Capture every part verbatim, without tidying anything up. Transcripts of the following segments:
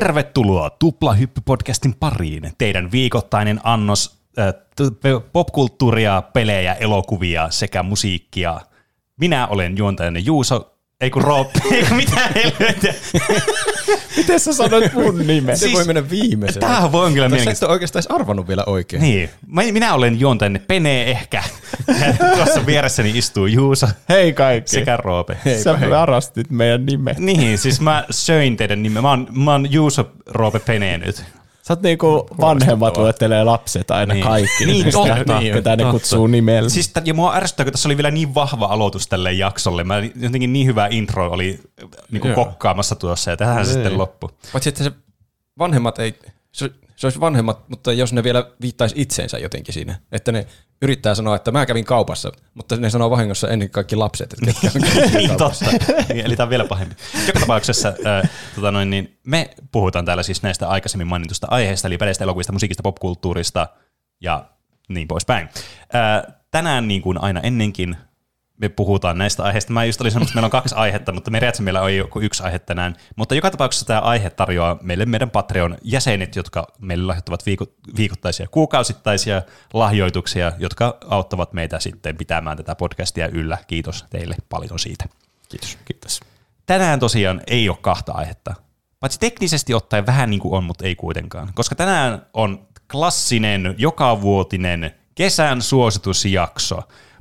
Tervetuloa Tuplahyppy-podcastin pariin. Teidän viikoittainen annos äh, popkulttuuria, pelejä, elokuvia sekä musiikkia. Minä olen juontajanne Juuso. Ei kun Rob, ei kun mitään helvettiä. Miten sä sanoit mun nimen? Se siis, voi mennä viimeisenä. Tämähän voi kyllä mielenkiintoista. Sä et ole oikeastaan edes arvannut vielä oikein. Niin. Minä olen juontajanne Pene ehkä. Tuossa vieressäni istuu Juuso. Hei kaikki. Sekä Roope. Sä varastit meidän nimen. Niin, siis mä söin teidän nimen. Mä oon, mä oon Juuso Roope Pene nyt. Sä oot niinku vanhemmat luettelee lapset aina niin. Kaikki. Niin, totta. Niin, ketä ne kutsuu nimellä. Siis t- ja mua ärsyttää, kun tässä oli vielä niin vahva aloitus tälle jaksolle. Mä jotenkin niin hyvä intro oli niinku kokkaamassa tuossa ja tähän se sitten loppu. Paitsi että se vanhemmat ei, se, se olisi vanhemmat, mutta jos ne vielä viittaisi itseensä jotenkin siinä. Että ne yrittää sanoa, että mä kävin kaupassa, mutta ne sanoo vahingossa ennen kaikki lapset, että ketkä on niin totta. Eli tämä on vielä pahempi. Joka tapauksessa äh, tota noin, niin me puhutaan täällä siis näistä aikaisemmin mainitusta aiheista, eli peleistä, elokuvista, musiikista, popkulttuurista ja niin poispäin. Äh, tänään niin kuin aina ennenkin me puhutaan näistä aiheista. Mä just olin sanonut, että meillä on kaksi aihetta, mutta periaatteessa meillä on joku yksi aihe tänään. Mutta joka tapauksessa tämä aihe tarjoaa meille meidän Patreon-jäsenet, jotka meille lahjoittavat viikoittaisia, kuukausittaisia lahjoituksia, jotka auttavat meitä sitten pitämään tätä podcastia yllä. Kiitos teille paljon siitä. Kiitos. Kiitos. Tänään tosiaan ei ole kahta aihetta. Paitsi teknisesti ottaen vähän niin kuin on, mutta ei kuitenkaan. Koska tänään on klassinen, jokavuotinen kesän suositusjakso.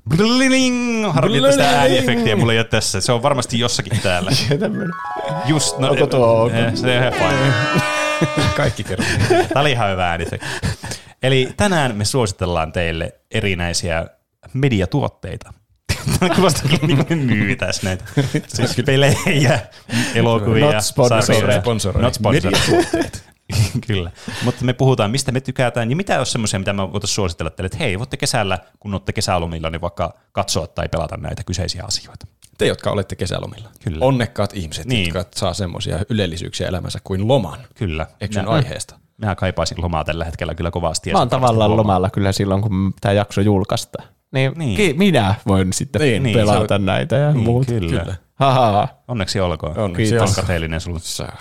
Bling! Harmi, että sitä ääniefektiä mulla ei ole tässä. Se on varmasti jossakin täällä. Just, no, onko tuo onko? Se on ihan fine. Kaikki kerran. Tämä oli ihan hyvä ääniefekti. Eli tänään me suositellaan teille erinäisiä mediatuotteita. Tämä kuulostaa niin kuin me myytäisi näitä. Siis pelejä, elokuvia, Not sponsored. Not sponsored. Kyllä, mutta me puhutaan, mistä me tykätään ja mitä on semmoisia, mitä mä voitaisiin suositella teille, että hei, voitte kesällä, kun olette kesälomilla, niin vaikka katsoa tai pelata näitä kyseisiä asioita. Te, jotka olette kesälomilla. Kyllä. Onnekkaat ihmiset, niin. Jotka saa semmoisia ylellisyyksiä elämänsä kuin loman. Kyllä. Eksyn aiheesta. Minä kaipaisin lomaa tällä hetkellä kyllä kovasti. Mä oon tavallaan lomaa. lomalla kyllä silloin, kun tämä jakso julkaistaan. Niin, niin. Minä voin sitten niin, pelata niin, näitä ja niin, muuta. Kyllä. kyllä. Haha. Onneksi olkoon. Onneksi on kateellinen sulle.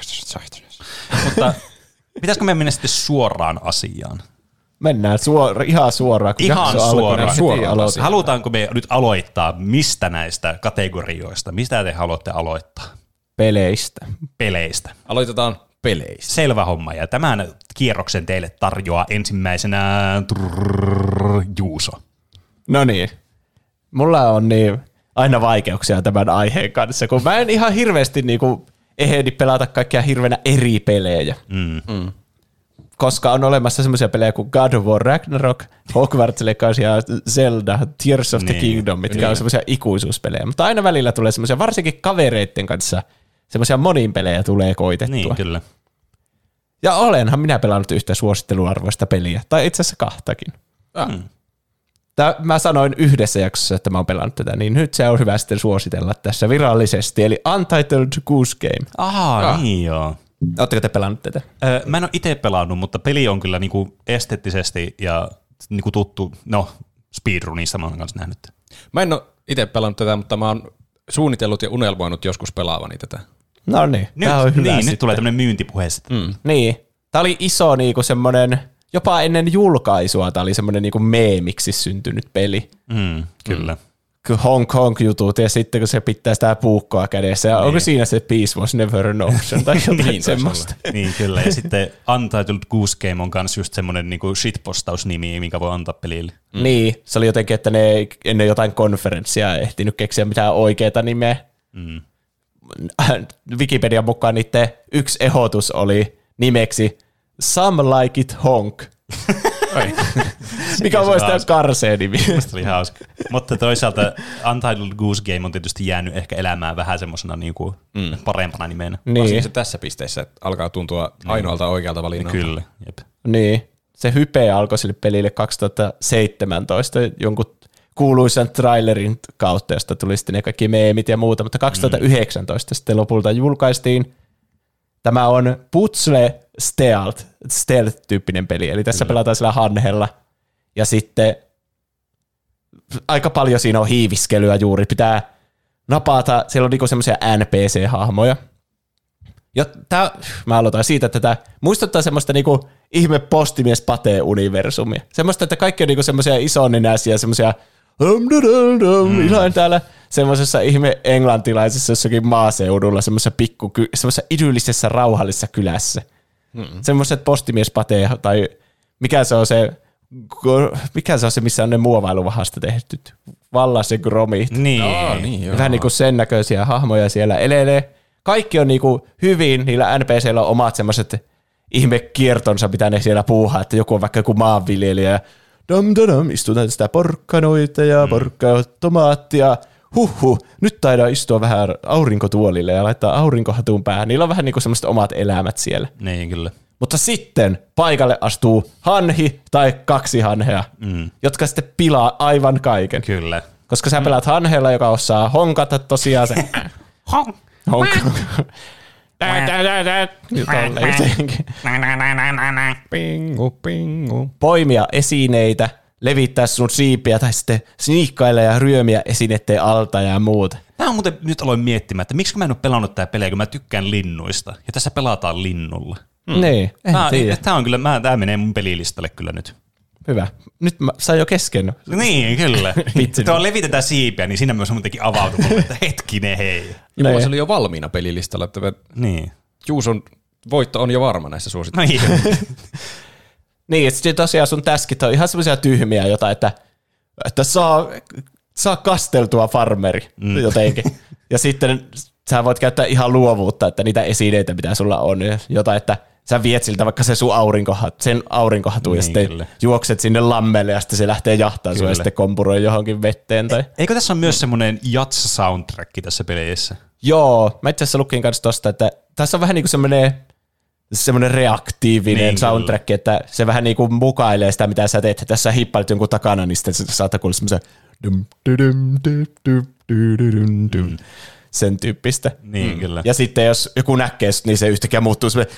Mutta pitäisikö me mennä sitten suoraan asiaan? Mennään suora, ihan suoraan. Kun ihan suoraan. suoraan. Halutaanko me nyt aloittaa mistä näistä kategorioista? Mistä te haluatte aloittaa? Peleistä. Peleistä. Aloitetaan peleistä. Selvä homma. Ja tämän kierroksen teille tarjoaa ensimmäisenä trrr, Juuso. No niin. Mulla on niin aina vaikeuksia tämän aiheen kanssa, kun mä en ihan hirveästi niinku ehdi pelata kaikkia hirveänä eri pelejä. Mm. Mm. Koska on olemassa semmoisia pelejä kuin God of War Ragnarok, Hogwarts Legacy ja Zelda, Tears of the niin. Kingdom, mitkä niin. on semmoisia ikuisuuspelejä. Mutta aina välillä tulee semmoisia, varsinkin kavereiden kanssa, semmoisia monin pelejä tulee koitettua. Niin, kyllä. Ja olenhan minä pelannut yhtä suositteluarvoista peliä, tai itse asiassa kahtakin. Mm. Tää, mä sanoin yhdessä jaksossa, että mä oon pelannut tätä, niin nyt se on hyvä sitten suositella tässä virallisesti, eli Untitled Goose Game. Aha, ah. niin joo. Ootteko te pelannut tätä? Öö, mä en ole itse pelannut, mutta peli on kyllä niinku esteettisesti ja niinku tuttu, no speedrunissa mä oon kanssa nähnyt. Mä en ole itse pelannut tätä, mutta mä oon suunnitellut ja unelmoinut joskus pelaavani tätä. No niin, nyt, tää on hyvä niin, nyt tulee tämmönen myyntipuhe sitten. Mm. Niin, tää oli iso niinku semmonen, jopa ennen julkaisua tää oli semmonen niinku meemiksi syntynyt peli. Mm, kyllä. Mm. Hong Kong-jutut ja sitten kun se pitää sitä puukkoa kädessä ja niin. Onko siinä se Peace was never an option tai jotain niin, semmoista. Niin kyllä ja sitten Untitled Goose Game on kans just semmonen niinku shitpostausnimi, minkä voi antaa pelille. Mm. Niin, se oli jotenkin, että ne ei ennen jotain konferenssia ehtinyt keksiä mitään oikeaa nimeä. Mm. Wikipedian mukaan niiden yksi ehdotus oli nimeksi Some Like It Honk. Mikä voisi tehdä karseen nimi. Musta oli hauska. Mutta toisaalta Untitled Goose Game on tietysti jäänyt ehkä elämään vähän semmoisena niinku mm. parempana nimenä. Niin. Se tässä pisteessä alkaa tuntua ainoalta oikealta valinnalta. Kyllä, jep. Niin. Se hype alkoi sille pelille kaksituhattaseitsemäntoista jonkun kuuluisan trailerin kautta, josta tuli sitten ne kaikki meemit ja muuta, mutta kaksituhattayhdeksäntoista mm. sitten lopulta julkaistiin. Tämä on Puzzle Stealth, stealth-tyyppinen peli, eli tässä Kyllä. pelataan sillä hanhella, ja sitten aika paljon siinä on hiiviskelyä juuri, pitää napata, siellä on niinku semmoisia N P C-hahmoja, Ja tää, mä aloitan siitä, että tämä muistuttaa semmoista niinku ihme postimies Pate-universumia. Semmoista, että kaikki on niinku semmoisia isoninäisiä, semmoisia mm. ilain täällä semmoisessa ihme englantilaisessa jossakin maaseudulla, semmoisessa pikku, semmoisessa idyllisessä rauhallisessa kylässä. Mm. Semmoiset postimies Pate, tai mikä se on se, mikä se on se, missä on ne muovailuvahasta tehtyt, Vallas ja Gromit. Niin. Joo, niin Vähän niinku sen näköisiä hahmoja siellä elelee. Kaikki on niinku hyvin, niillä N P C:illä on omat semmoiset ihmekiertonsa, mitä ne siellä puuhaa, että joku on vaikka joku maanviljelijä ja dam, dam, dam, istutaan sitä porkkanoita ja mm. porkkaa tomaattia. Huhhuh, nyt taidaan istua vähän aurinkotuolille ja laittaa aurinkohatun päähän. Niillä on vähän niinku semmoiset omat elämät siellä. Niin, kyllä. Mutta sitten paikalle astuu hanhi tai kaksi hanhea, mm. jotka sitten pilaa aivan kaiken. Kyllä. Koska sä pelaat hanhella, joka osaa honkata tosiaan se... Honk. Honk. Pingu, pingu. Poimia esineitä, levittää sun siipiä tai sitten sniikkailla ja ryömiä esineiden alta ja muuta. Mä oon muuten nyt aloin miettimään, että miksi mä en ole pelannut tää pelejä, kun mä tykkään linnuista. Ja tässä pelataan linnulla. Hmm. Niin, en tää, tiedä. Tää, on kyllä, mä, tää menee mun pelilistalle kyllä nyt. Hyvä. Nyt mä sain jo kesken. Niin, kyllä. Tuo levitetään siipiä, niin siinä myös on muutenkin avautunut, että hetkinen hei. Ja mulla se oli jo valmiina pelilistalla, että niin. Juuson voitto on jo varma näissä suosituksissa. No niin, että sitten tosiaan sun täskit on ihan semmoisia tyhmiä jotain, että, että saa, saa kasteltua farmeri mm. jotenkin. Ja sitten sä voit käyttää ihan luovuutta, että niitä esineitä, mitä sulla on, jotain, että sä viet siltä vaikka se sun aurinkohat, sen aurinkohatun niin, ja sitten kyllä. juokset sinne lammelle ja sitten se lähtee jahtaan sua ja sitten kompuroi johonkin vetteen. Tai... Eikö tässä ole myös semmoinen jats-soundtrack tässä pelissä? Joo, mä itse asiassa lukin kanssa tosta, että tässä on vähän niin kuin semmoinen, semmoinen reaktiivinen niin, soundtrack, kyllä. Että se vähän niin kuin mukailee sitä, mitä sä teet. Tässä hippailet jonkun takana, niin sitten saattaa kuulla semmoisen mm. sen tyyppistä. Niin, kyllä. Ja sitten jos joku näkee, niin se yhtäkkiä muuttuu semmoinen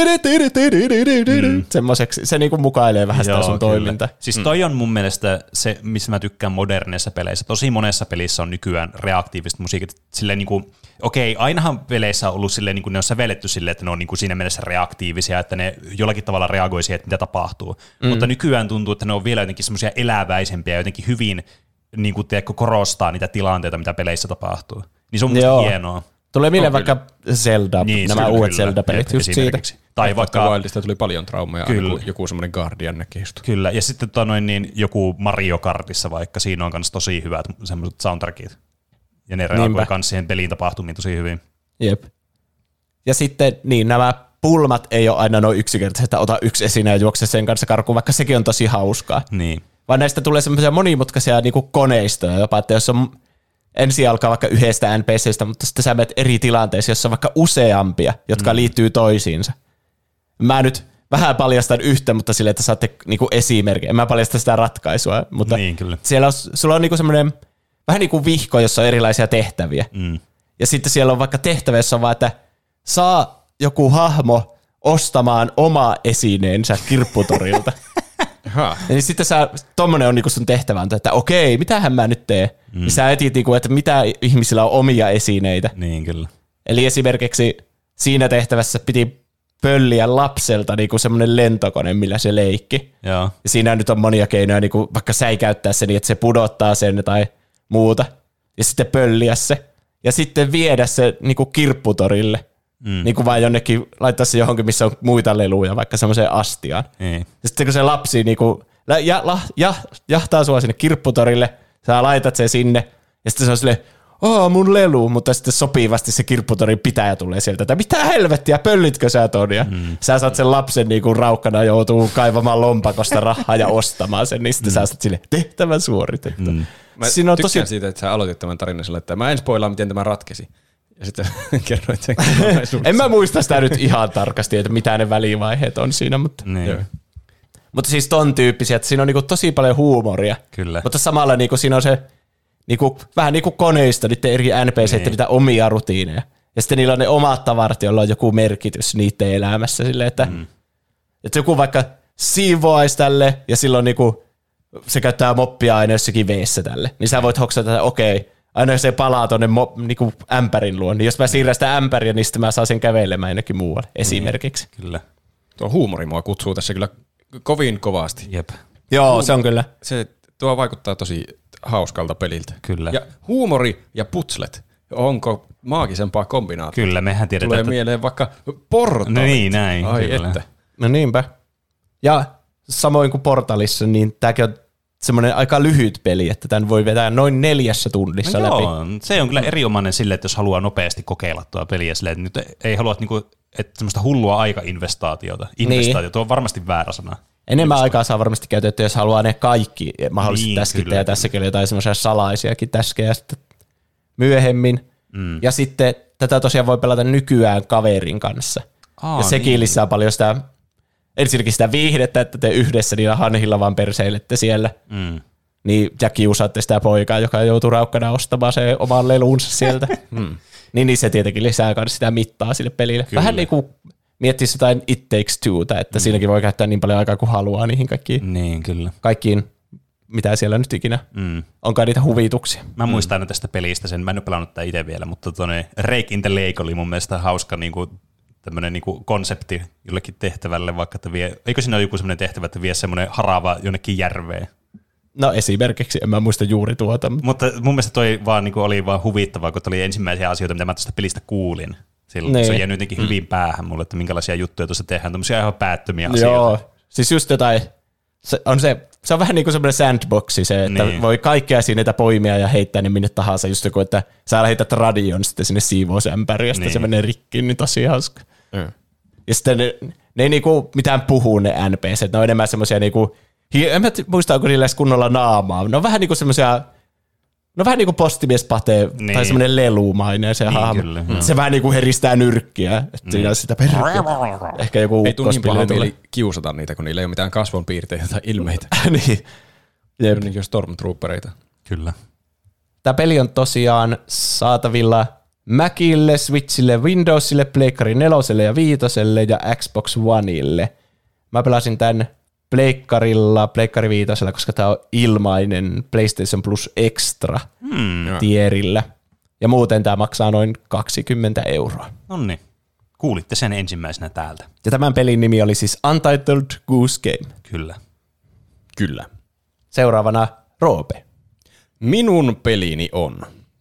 mm. semmoiseksi, se niinku mukailee vähän sitä Joo, sun kyllä. toimintaa. Siis toi on mun mielestä se, missä mä tykkään moderneissa peleissä. Tosi monessa pelissä on nykyään reaktiiviset musiikit. Silleen niinku, okei, ainahan peleissä on ollut silleen, niinku ne on sävelletty silleen, että ne on niinku siinä mielessä reaktiivisia, että ne jollakin tavalla reagoi siihen, että mitä tapahtuu. Mm. Mutta nykyään tuntuu, että ne on vielä jotenkin semmoisia eläväisempiä, jotenkin hyvin niinku, tiedätkö, korostaa niitä tilanteita, mitä peleissä tapahtuu. Niin se on musta hienoa. Tulee mieleen vaikka Zelda, niin, nämä uudet Zelda-pelit just siitä. Tai vaikka Wildista tuli paljon traumeja, joku, joku semmoinen Guardian näkistä. Kyllä, ja sitten tota noin, niin joku Mario Kartissa vaikka, siinä on myös tosi hyvät semmoiset soundtrackit. Ja ne reagoi myös siihen peliin tapahtumiin tosi hyvin. Jep. Ja sitten niin nämä pulmat ei ole aina noin yksinkertaisesti, että ota yksi esine ja juokse sen kanssa karkuun, vaikka sekin on tosi hauskaa. Niin. Vaan näistä tulee semmoisia monimutkaisia niin kuin koneistoja jopa, että jos on ensin alkaa vaikka yhdestä N P C:stä, mutta sitten sä menet eri tilanteissa, jossa on vaikka useampia, jotka mm. liittyy toisiinsa. Mä nyt vähän paljastan yhtä, mutta silleen, että saatte niinku esimerkkiä. En mä paljasta sitä ratkaisua, mutta niin, kyllä. siellä on, sulla on niinku semmoinen vähän niin kuin vihko, jossa on erilaisia tehtäviä. Mm. Ja sitten siellä on vaikka tehtävä, jossa on vaan, että saa joku hahmo ostamaan oma esineensä kirpputorilta. Ja niin sitten sä, tommonen on niinku sun tehtävä, että okei, mitähän mä nyt teen? Mm. Ja sä etit, niinku, että mitä ihmisillä on omia esineitä. Niin, kyllä. Eli esimerkiksi siinä tehtävässä piti pölliä lapselta niinku semmoinen lentokone, millä se leikki. Joo. Ja siinä nyt on monia keinoja, niinku, vaikka säikäyttää se niin, että se pudottaa sen tai muuta. Ja sitten pölliä se. Ja sitten viedä se niinku kirpputorille. Mm. Niin kuin vaan jonnekin, laittaa se johonkin, missä on muita leluja, vaikka semmoiseen astiaan. Mm. Ja sitten kun se lapsi niin kuin, ja, la, ja, jahtaa sua sinne kirpputorille, sä laitat sen sinne, ja sitten se on silleen, oo mun lelu, mutta sitten sopivasti se kirpputorin pitäjä tulee sieltä, että mitä helvettiä, pöllitkö sä ton? Ja mm. sä saat sen lapsen niin kuin raukkana joutuu kaivamaan lompakosta rahaa ja ostamaan sen, niin sitten mm. sä saat silleen, tehtävä suoritettu. Mm. Mä Siinä on tykkään tosi... siitä, että sä aloitit tämän tarinan sillä, että mä en spoilaa, miten tämä ratkesi. Ja sitten kerroit sen. En mä muista sitä nyt ihan tarkasti, että mitä ne välivaiheet on siinä, mutta... Niin. Mutta siis ton tyyppisiä, että siinä on niinku tosi paljon huumoria. Kyllä. Mutta samalla niinku siinä on se niinku, vähän niin kuin koneista, niiden eri N P C, niin. niitä omia rutiineja. Ja sitten niillä on ne omat tavarat, joilla on joku merkitys niiden elämässä. Silleen, että, mm. että joku vaikka siivoaisi tälle, ja silloin niinku, se käyttää moppia aina jossakin veessä tälle. Niin sä voit hoksata, että okei, aina se palaa tuonne mo- niinku ämpärin luon, niin jos mä siirrän sitä ämpäriä, niin sitten mä saan sen kävelemään jonnekin muualle esimerkiksi. Mm, kyllä. Tuo huumori mua kutsuu tässä kyllä kovin kovasti. Jep. Joo, Huum- se on kyllä. Se, tuo vaikuttaa tosi hauskalta peliltä. Kyllä. Ja huumori ja putslet, onko maagisempaa kombinaatiota? Kyllä, mehän tiedetään. Tulee että... mieleen vaikka portalit. No niin, näin. Ai kyllä. että. No niinpä. Ja samoin kuin Portalissa, niin tämäkin on semmoinen aika lyhyt peli, että tämän voi vetää noin neljässä tunnissa no läpi. Joo, se on kyllä erinomainen sille, että jos haluaa nopeasti kokeilla tuo peliä silleen, että nyt ei halua niinku, että semmoista hullua aika-investaatiota. Investaatio, niin. Tuo on varmasti väärä sana. Enemmän aikaa saa varmasti käytettyä, jos haluaa ne kaikki mahdollisesti niin, täskittää, ja tässäkin oli jotain semmoisia salaisiakin täskejä sitten myöhemmin. Mm. Ja sitten tätä tosiaan voi pelata nykyään kaverin kanssa. Aa, ja sekin niin. lisää paljon sitä, ensinnäkin sitä viihdettä, että te yhdessä niillä hanhilla vaan perseilette siellä. Mm. Niin, ja kiusaatte sitä poikaa, joka joutuu raukkana ostamaan se oman leluunsa sieltä. mm. niin, niin se tietenkin lisää myös sitä mittaa sille pelille. Kyllä. Vähän niin kuin miettisi jotain It Takes Two:ta, että mm. siinäkin voi käyttää niin paljon aikaa kuin haluaa niihin kaikkiin, niin, kyllä. kaikkiin mitä siellä nyt ikinä mm. onkaan niitä huvituksia. Mä muistan aina tästä pelistä sen, mä en ole pelannut tätä itse vielä, mutta tuonne Rake in the Lake oli mun mielestä hauska niinku, tämmöinen niinku konsepti jollekin tehtävälle, vaikka että vie, eikö siinä ole joku semmoinen tehtävä, että vie semmoinen harava jonnekin järveen? No esimerkiksi, en mä muista juuri tuota. Mutta mun mielestä toi vaan niinku oli vaan huvittavaa, kun oli ensimmäisiä asioita, mitä mä tästä pelistä kuulin. Silloin niin. Se on jäänyt jotenkin mm. hyvin päähän mulle, että minkälaisia juttuja tuossa tehdään, tämmöisiä ihan päättömiä asioita. Joo, siis just jotain, se on, se, se on vähän niin kuin semmoinen sandboxi se, että niin. voi kaikkea siinä poimia ja heittää ne minne tahansa, just joku, että sä lähetät radion sitten sinne siivousämpäriin ja sitten niin. se menee rikkiin, niin tosi hauska. Mm. Ja sitten ne, ne ei niinku mitään puhu ne N P C, ne on enemmän semmoisia niinku, en mä muista, onko niillä edes kunnolla naamaa, ne on vähän niinku semmoisia, no vähän niin kuin postimies Pate, niin. tai semmoinen lelumainen se niin, hahmo. Kyllä, mm. Se vähän niin kuin heristää nyrkkiä, että mm. siinä on sitä perkkiä. Ehkä joku ei tule niin paha mieli kiusata niitä, kun niillä ei ole mitään kasvonpiirteitä tai ilmeitä. niin. Jep. Niin kuin Stormtroopereita. Kyllä. Tämä peli on tosiaan saatavilla Macille, Switchille, Windowsille, Pleikkari neloselle ja viitoselle ja Xbox Oneille. Mä pelasin tämän Pleikkarilla, Pleikkari viitosella, koska tämä on ilmainen PlayStation Plus Extra hmm. tierillä. Ja muuten tämä maksaa noin kaksikymmentä euroa. Nonni, kuulitte sen ensimmäisenä täältä. Ja tämän pelin nimi oli siis Untitled Goose Game. Kyllä. Kyllä. Seuraavana Roope. Minun pelini on.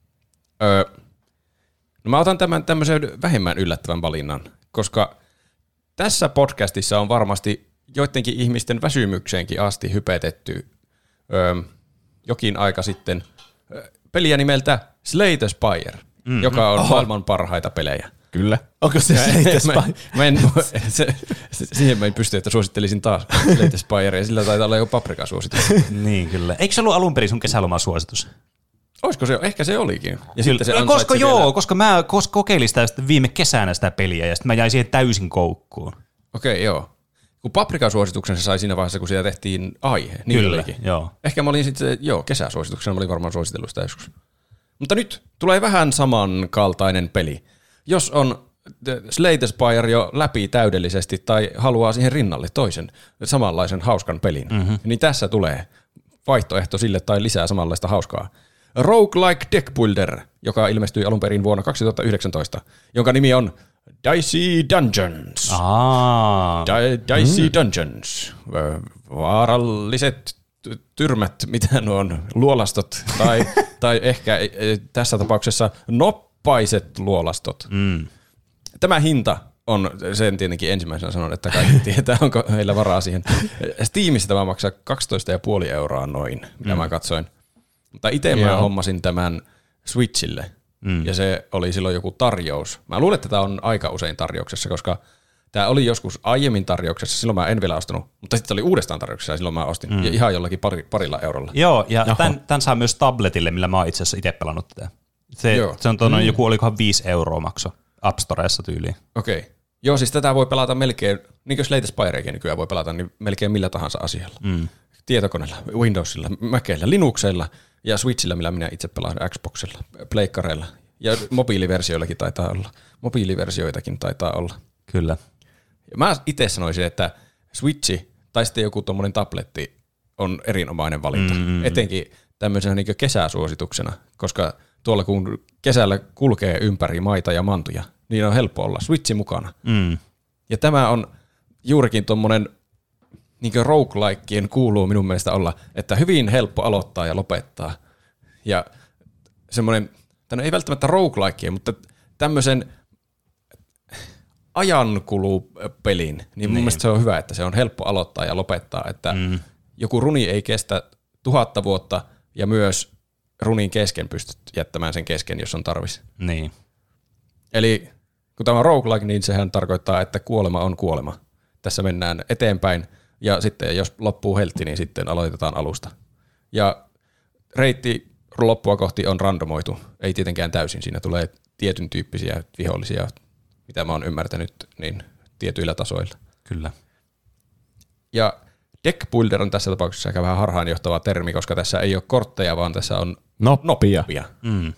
Öö, no mä otan tämän tämmöisen vähemmän yllättävän valinnan, koska tässä podcastissa on varmasti joidenkin ihmisten väsymykseenkin asti hypetetty öö, jokin aika sitten öö, peliä nimeltä Slay the Spire, mm-hmm. joka on Oho. maailman parhaita pelejä. Kyllä. Onko se Slay the Spire? Mä, mä en, se, se, siihen mä en pysty, että suosittelisin taas Slay the Spire, ja sillä taitaa olla jo Paprika-suositus. niin kyllä. Eikö se ollut alun perin sun kesälomasuositus? Olisiko se? Ehkä se olikin. Ja sitten se koska joo, vielä. koska mä koska kokeilin sitä viime kesänä sitä peliä, ja sitten mä jäin siihen täysin koukkuun. Okei, okay, joo. Kun Paprika-suosituksen se sai siinä vaiheessa, kun siitä tehtiin aihe. Niin Kyllä, joo. Ehkä mä olin sitten, joo, kesäsuosituksena mä olin varmaan suositellut sitä joskus. Mutta nyt tulee vähän samankaltainen peli. Jos on Slay the Spire jo läpi täydellisesti tai haluaa siihen rinnalle toisen samanlaisen hauskan pelin, mm-hmm. niin tässä tulee vaihtoehto sille tai lisää samanlaista hauskaa. Roguelike Deck Builder, joka ilmestyi alun perin vuonna kaksituhattayhdeksäntoista, jonka nimi on Dicey Dungeons. Ah. Di- Dicey mm. Dungeons. Vaaralliset tyrmät, mitä nuo on, luolastot, tai, tai ehkä tässä tapauksessa noppaiset luolastot. Mm. Tämä hinta on, sen tietenkin ensimmäisenä sanon, että kaikki tietää, onko heillä varaa siihen. Steamissa tämä maksaa kaksitoista pilkku viisi euroa noin, mitä mm. mä katsoin. Mutta itse mä hommasin tämän Switchille, mm. ja se oli silloin joku tarjous. Mä luulen, että tämä on aika usein tarjouksessa, koska tämä oli joskus aiemmin tarjouksessa, silloin mä en vielä ostanut, mutta sitten oli uudestaan tarjouksessa ja silloin mä ostin, mm. ja ihan jollakin pari, parilla eurolla. Joo, ja tämän, tämän saa myös tabletille, millä mä oon itse asiassa itse pelannut tätä. Se, se on tuonne, mm. joku olikohan viisi euroa makso App Storessa tyyliin. Okei. Okay. Joo, siis tätä voi pelata melkein, niin kuin Slay the Spireakin nykyään voi pelata, niin melkein millä tahansa asialla. Mm. Tietokoneella, Windowsilla, Macilla, Linuxilla ja Switchillä, millä minä itse pelaan Xboxilla, pleikkareilla ja mobiiliversioillakin taitaa olla. Mobiiliversioitakin taitaa olla. Kyllä. Ja mä itse sanoisin, että Switchi tai sitten joku tommoinen tabletti on erinomainen valinta, mm-hmm. etenkin tämmöisenä niin kesäsuosituksena, koska tuolla kun kesällä kulkee ympäri maita ja mantuja, niin on helppo olla Switchi mukana. Mm. Ja tämä on juurikin tuommoinen, niin kuin roguelikeen kuuluu minun mielestä olla, että hyvin helppo aloittaa ja lopettaa. Ja semmoinen, tämä ei välttämättä roguelikeen, mutta tämmöisen ajankulupelin, niin mun niin. mielestä se on hyvä, että se on helppo aloittaa ja lopettaa, että mm. joku runi ei kestä tuhatta vuotta ja myös runin kesken pystyt jättämään sen kesken, jos on tarvis. Niin. Eli kun tämä on roguelike, niin sehän tarkoittaa, että kuolema on kuolema. Tässä mennään eteenpäin ja sitten jos loppuu heltti, niin sitten aloitetaan alusta. Ja reitti loppua kohti on randomoitu, ei tietenkään täysin. Siinä tulee tietyn tyyppisiä vihollisia, mitä mä oon ymmärtänyt, niin tietyillä tasoilla. Kyllä. Ja deck builder on tässä tapauksessa aika vähän harhaanjohtava termi, koska tässä ei ole kortteja, vaan tässä on noppia. noppia. Mm.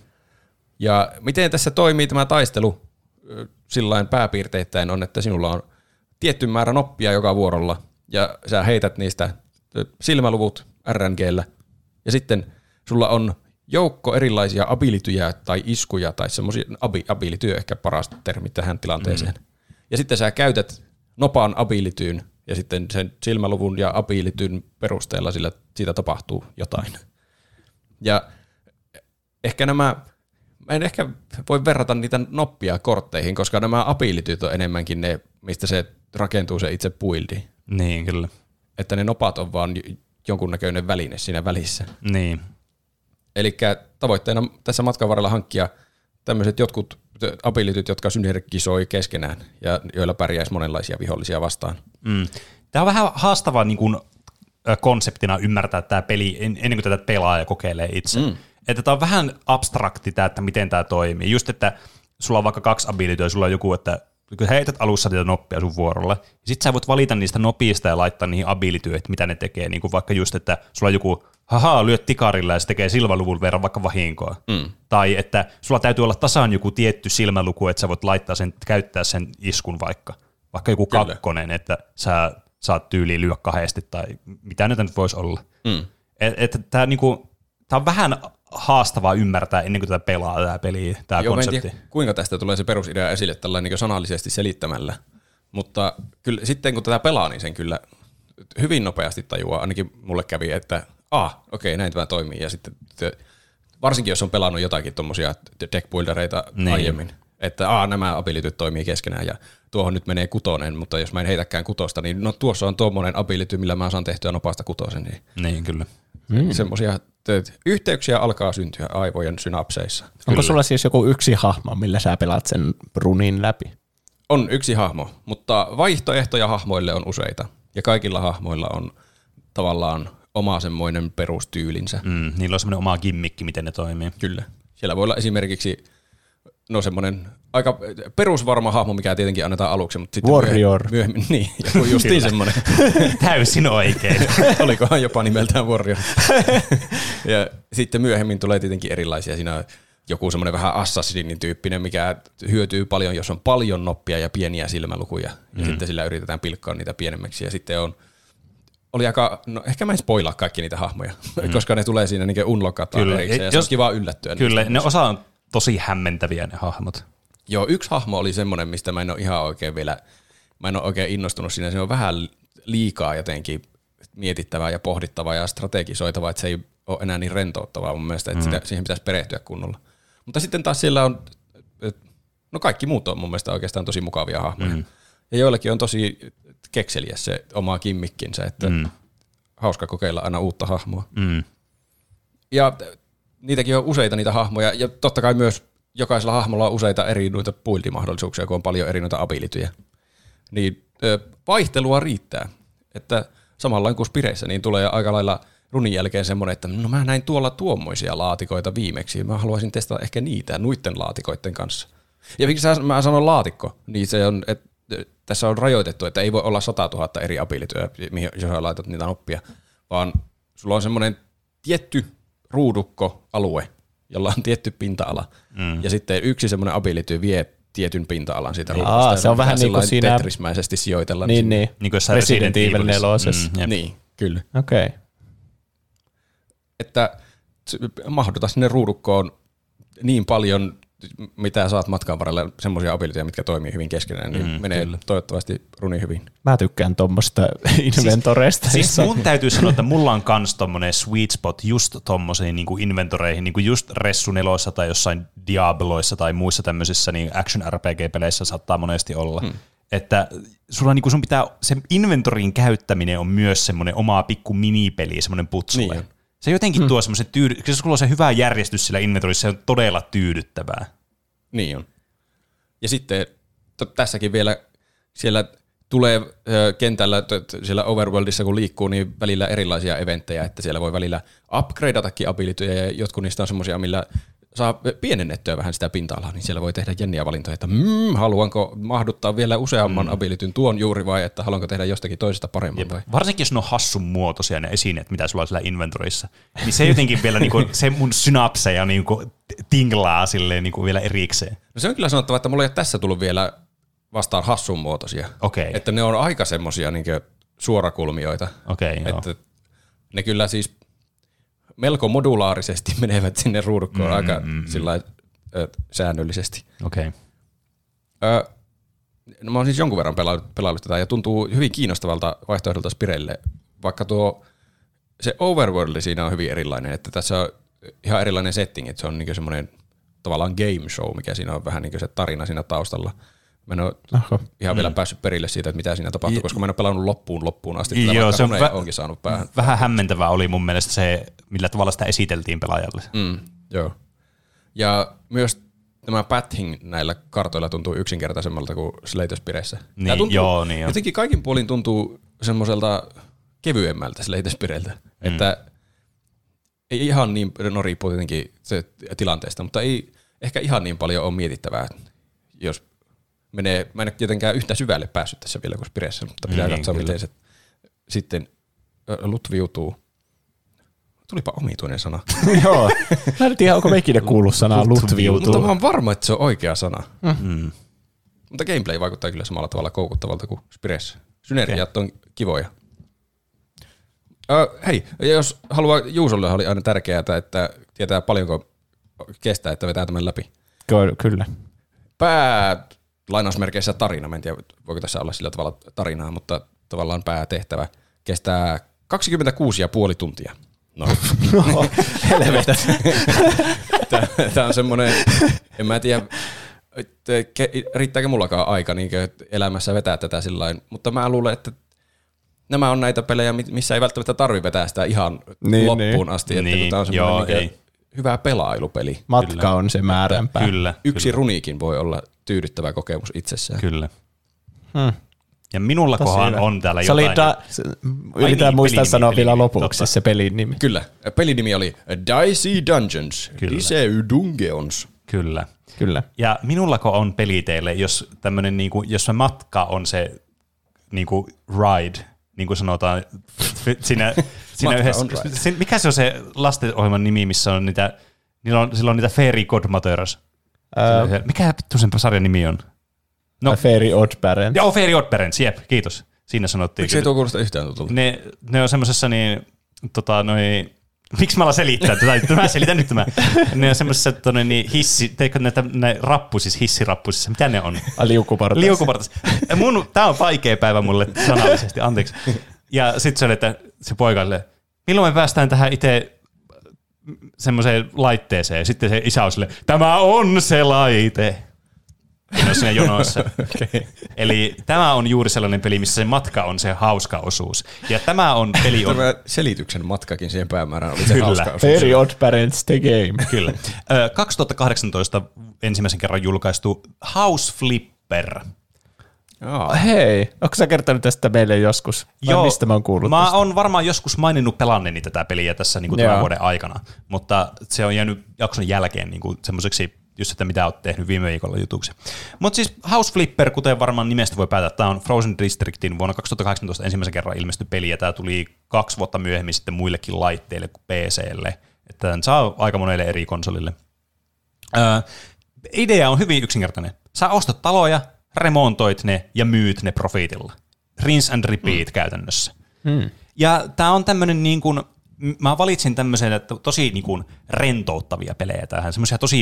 Ja miten tässä toimii tämä taistelu sillain pääpiirteittäin on, että sinulla on tietty määrä noppia joka vuorolla, ja sä heität niistä silmäluvut R N G:llä, ja sitten sulla on joukko erilaisia abilityjä tai iskuja, tai semmoisia ability ehkä paras termi tähän tilanteeseen. Mm. Ja sitten sä käytät nopan abilityyn, ja sitten sen silmäluvun ja abilityn perusteella sillä, siitä tapahtuu jotain. Ja ehkä nämä, mä en ehkä voi verrata niitä noppia kortteihin, koska nämä abilityt on enemmänkin ne, mistä se rakentuu se itse buildi. Niin, kyllä. Että ne nopat on vaan jonkunnäköinen väline siinä välissä. Niin. Eli tavoitteena tässä matkan varrella hankkia tämmöiset jotkut abilityt, jotka synergisoi keskenään ja joilla pärjäisi monenlaisia vihollisia vastaan. Mm. Tämä on vähän haastavaa niin kuin, konseptina ymmärtää tämä peli ennen kuin tätä pelaaja kokeilee itse. Mm. Että tämä on vähän abstrakti tämä, että miten tämä toimii. Just, että sulla on vaikka kaksi abilityä, sulla on joku, että kun heität alussa niitä noppia sun vuorolla, ja sitten sä voit valita niistä nopista ja laittaa niihin abilityä, että mitä ne tekee. Niin kuin vaikka just, että sulla on joku, haha, lyöt tikarilla ja se tekee silmäluvun verran vaikka vahinkoa. Mm. Tai että sulla täytyy olla tasan joku tietty silmäluku, että sä voit laittaa sen, käyttää sen iskun vaikka. Vaikka joku Kyllä. kakkonen, että sä saat tyyliin lyö kahdesti tai mitä nyt voisi olla. Mm. Että et, tämä niinku, on vähän haastavaa ymmärtää ennen kuin tätä pelaa tämä peli, tämä Joo, konsepti. Mä en tiedä, kuinka tästä tulee se perusidea esille tällainen niin sanallisesti selittämällä, mutta kyllä sitten kun tätä pelaa, niin sen kyllä hyvin nopeasti tajuaa, ainakin mulle kävi, että ah, okei, näin tämä toimii, ja sitten varsinkin jos on pelannut jotakin tuommoisia deckbuildereita niin. aiemmin, että ah, nämä abilityt toimii keskenään, ja tuohon nyt menee kutonen, mutta jos mä en heitäkään kutosta, niin no tuossa on tuommoinen ability, millä mä saan tehtyä nopeasta kutosen. Niin, niin kyllä. Mm. Semmoisia yhteyksiä alkaa syntyä aivojen synapseissa. Onko Kyllä. sulla siis joku yksi hahmo, millä sä pelaat sen runin läpi? On yksi hahmo, mutta vaihtoehtoja hahmoille on useita. Ja kaikilla hahmoilla on tavallaan oma semmoinen perustyylinsä. Mm, niillä on semmoinen oma gimmikki, miten ne toimii. Kyllä. Siellä voi olla esimerkiksi no semmoinen aika perusvarma hahmo, mikä tietenkin annetaan aluksi, mutta sitten Warrior. Myöhemmin, niin, joku justiin semmoinen. Täysin oikein. Olikohan jopa nimeltään Warrior. Ja sitten myöhemmin tulee tietenkin erilaisia. Siinä on joku semmoinen vähän assassinin tyyppinen, mikä hyötyy paljon, jos on paljon noppia ja pieniä silmälukuja. Ja mm. sitten sillä yritetään pilkkaa niitä pienemmiksi. Ja sitten on, oli aika, no ehkä mä en spoilaa kaikki niitä hahmoja, mm. koska ne tulee siinä niin unlockataan erikseen. Ja se on kiva yllättyä. Kyllä, ne osa on tosi hämmentäviä ne hahmot. Joo, yksi hahmo oli semmoinen, mistä mä en ole ihan oikein vielä, mä en ole oikein innostunut siinä. Se on vähän liikaa jotenkin mietittävää ja pohdittavaa ja strategisoitavaa, että se ei ole enää niin rentouttavaa mun mielestä, että mm. sitä, siihen pitäisi perehtyä kunnolla. Mutta sitten taas siellä on, no kaikki muut on mun mielestä oikeastaan tosi mukavia hahmoja. Mm. Ja joillakin on tosi kekseliä se oma kimmikkinsä, että mm. hauska kokeilla aina uutta hahmoa. Mm. Ja niitäkin on useita niitä hahmoja, ja totta kai myös jokaisella hahmolla on useita eri noita buildimahdollisuuksia, kun on paljon eri noita abilityjä. Niin vaihtelua riittää, että samalla kuin Spireissä, niin tulee aika lailla runin jälkeen semmoinen, että no mä näin tuolla tuommoisia laatikoita viimeksi, mä haluaisin testata ehkä niitä nuitten laatikoiden kanssa. Ja miksi mä sanon laatikko, niin se on, että tässä on rajoitettu, että ei voi olla satatuhatta eri abilityä, jos sä laitat niitä noppia, vaan sulla on semmoinen tietty ruudukkoalue, jolla on tietty pinta-ala, mm. ja sitten yksi semmoinen ability vie tietyn pinta-alan siitä ruudusta. Aa, se on vähän niin kuin siinä tetrismäisesti sijoitella. Niin, niin. Niin kuin Resident Evil nelosessa. Mm, niin, kyllä. Okei. Okay. Että mahduta sinne ruudukkoon niin paljon, mitä saat matkan varrella, semmoisia abilityjä, mitkä toimii hyvin keskenään, niin mm, menee kyllä. toivottavasti runi hyvin. Mä tykkään tommoista inventoreista. Siis, siis mun täytyy sanoa, että mulla on kans tommonen sweet spot just tommoseen niin kuin inventoreihin, niin kuin just Ressuneloissa tai jossain Diabloissa tai muissa tämmöisissä niin action R P G-peleissä saattaa monesti olla. Hmm. Että sulla, niin kuin sun pitää, se inventorin käyttäminen on myös semmoinen oma pikku minipeli, semmoinen putsulle. Niin. Se jotenkin hmm. tuo semmoisen tyydy, koska sulla on se hyvä järjestys sillä inventorissa, se on todella tyydyttävää. Niin on. Ja sitten t- tässäkin vielä siellä tulee ö, kentällä, t- t- siellä Overworldissa kun liikkuu, niin välillä erilaisia eventtejä, että siellä voi välillä upgradeatakin abilityjä, ja jotkut niistä on semmoisia, millä saa pienennettyä vähän sitä pinta-alaa, niin siellä voi tehdä jänniä valintoja, että mm, haluanko mahduttaa vielä useamman mm. abilityn tuon juuri, vai että haluanko tehdä jostakin toisesta paremman. Vai? Varsinkin jos ne on hassun muotoisia ne esineet, mitä sulla on siellä inventorissa, niin se jotenkin vielä niinku, se mun synapseja niinku tinglaa silleen niinku vielä erikseen. No se on kyllä sanottava, että mulla ei ole tässä tullut vielä vastaan hassun muotoisia. Okay. Että ne on aika semmosia niinku suorakulmioita. Okay, että ne kyllä siis melko modulaarisesti menevät sinne ruudukkoon mm, aika mm, sillä ö, säännöllisesti. Okei. Okay. Ö, no mä oon siis jonkun verran pelaillut, pelaillut tätä ja tuntuu hyvin kiinnostavalta vaihtoehdolta Spirelle, vaikka tuo se Overworld siinä on hyvin erilainen, että tässä on ihan erilainen setting, että se on niinku semmoinen tavallaan game show, mikä siinä on vähän niin kuin se tarina siinä taustalla. Mä en ole Oho. ihan mm. vielä päässyt perille siitä, että mitä siinä tapahtuu, koska mä en ole pelannut loppuun loppuun asti. Tätä Joo, se on vä- onkin saanut päähän. Vähän hämmentävää oli mun mielestä se, millä tavalla sitä esiteltiin pelaajalle. Mm, joo. Ja myös tämä pathing näillä kartoilla tuntuu yksinkertaisemmalta kuin Slay the Spireissä. Niin, tuntuu, joo, niin jotenkin kaikin puolin tuntuu semmoiselta kevyemmältä Slay the Spireiltä. Mm. Että ei ihan niin, no riippuu tietenkin se tilanteesta, mutta ei ehkä ihan niin paljon ole mietittävää, jos menee, mä en ole tietenkään yhtä syvälle päässyt tässä vielä kuin Spireissä, mutta pitää niin, katsoa, kyllä. miten se sitten lutviutuu. Tulipa omituinen sana. Joo. Mä en tiedä, onko me ikinä kuullut sanaa lutviutuu. Mutta mä oon varma, että se on oikea sana. Mm. Mutta gameplay vaikuttaa kyllä samalla tavalla koukuttavalta kuin Spireissä. Synergiat okay. on kivoja. Ö, hei, jos haluaa, Juusolle oli aina tärkeää, että tietää paljonko kestää, että vetää tämän läpi. Kyllä. Pää lainausmerkeissä tarina, mä en tiedä voiko tässä olla sillä tavalla tarinaa, mutta tavallaan päätehtävä kestää kaksikymmentäkuusi ja puoli tuntia. No, no helvetä. Tämä on semmoinen, en mä tiedä, riittääkö mullakaan aika niin elämässä vetää tätä sillain, mutta mä luulen, että nämä on näitä pelejä, missä ei välttämättä tarvitse vetää sitä ihan niin, loppuun niin. asti, että niin, tämä on semmoinen niin hyvä pelailupeli. Matka kyllä. on se määränpää. Kyllä. Yksi kyllä. runiikin voi olla tyydyttävä kokemus itsessään. Kyllä. Hmm. Ja minulla kohan on täällä se jotain. Da- se, yritän niin, muistaa sanoa pelin vielä lopuksi totta. se pelin nimi. Kyllä. Pelin nimi oli Dicey Dungeons. Dicey Dungeons. Kyllä. Kyllä. Ja minullako on peli teille, jos tämmönen niinku, jos se matka on se niinku ride, niin kuin sanotaan siinä, siinä yhdessä. Se, mikä se on se lastenohjelman nimi, missä on niitä, niillä on, sillä on niitä Fairy Godmothers. Uh, mikä vittu sen sarjan nimi on? No, Fairy Odd Parents. Joo, Fairy Odd Parents, jep, kiitos. Siinä sanottiin. Miksi ei tuo kuulosta yhtään tutulta? Ne, ne on semmosessa niin, tota noi, miksi mä alan selittää tätä? Mä selitän nyt tämä. Ne on semmosessa tonne niin hissi, teikö näitä ne rappusissa, hissirappusissa, mitä ne on? Liukuportas. Liukuportas. Mun, tää on vaikea päivä mulle sanallisesti, anteeksi. Ja sit se oli, että se poika oli, milloin me päästään tähän itse semmoiseen laitteeseen? Ja sitten se isä on silleen, tämä on se laite. En ole siinä jonoissa. Okay. Eli tämä on juuri sellainen peli, missä se matka on se hauska osuus. Ja tämä on peli... On... Tämä selityksen matkakin siihen päämäärään oli se Kyllä. hauska osuus. Very Odd Parents the game. Kyllä. kaksituhattakahdeksantoista ensimmäisen kerran julkaistu House Flipper. Oh. Hei, onko sä kertonut tästä meille joskus? Vai Joo, mistä mä oon kuullut mä tästä? oon varmaan joskus maininnut pelanneeni tätä peliä tässä niin kuin tämän vuoden aikana, mutta se on jäänyt jakson jälkeen niin kuin semmoiseksi, just että mitä oot tehnyt viime viikolla jutuksi. Mutta siis House Flipper, kuten varmaan nimestä voi päätellä, tämä on Frozen Districtin vuonna kaksituhattakahdeksantoista ensimmäisen kerran ilmestyi peli, ja tämä tuli kaksi vuotta myöhemmin sitten muillekin laitteille kuin P C:lle, että tämän saa aika monelle eri konsolille. Öö, idea on hyvin yksinkertainen. Sä ostat taloja, remontoit ne ja myyt ne profiitilla. Rinse and repeat mm. käytännössä. Mm. Ja tää on tämmönen niin kuin, mä valitsin tämmöisen, että tosi niin kuin rentouttavia pelejä tähän, semmoisia tosi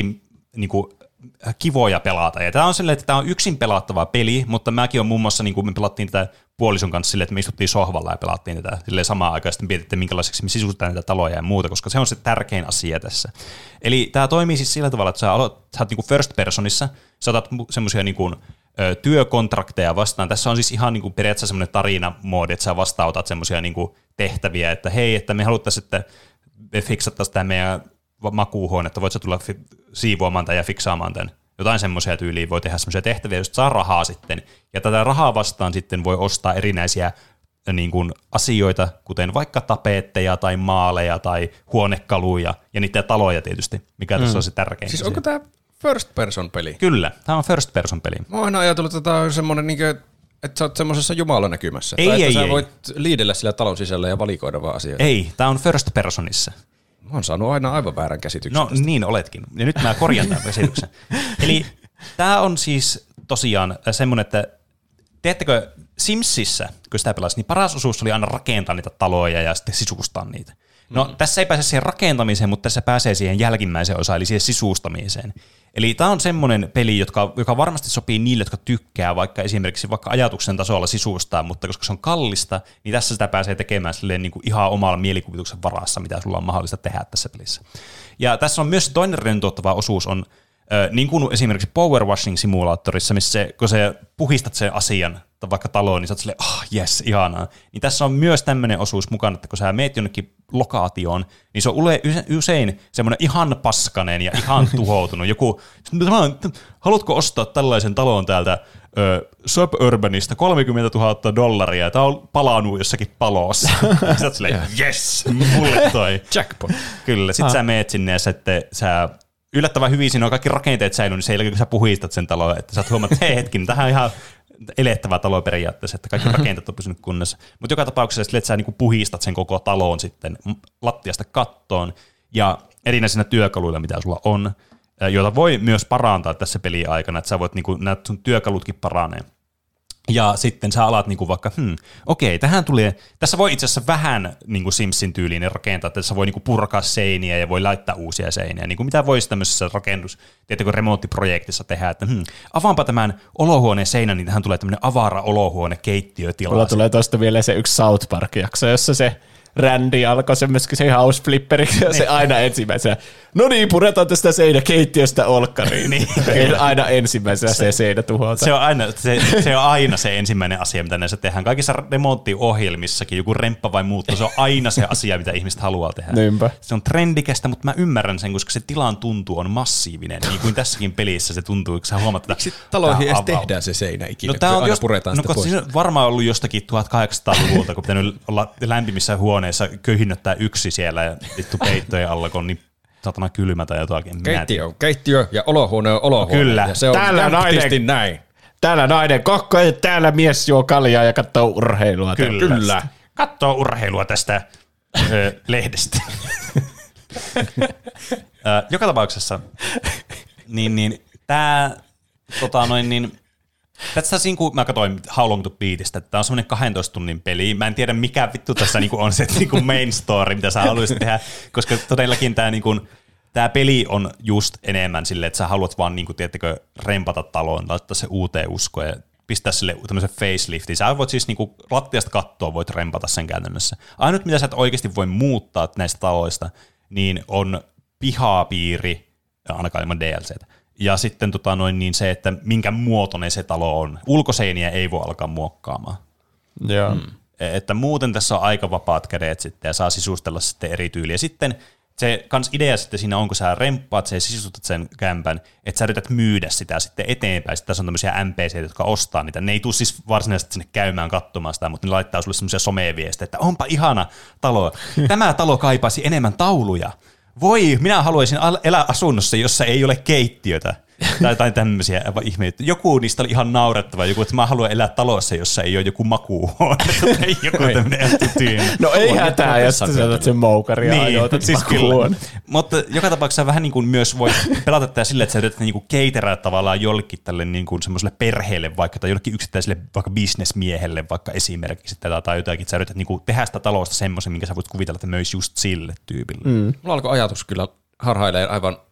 niinku, kivoja pelata. Ja tämä on silleen, että tämä on yksin pelattava peli, mutta mäkin on muun muassa, niin kuin me pelattiin tätä puolison kanssa silleen, että me istuttiin sohvalla ja pelattiin tätä silleen samaan aikaan, ja sitten mietittiin, minkälaiseksi me sisustetaan näitä taloja ja muuta, koska se on se tärkein asia tässä. Eli tämä toimii siis sillä tavalla, että sä, aloit, sä oot niin kuin first personissa, sä otat semmoisia niin kuin työkontrakteja vastaan. Tässä on siis ihan niin kuin periaatteessa semmoinen tarinamoodi, että sä vastautat semmoisia niin kuin tehtäviä, että hei, että me haluttaisiin, että me fiksattaisiin tämä meidän makuuhuone, että voit sä tulla siivoamaan tämän ja fiksaamaan tämän. Jotain semmoisia tyyliä voi tehdä semmoisia tehtäviä, joista saa rahaa sitten. Ja tätä rahaa vastaan sitten voi ostaa erinäisiä niin kuin asioita, kuten vaikka tapeetteja tai maaleja tai huonekaluja ja niitä taloja tietysti, mikä mm. tässä on se tärkein. Siis onko tämä first person peli? Kyllä, tämä on first person peli. Mä oon aina ajatellut, että tämä on semmoinen, että sä oot semmoisessa jumalanäkymässä. Ei, tai ei, että sä ei. voit liidellä sillä talon sisällä ja valikoida vaan asioita. Ei, tämä on first personissa. Mä oon saanut aina aivan väärän käsityksen. No tästä. Niin oletkin. Ja nyt mä korjaan tämän käsityksen. Eli tämä on siis tosiaan semmoinen, että teettekö Simsissä, kun sitä pelasi, niin paras osuus oli aina rakentaa niitä taloja ja sitten sisustaa niitä. No mm. tässä ei pääse siihen rakentamiseen, mutta tässä pääsee siihen jälkimmäiseen osaan, eli siihen sisustamiseen. Eli tämä on semmoinen peli, joka, joka varmasti sopii niille, jotka tykkää vaikka esimerkiksi vaikka ajatuksen tasolla sisustaa, mutta koska se on kallista, niin tässä sitä pääsee tekemään silleen niin kuin ihan omalla mielikuvituksen varassa, mitä sulla on mahdollista tehdä tässä pelissä. Ja tässä on myös toinen rentouttava osuus on, äh, niin kuin esimerkiksi Power Washing Simulaattorissa, missä se, kun sä puhistat sen asian, vaikka taloon, niin sä oot silleen, ah, oh, jes, ihanaa. Niin tässä on myös tämmöinen osuus mukana, että kun sä meet jonnekin lokaatioon, niin se on usein semmoinen ihan paskanen ja ihan tuhoutunut. Joku, haluatko ostaa tällaisen talon täältä ö, Suburbanista kolmekymmentätuhatta dollaria, tämä on palannut jossakin palossa. Sä oot silleen, jes, mulle toi. Jackpot. Kyllä, sit ah. sä meet sinne ja sitten sä yllättävän hyvin siinä on kaikki rakenteet säilynyt, niin se ei kun sä puhistat sen talon, että sä oot huomannut, että hei hetki, tähän on ihan elettävä talo periaatteessa, että kaikki rakenteet on pysynyt kunnossa. Mutta joka tapauksessa sille, että sä niinku puhistat sen koko talon sitten lattiasta kattoon ja erinäisinä työkaluilla, mitä sulla on, joita voi myös parantaa tässä pelin aikana, että sä voit niinku, nämä sun työkalutkin paranee. Ja sitten sä alat niinku vaikka, hmm, okei, tähän tulee, tässä voi itse asiassa vähän niinku Simsin tyyliin rakentaa, että tässä voi niinku purkaa seiniä ja voi laittaa uusia seiniä, niinku mitä voisi tämmöisessä rakennus, tietääkö remonttiprojektissa tehdä, että hmm, avaanpa tämän olohuoneen seinän, niin tähän tulee tämmöinen avara olohuone keittiötila. Mulla tulee tosta vielä se yksi South Park-jakso, jossa se Randy alkoi se myöskin se house flipperi, ja se aina ensimmäisenä, no niin, puretaan tästä seinä keittiöstä olkkariin. Niin. Aina ensimmäisenä se, se seinä tuhota. Se on, aina, se, se on aina se ensimmäinen asia, mitä näissä tehdään. Kaikissa remonttiohjelmissakin, joku remppa vai muutto, se on aina se asia, mitä ihmiset haluaa tehdä. Niinpä. Se on trendikästä, mutta mä ymmärrän sen, koska se tilan tuntuu on massiivinen. Niin kuin tässäkin pelissä se tuntuu, kun sä huomaat, että miksi taloihin edes tehdään se seinä ikinä, no, tää on aina just, puretaan no, sitä pois. Se on varmaan ollut jostakin tuhatkahdeksansataaluvulta, kun pitänyt olla lämpimissä huoneissa köyhinnöttää yksi siellä ja vittu peittojen alla, kun on niin satana kylmä tai jotakin. Keittiö on keittiö ja olohuone on olohuone. Kyllä. Ja se on täällä nainen, näin. Täällä nainen kokko ja täällä mies juo kaljaa ja katsoo urheilua. Kyllä. Kyllä. Katsoo urheilua tästä ö, lehdestä. Joka tapauksessa niin, niin, tämä tota, noin niin tässä siinä, kun mä katsoin How Long to Beatistä, että tämä on semmoinen kahdentoista tunnin peli. Mä en tiedä, mikä vittu tässä niinku on se niinku main story, mitä sä haluaisit tehdä, koska todellakin tämä niinku, tää peli on just enemmän silleen, että sä haluat vaan niinku, tiedättekö, rempata taloon, laittaa se uuteen uskoon ja pistää sille tämmöisen faceliftin. Sä voit siis niinku, lattiasta kattoa, voit rempata sen käytännössä. Ainut, mitä sä et oikeasti voi muuttaa näistä taloista, niin on pihapiiri, ainakaan ilman D L C:tä. Ja sitten tota noin, niin se, että minkä muotoinen se talo on. Ulkoseiniä ei voi alkaa muokkaamaan. Joo. Mm. Että muuten tässä on aika vapaat kädet sitten ja saa sisustella sitten eri tyyliä. Sitten se kans idea sitten siinä on, kun sä remppaat sen ja sisustutat sen kämpän, että sä yrität myydä sitä sitten eteenpäin. Sitten tässä on tämmöisiä N P C:itä, jotka ostaa niitä. Ne ei tule siis varsinaisesti sinne käymään katsomaan sitä, mutta ne laittaa sulle semmoisia someviestejä, että onpa ihana talo. Tämä talo kaipaisi enemmän tauluja. Voi, minä haluaisin elää asunnossa, jossa ei ole keittiötä. Tai, tai tämmöisiä ihmeitä. Joku niistä oli ihan naurettava. Joku, että mä haluan elää talossa, jossa ei ole joku makuuhuone. Tai joku tämmöinen tyyn. No ei hätää, jos sä otat sen moukaria ja ajoitat siis makuuhuone. Mutta joka tapauksessa vähän niin kuin myös voi pelata tätä silleen, että sä yrität niin kuin keiteraa tavallaan jollekin tälle niin kuin semmoiselle perheelle vaikka, tai jollekin yksittäiselle vaikka bisnesmiehelle vaikka esimerkiksi tätä tai jotakin, että sä yrität niin kuin tehdä sitä talosta semmoisen, minkä sä voit kuvitella, että möisi just sille tyypille. Mm. Mulla alkoi ajatus kyllä harhailee aivan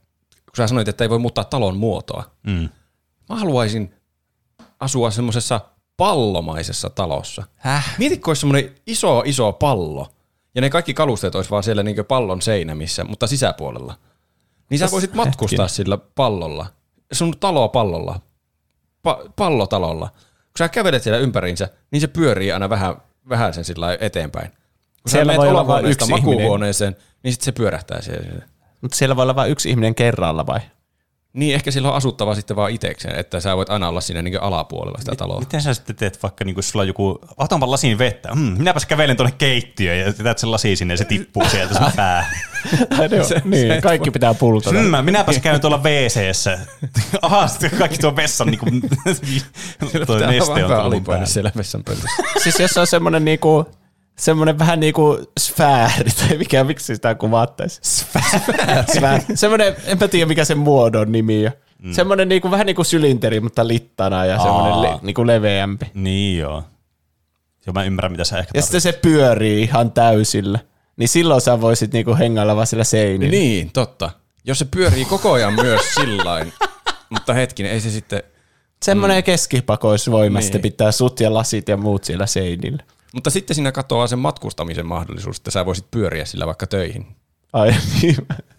kun sä sanoit, että ei voi muuttaa talon muotoa. Mm. Mä haluaisin asua semmoisessa pallomaisessa talossa. Häh? Mietitkö, olisi semmoinen iso, iso pallo, ja ne kaikki kalusteet olisi vaan siellä niin pallon seinämissä, mutta sisäpuolella. Niin sä voisit matkustaa hetkinen. sillä pallolla, sun taloa pallolla, pa- pallotalolla. Kun sä kävelet siellä ympäriinsä, niin se pyörii aina vähän, vähän sen sillä eteenpäin. Kun Siellä sä voi menet olla vain olohuoneesta yksi ihminen. makuuhuoneeseen, niin sitten se pyörähtää siellä. Mutta siellä voi olla vain yksi ihminen kerralla vai? Niin, ehkä sillä on asuttava sitten vaan itekseen, että sä voit aina olla siinä niin alapuolella sitä taloa. Miten sä sitten teet vaikka, niin kun sulla on joku, otan vaan lasiin vettä, hmm, minäpäs kävelen tuonne keittiöön ja jätät sen lasiin sinne ja se tippuu sieltä sun päähän. se, niin, se kaikki pitää pultata. Hmm, minäpäs käyn tuolla WC:ssä. Aha, sitten kaikki tuo vessan niin kuin, tuo neste on tullut päälle. siellä vessanpöntössä. Siis jos on semmoinen niinku, semmoinen vähän niinku sfääri, tai mikä, miksi sitä kuvattaisi? Sfääri. Semmoinen, enpä tiedä mikä sen muodon nimi on. Mm. Semmoinen niinku, vähän niin kuin sylinteri, mutta littana ja semmoinen le, niinku leveämpi. Niin joo. Joo, mä ymmärrän mitä sä ehkä ja sitten se pyörii ihan täysillä. Niin silloin sä voisit niinku hengailla vaan sillä seinillä. Niin, totta. Jos se pyörii koko ajan myös sillain. Mutta hetkinen, ei se sitten... Semmoinen mm. keskipakoisvoima, sitten niin. pitää sut ja lasit ja muut siellä seinillä. Mutta sitten siinä katoaa sen matkustamisen mahdollisuus, että sä voisit pyöriä sillä vaikka töihin. Ai niin.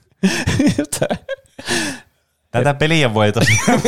Tätä peliä voi tosiaan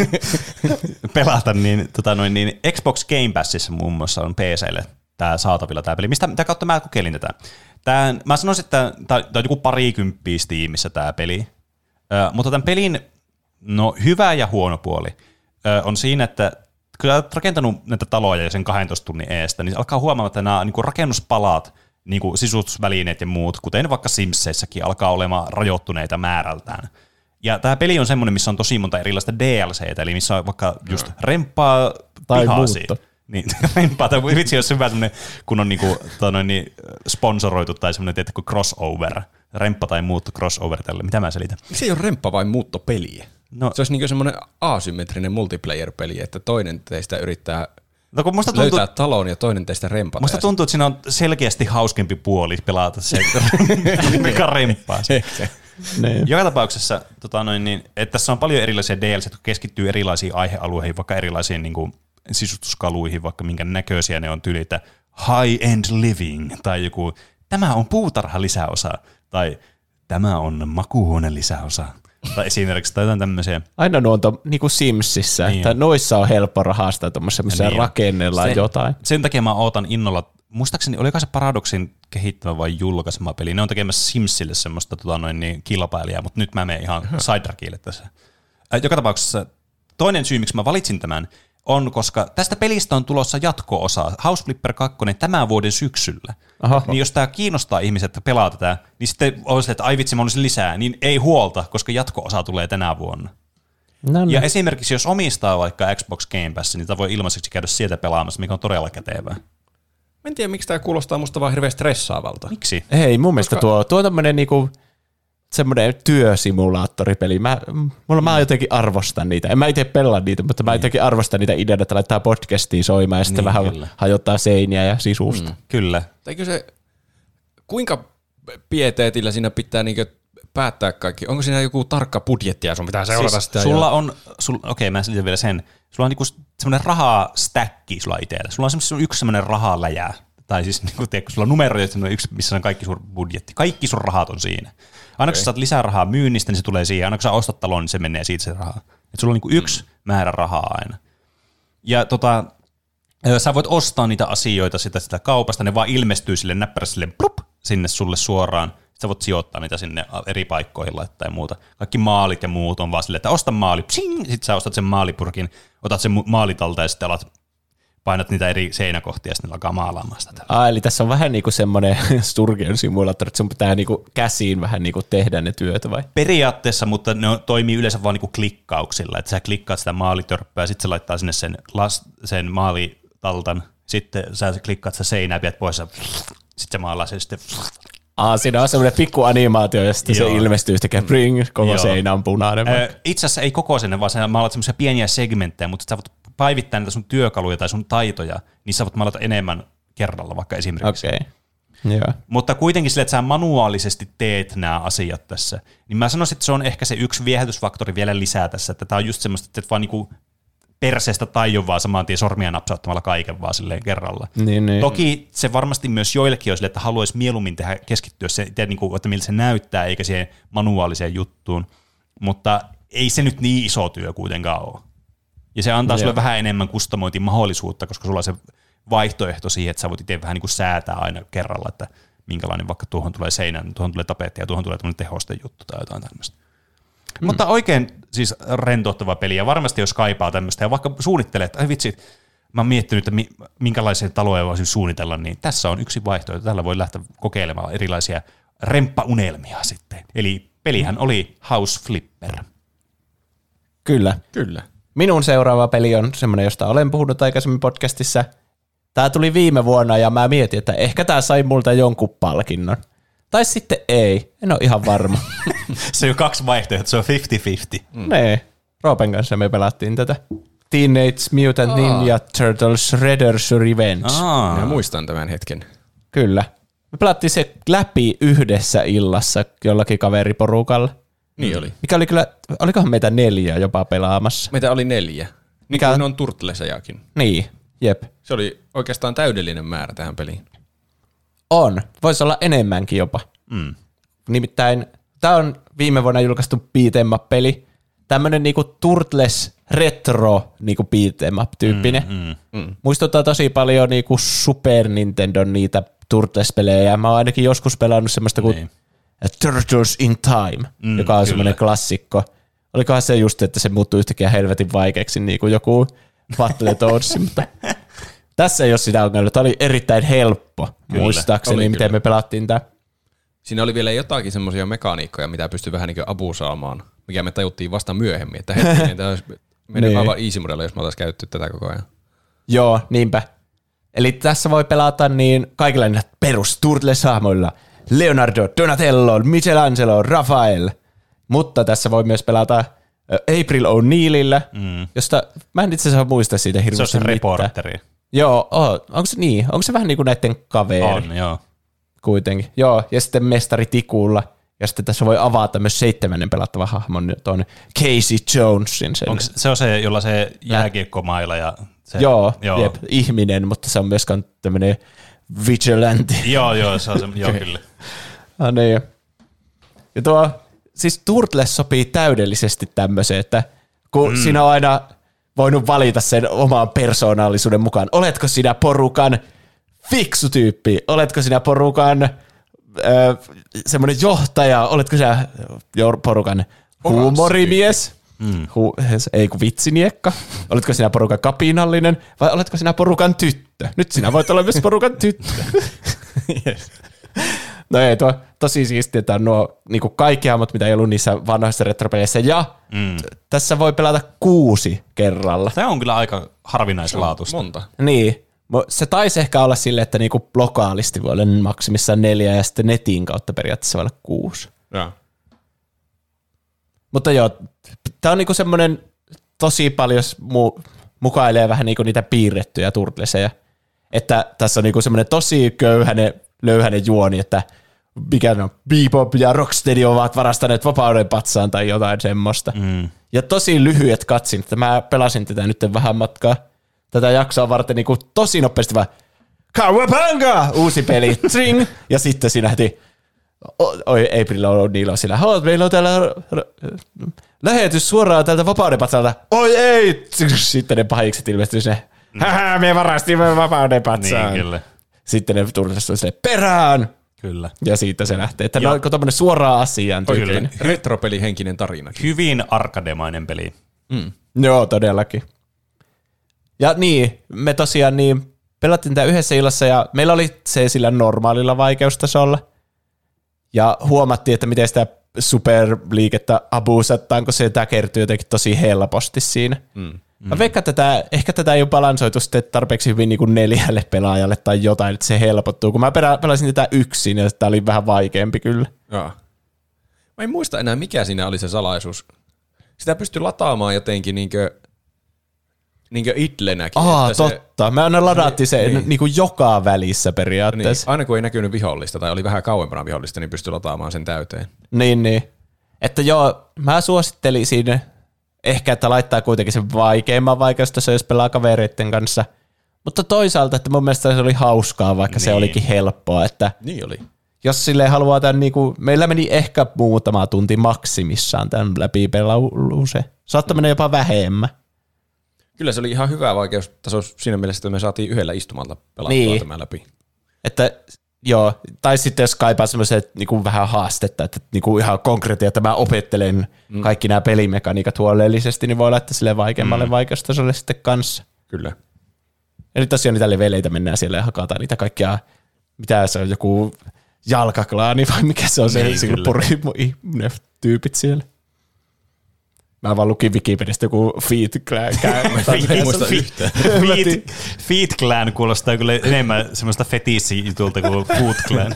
pelata, niin, tota noin, niin Xbox Game Passissa muun muassa on P C:lle tämä saatavilla tämä peli. Mistä, mitä kautta mä kokeilin tätä? Tää, mä sanoisin, että tämä on joku parikymppiä Steamissa tämä peli, Ö, mutta tämän pelin no, hyvä ja huono puoli ö, on siinä, että kun olet rakentanut näitä taloja ja sen kahdentoista tunnin eestä, niin alkaa huomaamaan, että nämä niin kuin rakennuspalat, niin kuin sisustusvälineet ja muut, kuten vaikka Simseissäkin, alkaa olemaan rajoittuneita määrältään. Ja tämä peli on semmoinen, missä on tosi monta erilaista D L C:tä, eli missä on vaikka just remppaa pihasi. Niin, remppaa, tai vitsi, jos hyvä semmoinen, kun on niinku, noin, niin, sponsoroitu tai semmoinen, teetkö, crossover, remppa tai muutto crossover tälle. Mitä mä selitän? Miksi ei ole remppa vai muuttopeliä? No, se olisi niinku semmoinen asymmetrinen multiplayer-peli, että toinen teistä yrittää no, kun musta tuntuu, löytää talon ja toinen teistä rempata. Musta tuntuu, että siinä on selkeästi hauskempi puoli pelata se, mikä remppaa. Niin. Joka tapauksessa, tota noin, niin, että tässä on paljon erilaisia D L C, jotka keskittyy erilaisiin aihealueihin, vaikka erilaisiin niin kuin, sisustuskaluihin, vaikka minkä näköisiä ne on tyylitä high-end living, tai joku tämä on puutarha lisäosa, tai tämä on makuuhuone lisäosa, tai esimerkiksi tai jotain tämmöisiä. Aina nuo on to, niin kuin Simsissä, niin että noissa on helppo rahastaa tuommoissa, missä niin rakennellaan se, jotain. Sen takia mä ootan innolla, muistaakseni, oliko se Paradoxin kehittämä vai julkaisema peli, ne on tekemässä Simsille semmoista tota, noin, niin, kilpailijaa, mutta nyt mä menen ihan sidetrackille tässä. Joka tapauksessa toinen syy, miksi mä valitsin tämän, on, koska tästä pelistä on tulossa jatko-osa, House Flipper kaksi tämän vuoden syksyllä. Aha. Niin jos tämä kiinnostaa ihmiset, että pelaa tätä, niin sitten olisi, että ai vitsi, mä olisin lisää, niin ei huolta, koska jatko-osa tulee tänä vuonna. No, no. Ja esimerkiksi jos omistaa vaikka Xbox Game Pass, niin voi ilmaiseksi käydä sieltä pelaamassa, mikä on todella kätevää. Mä en tiedä, miksi tämä kuulostaa musta vaan hirveän stressaavalta. Miksi? Ei, mun mielestä koska tuo, tuo on tämmöinen niinku semmoinen työsimulaattoripeli. Mä, mulla mä jotenkin arvostan niitä. En mä itse pelaa niitä, mutta mä niin. jotenkin arvostan niitä ideoita, että laittaa podcastiin soimaan ja sitten niin, vähän kyllä. hajottaa seiniä ja sisusta. Mm. Kyllä. Eikö se, kuinka pieteetillä siinä pitää niinku päättää kaikki? Onko siinä joku tarkka budjetti ja sun pitää seurata siis sitä? Sulla jo on, sul, okei mä selitän vielä sen, sulla on niinku semmoinen rahastäkki sulla itsellä. Sulla on semmoinen yksi semmoinen rahaläjä. Tai siis niin kun tiedät, kun sulla on numeroja, yksi, missä on kaikki sun budjetti. Kaikki sun rahat on siinä. Aina kun sä saat lisää rahaa myynnistä, niin se tulee siihen. Aina kun sä ostat talon, niin se menee siitä se rahaa. Et sulla on niin yksi mm. määrä rahaa aina. Ja tota, sä voit ostaa niitä asioita sitä, sitä kaupasta, ne vaan ilmestyy sille näppärä sille plup, sinne sulle suoraan. Sä voit sijoittaa niitä sinne eri paikkoihin laittaa ja muuta. Kaikki maalit ja muut on vaan silleen, että osta maali, sitten sä ostat sen maalipurkin, otat sen maalitalta ja sitten alat painat niitä eri seinäkohtia ja sitten alkaa maalaamaan sitä. Ah, eli tässä on vähän niin kuin semmoinen Sturgeon simulaattori, että sun pitää niin kuin käsiin vähän niin kuin tehdä ne työt vai? Periaatteessa, mutta ne toimii yleensä vaan niin kuin klikkauksilla, että sä klikkaat sitä maalitörppää, sitten se laittaa sinne sen, las, sen maalitaltan, sitten sä klikkaat sitä seinää, pidät pois ja sitten se maalaa sen sitten. Ah, siinä on semmoinen pikku animaatio ja sitten Joo. se ilmestyy, tekee bring, koko Joo. seinä on punainen. Öö, itse asiassa ei koko sen, vaan sä maalat semmoisia pieniä segmenttejä, mutta sä voit päivittää niitä sun työkaluja tai sun taitoja, niin sä voit maalata enemmän kerralla vaikka esimerkiksi. Okay. Joo. Mutta kuitenkin sille, että sä manuaalisesti teet nämä asiat tässä, niin mä sanoisin, että se on ehkä se yksi viehätysfaktori vielä lisää tässä, että tää on just semmoista, että et vaan niinku perseestä taijun vaan saman tien sormia napsauttamalla kaiken vaan silleen kerralla. Niin, niin. Toki se varmasti myös joillekin on sille, että haluaisi mieluummin tehdä, keskittyä se, niinku, että miltä se näyttää, eikä siihen manuaaliseen juttuun, mutta ei se nyt niin iso työ kuitenkaan ole. Ja se antaa no, sulle vähän enemmän kustomointin mahdollisuutta, koska sulla on se vaihtoehto siihen, että sä voit itse vähän niin kuin säätää aina kerralla, että minkälainen vaikka tuohon tulee seinään, tuohon tulee tapetti ja tuohon tulee tämmöinen tehoste juttu tai jotain tämmöistä. Mm. Mutta oikein siis rentouttava peli ja varmasti jos kaipaa tämmöistä ja vaikka suunnittelee, että ai vitsi, mä oon miettinyt, että minkälaisia taloja voisin suunnitella, niin tässä on yksi vaihtoehto. Tällä voi lähteä kokeilemaan erilaisia remppaunelmia sitten. Eli pelihän oli House Flipper. Kyllä. Kyllä. Minun seuraava peli on semmoinen, josta olen puhunut aikaisemmin podcastissa. Tämä tuli viime vuonna ja mä mietin, että ehkä tämä sai multa jonkun palkinnon. Tai sitten ei, en ole ihan varma. Se on kaksi vaihtoehtoa, se on viisikymmentä viisikymmentä. Mm. Nee, Roopen kanssa me pelattiin tätä. Teenage Mutant Ninja Turtles Shredder's Revenge. Aa. Mä muistan tämän hetken. Kyllä. Me pelattiin se läpi yhdessä illassa jollakin kaveriporukalla. Niin oli. Mikä oli kyllä, olikohan meitä neljä jopa pelaamassa? Meitä oli neljä. Mikä Mikä on Turtlesejakin. Niin, jep. Se oli oikeastaan täydellinen määrä tähän peliin. On. Voisi olla enemmänkin jopa. Mm. Nimittäin tämä on viime vuonna julkaistu beat 'em up -peli. Tämmönen niinku Turtles retro niinku beat 'em up -tyyppinen. Mm, mm. Mm. Muistuttaa tosi paljon niinku Super Nintendon niitä Turtles-pelejä. Mä oon ainakin joskus pelannut semmoista kuin Niin. Turtles in Time, Mm, joka on kyllä. semmoinen klassikko. Olikohan se just, että se muuttui yhtäkkiä helvetin vaikeaksi, niin kuin joku Battletoads, mutta tässä ei ole sitä ongelmaa. Tämä oli erittäin helppo, Kyllä. muistaakseni, Oli miten kyllä. me pelattiin tämä. Siinä oli vielä jotakin semmoisia mekaniikkoja, mitä pystyi vähän niin kuin abusaamaan, mikä me tajuttiin vasta myöhemmin, että hetkinen, tämä olisi mennyt Niin. aivan easy modella, jos me oltaisiin käytetty tätä koko ajan. Joo, niinpä. Eli tässä voi pelata niin kaikilla niillä perus Turtles-hahmoilla. Leonardo, Donatello, Michelangelo, Rafael. Mutta tässä voi myös pelata ö, April O'Neillillä, Mm. josta mä en itse asiassa muista siitä Se on hirveästi se mitään. reporteri. Joo, oh, onko se niin? Onko se vähän niin kuin näiden kaveri On, joo. kuitenkin? Joo, ja sitten mestari Tikulla. Ja sitten tässä voi avata myös seitsemännen pelattava hahmon, tuon Casey Jonesin. Sen. Onko se, se on se, jolla se jääkiekkomaila ja se, Joo, joo. Jep, ihminen, mutta se on myöskään tämmöinen vigilante. Joo, joo, se on se, joo kyllä. Ah, niin. Ja tuo, siis Turtles sopii täydellisesti tämmöiseen, että kun mm. siinä on aina voinut valita sen oman persoonallisuuden mukaan. Oletko sinä porukan fiksu tyyppi? Oletko sinä porukan ö, semmoinen johtaja? Oletko sinä jo porukan huumorimies? Mm. Hu, ei kun vitsiniekka. Oletko sinä porukan kapinallinen vai oletko sinä porukan tyttö? Nyt sinä voit olla myös porukan tyttö. Yes. No ei, tuo tosi siistiä, että on nuo niinku kaikki hahmot, mitä ei ollut niissä vanhoissa retropeleissä. Ja Mm. tässä voi pelata kuusi kerralla. Tämä on kyllä aika harvinaislaatuista. Monta. Niin. Se taisi ehkä olla silleen, että niinku lokaalisti voi olla maksimissaan neljä ja sitten netin kautta periaatteessa voi olla kuusi. Ja. Mutta joo, tämä on niinku semmoinen tosi paljon mu- mukailee vähän niinku niitä piirrettyjä turtleseja. Että tässä on niinku semmoinen tosi köyhäinen, löyhäinen juoni, että mikä on Bebop ja Rocksteady ovat varastaneet vapauden patsaan tai jotain semmoista. Mm. Ja tosi lyhyet katsin, että mä pelasin tätä nyt vähän matkaa tätä jaksoa varten niinku tosi nopeasti vaan Kawabanga! Uusi peli, tring! Ja sitten siinä heti oi April O'Neil on siellä, Hot, meillä on täällä lähetys suoraan täältä vapauden patsalta. Oi ei! Sitten ne pahikset ilmestyy sinne. Hähä, me varastimme vapauden patsaan. Niin, kyllä. Sitten ne turvallisuus silleen, perään! Kyllä. Ja siitä se lähtee. Että Joo. onko tämmöinen suoraan asiaan tyyppinen. Retropelihenkinen tarina. Hyvin arkademainen peli. Mm. Joo, todellakin. Ja niin, me tosiaan niin pelattiin tätä yhdessä illassa ja meillä oli se sillä normaalilla vaikeustasolla. Ja huomattiin, että miten sitä superliikettä abusataan, kun se kertyy jotenkin tosi helposti siinä. Mm. Mä veikkaan, että tätä, ehkä tätä ei ole balansoitu sitten tarpeeksi hyvin niin kuin neljälle pelaajalle tai jotain, että se helpottuu. Kun mä pelasin tätä yksin ja tämä oli vähän vaikeampi kyllä. Joo. Mä en muista enää, mikä siinä oli se salaisuus. Sitä pystyi lataamaan jotenkin niinkö niinkö idlenäkin. Aa, että totta. Me aina ladattiin se niin. niin kuin joka välissä Niin, periaatteessa. aina kun ei näkynyt vihollista tai oli vähän kauempana vihollista, niin pystyi lataamaan sen täyteen. Niin, niin. Että joo, mä suosittelin siinä ehkä, että laittaa kuitenkin sen vaikeimman vaikeustason, jos pelaa kavereiden kanssa. Mutta toisaalta, että mun mielestä se oli hauskaa, vaikka niin. se olikin helppoa. Että Niin oli. jos silleen haluaa tämän, niin kuin, meillä meni ehkä muutama tunti maksimissaan tämän läpi pelailu se. Saattoi mennä jopa vähemmän. Kyllä se oli ihan hyvä vaikeustaso siinä mielessä, että me saatiin yhdellä istumalla pelattua Niin. tämä läpi. Että joo, tai sitten jos kaipaa semmoisen niin vähän haastetta, että niin kuin ihan konkreettia, että mä opettelen mm. kaikki nämä pelimekaniikat huolellisesti, niin voi laittaa silleen vaikeammalle mm. vaikeustasolle sitten kanssa. Kyllä. Eli tosiaan niitä leveleitä mennään siellä ja hakataan niitä kaikkia, mitä se on, joku jalkaklaani vai mikä se on Niin, se kyllä. puri ne tyypit siellä. Mä vaan lukin Wikipediasta joku Feet Clan. En muista yhtään. Feet, Feet Clan kuulostaa kyllä enemmän semmoista fetissi-jutulta kuin Foot Clan.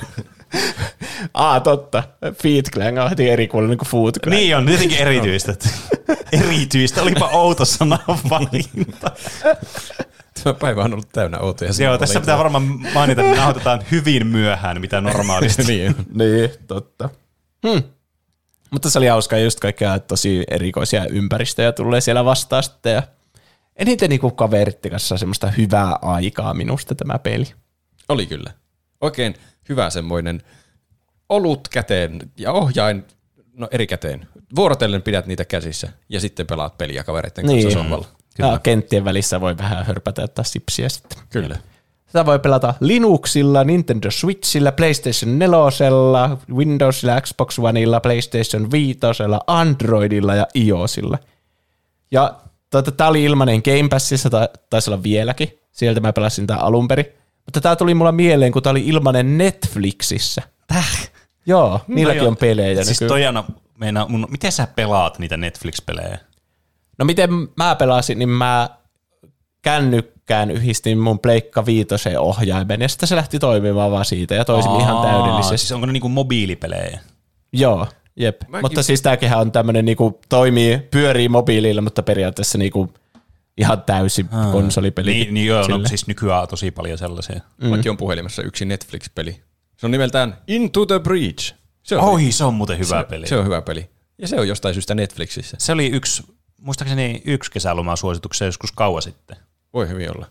Aa, totta. Feet Clan on heti eri kuuloinen kuin Foot Clan. Niin on, jotenkin erityistä. Erityistä, olipa outo sana valinta. Tämä päivä on ollut täynnä outoja. Joo, tässä pitää varmaan mainita, että nauhoitetaan hyvin myöhään, mitä normaalisti. niin. Niin, totta. Hmm. Mutta se oli hauskaa, just kaikkea tosi erikoisia ympäristöjä tulee siellä vastaan sitten. Ja eniten niin kaveritten kanssa semmoista hyvää aikaa minusta tämä peli. Oli kyllä. Oikein hyvä semmoinen olut käteen ja ohjain, no eri käteen. Vuorotellen pidät niitä käsissä ja sitten pelaat peliä kavereiden kanssa Niin. sohvalla. Ja kenttien välissä voi vähän hörpätä ottaa sipsiä sitten. Kyllä. Sitä voi pelata Linuxilla, Nintendo Switchillä, PlayStation neljällä, Windowsilla, Xbox Oneilla, PlayStation viitosella, Androidilla ja iOSilla. Ja tuota, tämä oli ilmainen Game Passissa, tai taisi olla vieläkin. Sieltä mä pelasin tämän alun perin. Mutta tämä tuli mulla mieleen, kun tämä oli ilmainen Netflixissä. Täh? Joo, niilläkin No on pelejä. Siis nykyään. toi aina, meina, mun, miten sä pelaat niitä Netflix-pelejä? No miten mä pelasin, niin mä kännykkään yhdistin mun Pleikka Viitosen ohjaimen, ja sitten se lähti toimimaan vaan siitä, ja toisin Aa, ihan täydellisesti. Siis onko ne niinku mobiilipelejä? Joo, jep. Mäkin- Mutta siis tämäkinhän on tämmöinen, niinku, toimii, pyörii mobiililla, mutta periaatteessa niinku, ihan täysi konsolipeli. Niin, niin joo, no, sille. siis nykyään on tosi paljon sellaisia. Mm. Mäkin on puhelimessa yksi Netflix-peli. Se on nimeltään Into the Breach. Se on, Oi, se on muuten hyvä se, peli. se on hyvä peli. Ja se on jostain syystä Netflixissä. Se oli yksi, muistaakseni yksi kesälomaa suosituksia joskus kauan sitten. Voi hyvin olla.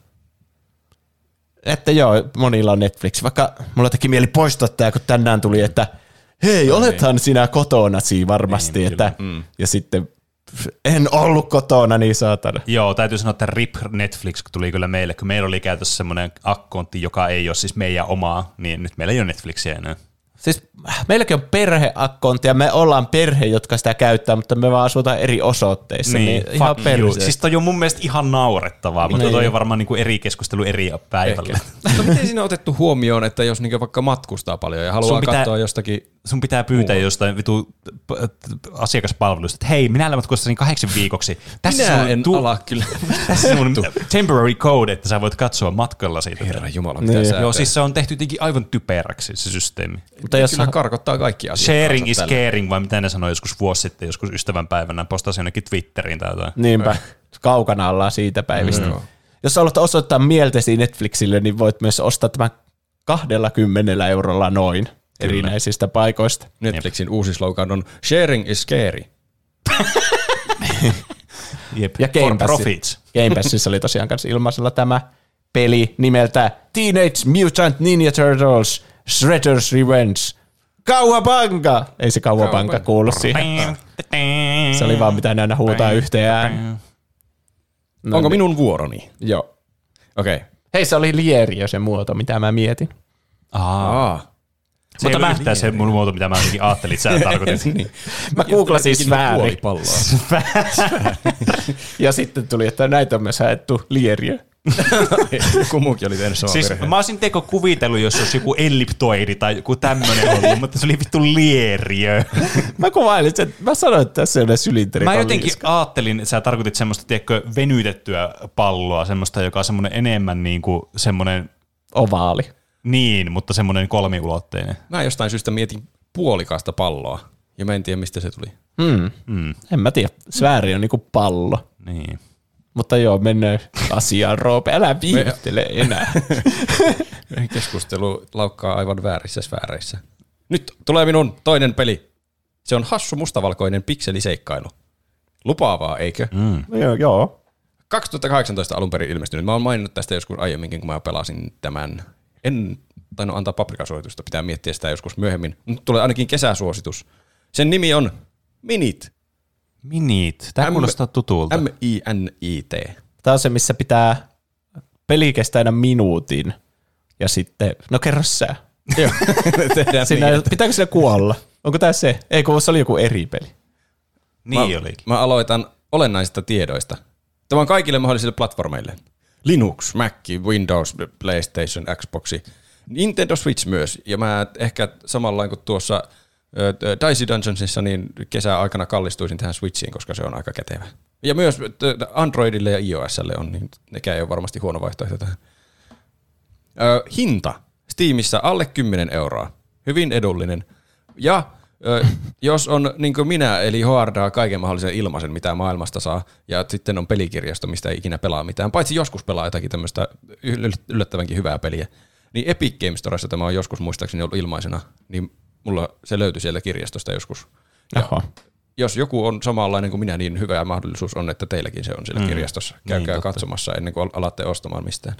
Että joo, monilla on Netflix. Vaikka mulla teki mieli poistaa tämä, kun tänään tuli, että hei, olethan sinä kotonasi varmasti. Niin, että, mm. Ja sitten en ollut kotona, niin saatana. Joo, täytyy sanoa, että R I P Netflix tuli kyllä meille, kun meillä oli käytössä semmoinen akkontti, joka ei ole siis meidän omaa, niin nyt meillä ei ole Netflixiä enää. Siis meilläkin on perheakkontti ja me ollaan perhe, jotka sitä käyttää, mutta me vaan asutaan eri osoitteissa. Niin, niin ihan perse. Siis toi on mun mielestä ihan naurettavaa, mutta Niin. toi on varmaan niinku eri keskustelu eri päivällä. Mutta miten siinä on otettu huomioon, että jos niinku vaikka matkustaa paljon ja haluaa Sun pitää- katsoa jostakin... Sun pitää pyytää jostain vitu p- t- asiakaspalvelusta, että hei, minä matkustaisin kahdeksan viikoksi. Tässä Minä sun en tu- ala kyllä. Tässä sun temporary code, että sä voit katsoa matkalla siitä. Herra Jumala, mitä Niin. säätää. Joo, siis se on tehty jotenkin aivan typeräksi se systeemi. Mutta jos Kyllä karkottaa kaikki asiat. Sharing is caring, vai mitä ne sanoi joskus vuosi sitten, joskus ystävänpäivänä, postasi jonnekin Twitteriin tai jotain. Niinpä, kaukana ollaan siitä päivistä. Mm. Jos haluat osoittaa mieltesi Netflixille, niin voit myös ostaa tämän kahdellakymmenellä eurolla noin erinäisistä paikoista. Netflixin uusi slogan on Sharing is scary. Jep. Ja Game For Passi- profits. Game Passissa oli tosiaan kanssa ilmaisella tämä peli nimeltä Teenage Mutant Ninja Turtles Shredder's Revenge. Kauhapanka! Ei se kauhapanka kuulu siihen. Se oli vaan mitä ne aina huutaa yhteen ääneen. No Onko niin. minun vuoroni? Joo. Okei. Okay. Hei, se oli lieriö se muoto, mitä mä mietin. Aa. Se mutta mähtää se mun muoto, mitä mä jotenkin ajattelin, että sä tarkoitit. niin. Mä googlasin sfääri. Puolipalloa. Ja sitten tuli, että näitä on myös haettu lieriö. Joku muukin oli tehnyt samaa Siis virheen. mä olisin teko kuvitellut, jos olisi joku elliptoidi tai joku tämmönen ollut, mutta se oli vittu lieriö. Mä kuvailin sen, mä sanoin, että tässä on sylinteri. Mä jotenkin ajattelin, että sä tarkoitit semmoista, tiedätkö, venytettyä palloa, semmoista, joka on semmoinen enemmän niin kuin semmoinen, Ovaali. niin, mutta semmoinen kolmiulotteinen. Mä jostain syystä mietin puolikasta palloa, ja mä en tiedä, mistä se tuli. Hmm. Mm, En mä tiedä. Sfääri on niinku pallo. niin. Mutta joo, mennään asiaan, Roope. Älä viivyttele enää. Keskustelu laukkaa aivan väärissä sfääreissä. Nyt tulee minun toinen peli. Se on hassu mustavalkoinen pikseliseikkailu. Lupaavaa, eikö? Mm. Joo, joo. kaksituhattakahdeksantoista alun perin ilmestynyt. Mä oon maininnut tästä joskus aiemminkin, kun mä pelasin tämän. En tainnut antaa paprikasuositusta, pitää miettiä sitä joskus myöhemmin. Nyt tulee ainakin kesäsuositus. Sen nimi on Minit. Minit. Tämä kuulostaa tutulta. M I N I T. Tämä on se, missä pitää peli kestää aina minuutin. Ja sitten, no kerro sä. Joo, tehdään Siinä, niin. pitääkö sillä kuolla? Onko tämä se? Ei, kun se oli joku eri peli. Niin mä, olikin. Mä aloitan olennaisista tiedoista. Tämä on kaikille mahdollisille platformeille. Linux, Mac, Windows, PlayStation, Xbox, Nintendo Switch myös. Ja mä ehkä samalla kuin tuossa äh, Dicey Dungeonsissa, niin kesäaikana kallistuisin tähän Switchiin, koska se on aika kätevä. Ja myös Androidille ja iOSlle on, niin nekään ei ole varmasti huono vaihtoehto tähän. Ö, hinta. Steamissa alle kymmenen euroa. Hyvin edullinen. Ja ö, jos on niin kuin minä, eli hoardaa kaiken mahdollisen ilmaisen, mitä maailmasta saa, ja sitten on pelikirjasto, mistä ei ikinä pelaa mitään, paitsi joskus pelaa jotakin tämmöistä yllättävänkin hyvää peliä, niin Epic Games Storessa tämä on joskus muistaakseni ollut ilmaisena, niin mulla se löytyi sieltä kirjastosta joskus. Ja jos joku on samanlainen kuin minä, niin hyvä mahdollisuus on, että teilläkin se on siellä mm. kirjastossa. Käykää niin, katsomassa ennen kuin alatte ostamaan mistään.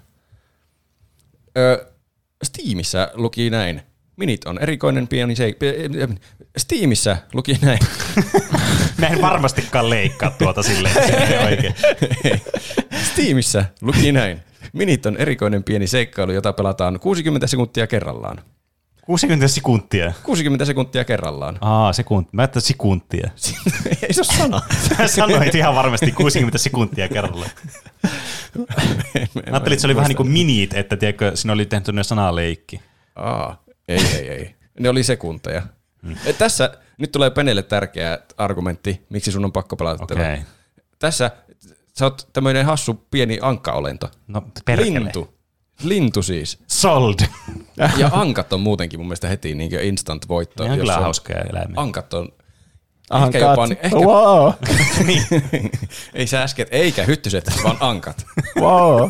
Ö, Steamissa luki näin. Minit on erikoinen pieni se... Steamissa luki näin. Mä en varmastikaan leikkaa tuota silleen, että se ei oikein. Steamissa luki näin. Minit on erikoinen pieni seikkailu, jota pelataan kuusikymmentä sekuntia kerrallaan. kuusikymmentä sekuntia? kuusikymmentä sekuntia kerrallaan. Aa, sekuntia. Mä ajattelin sekuntia. Ei se ole sana. Sä sanoit ihan varmasti kuusikymmentä sekuntia kerrallaan. Mä ajattelin, että se oli vähän niin kuin minit, että tiedätkö, siinä oli tehty sanaleikki. Aa, ei, ei, ei. Ne oli sekunteja. Hmm. Tässä nyt tulee Penelle tärkeä argumentti, miksi sun on pakko pelata okay. tätä. Tässä sä oot tämmöinen hassu pieni ankkaolento. No perkele. Lintu. Lintu siis. Sold. Ja ankat on muutenkin mun mielestä heti niin instant voitto. Ne on kyllä hauskoja eläimiä. Ankat on Ankat. ehkä jopa... Ehkä, wow. niin. Ei sä äsken, eikä hyttyset, vaan ankat. Wow.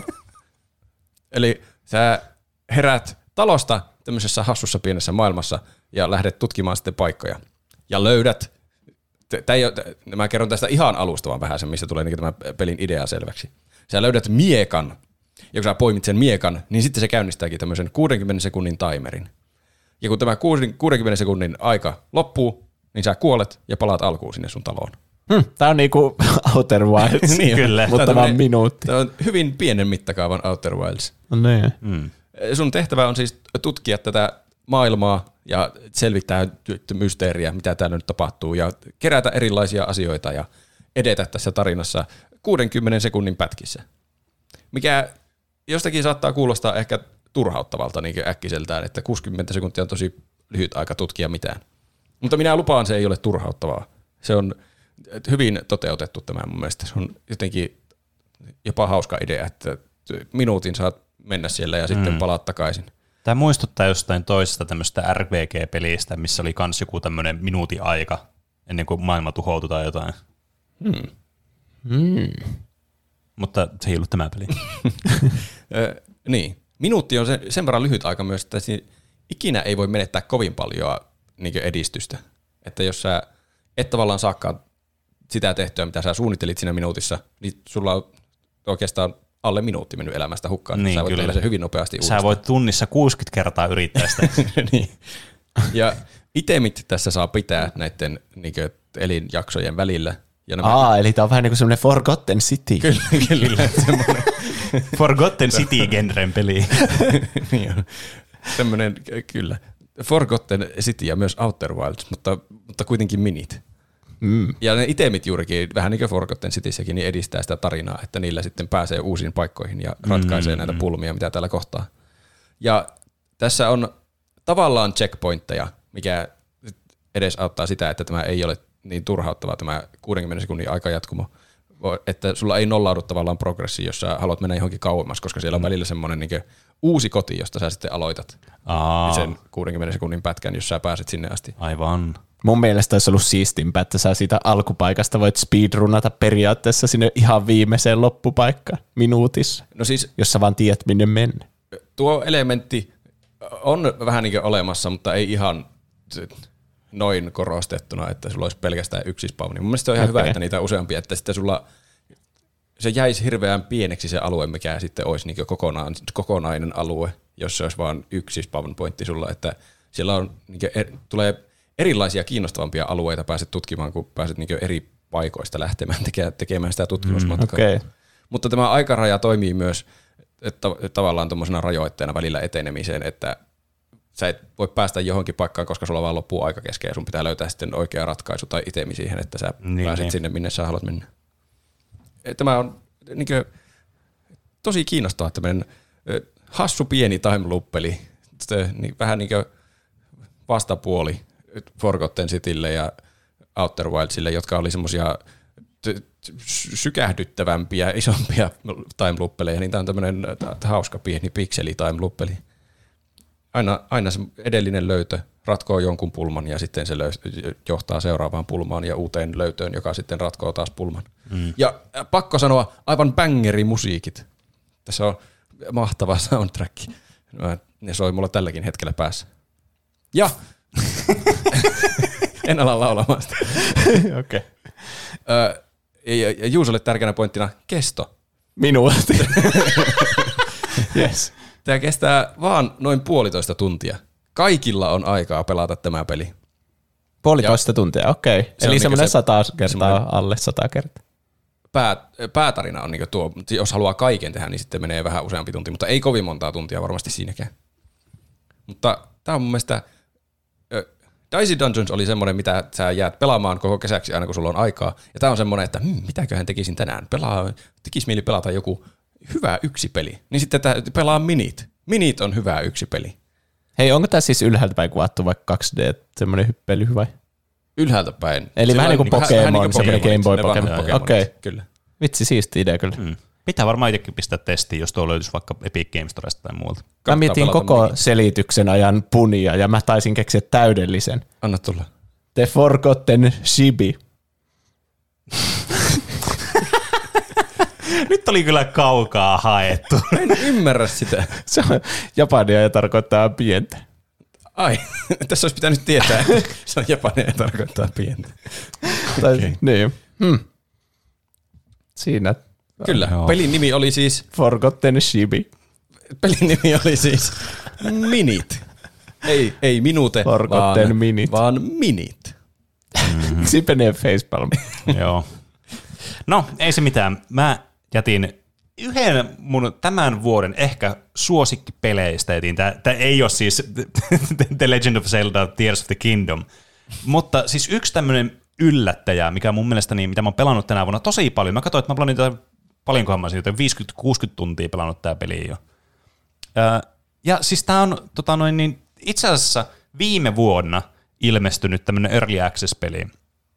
Eli sä herät talosta tämmöisessä hassussa pienessä maailmassa ja lähdet tutkimaan sitten paikkoja. Ja löydät, tää ei ole, mä kerron tästä ihan alusta vaan vähän sen, missä tulee niin tämä pelin idea selväksi. Sä löydät miekan, ja kun sä poimit sen miekan, niin sitten se käynnistääkin tämmöisen kuudenkymmenen sekunnin timerin. Ja kun tämä kuudenkymmenen sekunnin aika loppuu, niin sä kuolet ja palaat alkuun sinne sun taloon. Hmm, tää on niinku Outer Wilds, niin, kyllä. mutta vaan minuutti. Tämä on hyvin pienen mittakaavan Outer Wilds. No niin. Mm. Sun tehtävä on siis tutkia tätä maailmaa ja selvittää mysteeriä, mitä täällä nyt tapahtuu, ja kerätä erilaisia asioita ja edetä tässä tarinassa kuudenkymmenen sekunnin pätkissä. Mikä jostakin saattaa kuulostaa ehkä turhauttavalta niin äkkiseltään, että kuusikymmentä sekuntia on tosi lyhyt aika tutkia mitään. Mutta minä lupaan, se ei ole turhauttavaa. Se on hyvin toteutettu tämä mun mielestä. Se on jotenkin jopa hauska idea, että minuutin saat mennä siellä ja sitten mm. palaat takaisin. Tämä muistuttaa jostain toisesta tämmöistä R P G-pelistä, missä oli kans joku tämmöinen minuutin aika ennen kuin maailma tuhoutui tai jotain. Hmm. Hmm. Mutta se ei ollut tämä peli. Ö, niin. Minuutti on sen, sen verran lyhyt aika myös, että ikinä ei voi menettää kovin paljon niin edistystä. Että jos sä et tavallaan saakaan sitä tehtyä, mitä sä suunnittelit siinä minuutissa, niin sulla on oikeastaan alle minuutti mennyt elämästä hukkaan. Niin, sä voit tehdä se hyvin nopeasti uudestaan. Sä voit tunnissa kuusikymmentä kertaa yrittää sitä. Niin. Ja itemit tässä saa pitää näiden niin kuin, elinjaksojen välillä. Ja nämä... Aa, eli tää on vähän niin kuin semmoinen Forgotten City. Kyllä, kyllä. Forgotten City-genren peli. Niin on. Semmoinen, kyllä. Forgotten City ja myös Outer Wilds, mutta, mutta kuitenkin minit. Mm. Ja ne itemit juurikin, vähän niin kuin Forgotten Cityssäkin, niin edistää sitä tarinaa, että niillä sitten pääsee uusiin paikkoihin ja ratkaisee mm, näitä mm. pulmia, mitä täällä kohtaa. Ja tässä on tavallaan checkpointteja, mikä edesauttaa sitä, että tämä ei ole niin turhauttava tämä kuudenkymmenen sekunnin aikajatkumo, että sulla ei nollaudu tavallaan progressi, jos sä haluat mennä johonkin kauemmas, koska siellä on välillä semmoinen niin uusi koti, josta sä sitten aloitat Aa. sen kuudenkymmenen sekunnin pätkän, jos sä pääset sinne asti. Aivan. Mun mielestä olisi ollut siistimpää, että sä siitä alkupaikasta voit speedrunata periaatteessa sinne ihan viimeiseen loppupaikkaan minuutissa, No siis, jos sä vaan tiedät, minne mennä. tuo elementti on vähän niin kuin olemassa, mutta ei ihan noin korostettuna, että sulla olisi pelkästään yksi spawni. Mun mielestä se on ihan Okei. hyvä, että niitä on useampia, että sitten sulla se jäisi hirveän pieneksi se alue, mikä sitten olisi niin kokonaan, kokonainen alue, jos se olisi vain yksi spawn pointti sulla, että siellä on, niin er, tulee erilaisia kiinnostavampia alueita pääset tutkimaan, kun pääset niin eri paikoista lähtemään teke, tekemään sitä tutkimusmatkaa. Okei. Mutta tämä aikaraja toimii myös että tavallaan tuommoisena rajoitteena välillä etenemiseen, että sä et voi päästä johonkin paikkaan, koska sulla vaan loppuu aika kesken ja sun pitää löytää sitten oikea ratkaisu tai itemi siihen, että sä Niin, pääset niin. sinne, minne sä haluat mennä. Tämä on niin kuin, tosi kiinnostavaa tämmöinen ö, hassu pieni time loop-peli, Se, niin, vähän niin kuin vastapuoli Forgotten Citylle ja Outer Wildsille, jotka oli semmoisia sykähdyttävämpiä, isompia time loop-pelejä, niin tämä on tämmöinen hauska pieni pikseli time loop-peli. Aina, aina se edellinen löytö ratkoo jonkun pulman ja sitten se löy- johtaa seuraavaan pulmaan ja uuteen löytöön, joka sitten ratkoo taas pulman. Mm. Ja pakko sanoa, aivan bangeri musiikit. Tässä on mahtava soundtrack. Ne soi mulla tälläkin hetkellä päässä. Ja en ala laulamaan sitä. Okei. Ö, ja, ja Juusolle tärkeänä pointtina kesto. Minuutti. Yes. Tämä kestää vaan noin puolitoista tuntia. Kaikilla on aikaa pelata tämä peli. Puolitoista tuntia, okei. Se on Eli niinku semmoinen se- sata kertaa, semmoinen- alle sata kertaa. Pää, päätarina on niinku tuo, jos haluaa kaiken tehdä, niin sitten menee vähän useampi tunti, mutta ei kovin montaa tuntia varmasti siinäkään. Mutta tämä on mun mielestä, ö, Dicey Dungeons oli semmoinen, mitä sä jäät pelaamaan koko kesäksi aina kun sulla on aikaa. Ja tämä on semmoinen, että hm, mitäköhän tekisin tänään. Pelaa, tekisi mieli pelata joku hyvä yksi peli. Niin sitten tää, pelaa minit. Minit on hyvä yksi peli. Hei, onko tämä siis ylhäältä päin kuvattu vaikka kaksi D, semmoinen hyppely vai? Ylhäältä päin. Eli Sillä vähän on niin kuin vähän- vähän Pokemon, niin kuin semmoinen Game Boy ne vanhat Pokemon. Pokemonit, Okei. Kyllä. Vitsi, siisti idea kyllä. Mm. Pitää varmaan itsekin pistää testiin, jos tuo löytyisi vaikka Epic Games Storesta tai muualta. Mä mietin pelata koko minit. selityksen ajan punia ja mä taisin keksiä täydellisen. Anna tulla. The Forgotten Shibi. Nyt oli kyllä kaukaa haettu. En ymmärrä sitä. Se on japania ja tarkoittaa pientä. Ai, tässä olisi pitänyt tietää, että se on japania ja tarkoittaa pientä. Tai, niin. Hmm. Siinä Kyllä, Joo. pelin nimi oli siis, Forgotten Shibi. pelin nimi oli siis Minit. Ei, ei minute, Forgotten vaan, Minit. vaan Minit. Siinä menee facepalm. Joo. No, ei se mitään. Mä jätin yhden mun tämän vuoden ehkä suosikkipeleistä. Jätin. Tää, tää ei ole siis The Legend of Zelda Tears of the Kingdom, mutta siis yksi tämmöinen yllättäjä, mikä mun mielestä, niin, mitä mä oon pelannut tänä vuonna tosi paljon. Mä katsoin, että mä pelannut niitä, paljonkohan mä siitä, viisikymmentä kuusikymmentä tuntia pelannut tää peli jo. Öö, ja siis tää on tota noin, niin, itse asiassa viime vuonna ilmestynyt tämmönen Early Access-peli,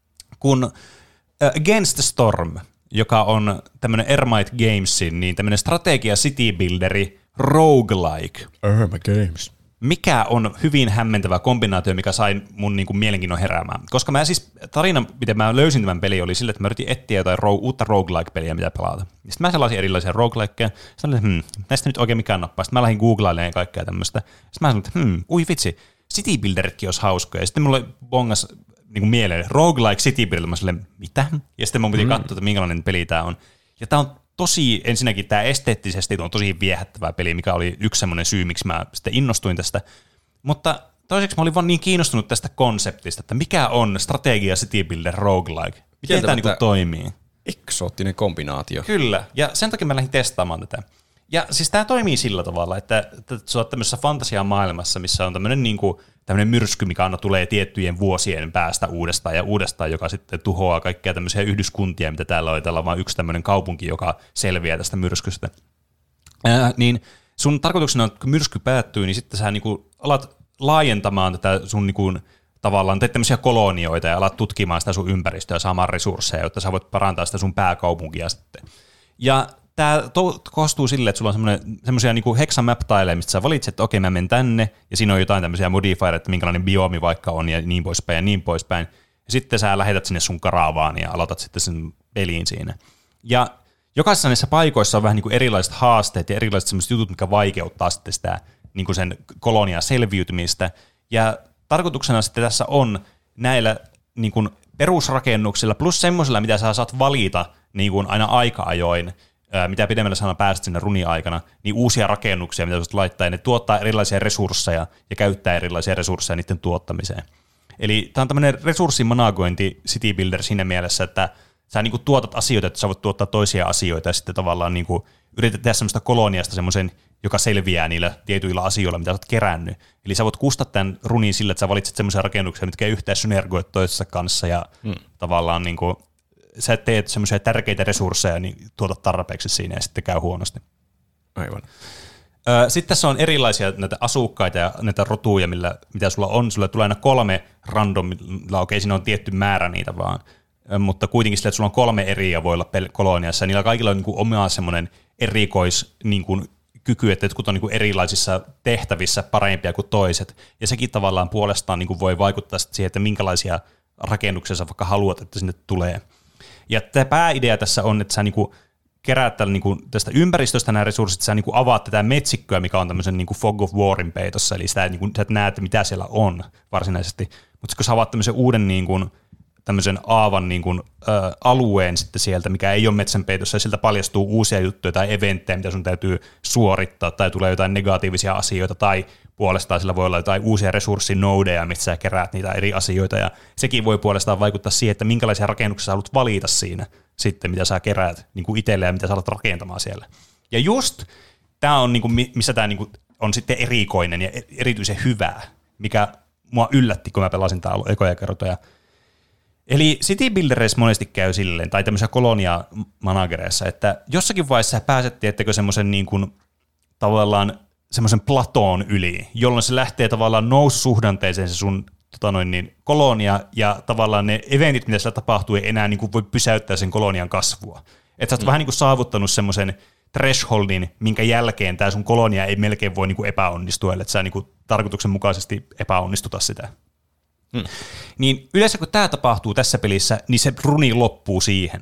kun Against the Storm, joka on tämmönen Ermite Gamesin, niin tämmönen strategia city builderi roguelike, Irma Games. mikä on hyvin hämmentävä kombinaatio, mikä sai mun niin kuin mielenkiinnon heräämään. Koska mä siis, tarina, miten mä löysin tämän pelin, oli sille, että mä yritin etsiä jotain ro- uutta roguelike-peliä, mitä pelata. Sitten mä sellaisin erilaisia roguelikeja. Sitten olin, hmm, näistä nyt oikein mikään nappaa. Sitten mä lähdin googlailemaan kaikkea tämmöistä. Sitten mä sanoin, että hmm, ui vitsi, city builderitkin olisi hauskoja. Ja sitten mulle bongas niin kuin mieleen roguelike city builder. Mä silleen, mitä? Ja sitten mun piti mm. katsoa, että minkälainen peli tää on. Ja tää on tosi, ensinnäkin tämä esteettisesti on tosi viehättävä peli, mikä oli yksi semmoinen syy, miksi mä sitten innostuin tästä. Mutta toiseksi mä olin vaan niin kiinnostunut tästä konseptista, että mikä on strategia city builder roguelike. Miten tämä niinku toimii? Eksoottinen kombinaatio. Kyllä, ja sen takia mä lähdin testaamaan tätä. Ja siis tämä toimii sillä tavalla, että, että sä oot tämmöisessä fantasiamaailmassa, missä on tämmöinen niinku, tämmöinen myrsky, mikä aina tulee tiettyjen vuosien päästä uudestaan ja uudestaan, joka sitten tuhoaa kaikkia tämmöisiä yhdyskuntia, mitä täällä on. Täällä on vain yksi tämmöinen kaupunki, joka selviää tästä myrskystä. Ää, niin sun tarkoituksena on, että kun myrsky päättyy, niin sitten sä niinku alat laajentamaan tätä sun niinku, tavallaan, teet tämmöisiä kolonioita ja alat tutkimaan sitä sun ympäristöä ja saamaan resursseja, jotta sä voit parantaa sitä sun pääkaupunkia sitten. Ja tämä to- koostuu silleen, että sulla on semmoisia niinku hexamap-taileja, mistä sä valitset, että okei, mä menen tänne, ja siinä on jotain tämmöisiä modifiereja, että minkälainen biomi vaikka on, ja niin poispäin, ja niin poispäin. Ja sitten sä lähetät sinne sun karavaan ja aloitat sitten sen peliin siinä. Ja jokaisessa näissä paikoissa on vähän niin kuin erilaiset haasteet ja erilaiset sellaiset jutut, mikä vaikeuttaa sitten sitä niin kuin sen kolonian selviytymistä. Ja tarkoituksena sitten tässä on näillä niin kuin perusrakennuksilla plus semmoisilla, mitä sä saat valita niin kuin aina aika-ajoin, mitä pidemmällä sana päästä sinne runi-aikana, niin uusia rakennuksia, mitä sä laittaa, ja ne tuottaa erilaisia resursseja ja käyttää erilaisia resursseja niiden tuottamiseen. Eli tämä on tämmöinen resurssimanagointi city builder siinä mielessä, että sä niinku tuotat asioita, että sä voit tuottaa toisia asioita ja sitten tavallaan niinku yrität tehdä semmoista koloniasta semmoisen, joka selviää niillä tietyillä asioilla, mitä sä oot kerännyt. Eli sä voit kustaa tämän runin sillä, että sä valitset semmoisia rakennuksia, mitkä ei yhtään synergoi toisessa kanssa ja hmm. tavallaan niinku, sä teet semmoisia tärkeitä resursseja, niin tuotat tarpeeksi siinä ja sitten käy huonosti. Aivan. Sitten tässä on erilaisia näitä asukkaita ja näitä rotuja, millä, mitä sulla on. Sulla tulee aina kolme randomilla, okei, siinä on tietty määrä niitä vaan, mutta kuitenkin sillä, että sulla on kolme eriä voi olla koloniassa, ja niillä kaikilla on niin kuin oma semmoinen erikois niin kuin kyky, että jotkut on niin kuin erilaisissa tehtävissä parempia kuin toiset, ja sekin tavallaan puolestaan niin kuin voi vaikuttaa siihen, että minkälaisia rakennuksia sä vaikka haluat, että sinne tulee. Ja tämä pääidea tässä on, että sä niin kuin keräät tällä, niin kuin, tästä ympäristöstä nämä resurssit, sä niin kuin avaat tätä metsikköä, mikä on tämmöisen niin kuin fog of warin peitossa, eli sitä, niin kuin, sä et näe, että mitä siellä on varsinaisesti, mutta kun sä avaat tämmöisen uuden niin kuin, tämmöisen aavan niin kuin, ä, alueen sitten sieltä, mikä ei ole metsän peitossa, ja sieltä paljastuu uusia juttuja tai eventtejä, mitä sun täytyy suorittaa, tai tulee jotain negatiivisia asioita, tai puolestaan sillä voi olla jotain uusia resurssinoudeja, mistä sä keräät niitä eri asioita, ja sekin voi puolestaan vaikuttaa siihen, että minkälaisia rakennuksia sä haluat valita siinä sitten, mitä sä keräät niin kuin itselle ja mitä sä alat rakentamaan siellä. Ja just tämä on, niin kuin, missä tämä niin kuin, on sitten erikoinen ja erityisen hyvää, mikä mua yllätti, kun mä pelasin tää ekoja kertoja. Eli city buildereissa monesti käy silleen, tai tämmöisissä kolonia-managereissa, että jossakin vaiheessa sä pääset, tiettekö, semmoisen niin kuin tavallaan semmoisen platoon yli, jolloin se lähtee tavallaan noususuhdanteeseen se sun tota noin, niin, kolonia, ja tavallaan ne eventit, mitä siellä tapahtuu, ei enää niin kuin voi pysäyttää sen kolonian kasvua. Että sä oot mm. vähän niin kuin saavuttanut semmoisen thresholdin, minkä jälkeen tämä sun kolonia ei melkein voi niin kuin epäonnistua, että sä niin kuin tarkoituksenmukaisesti epäonnistuta sitä. Hmm. Niin yleensä kun tämä tapahtuu tässä pelissä, niin se runi loppuu siihen.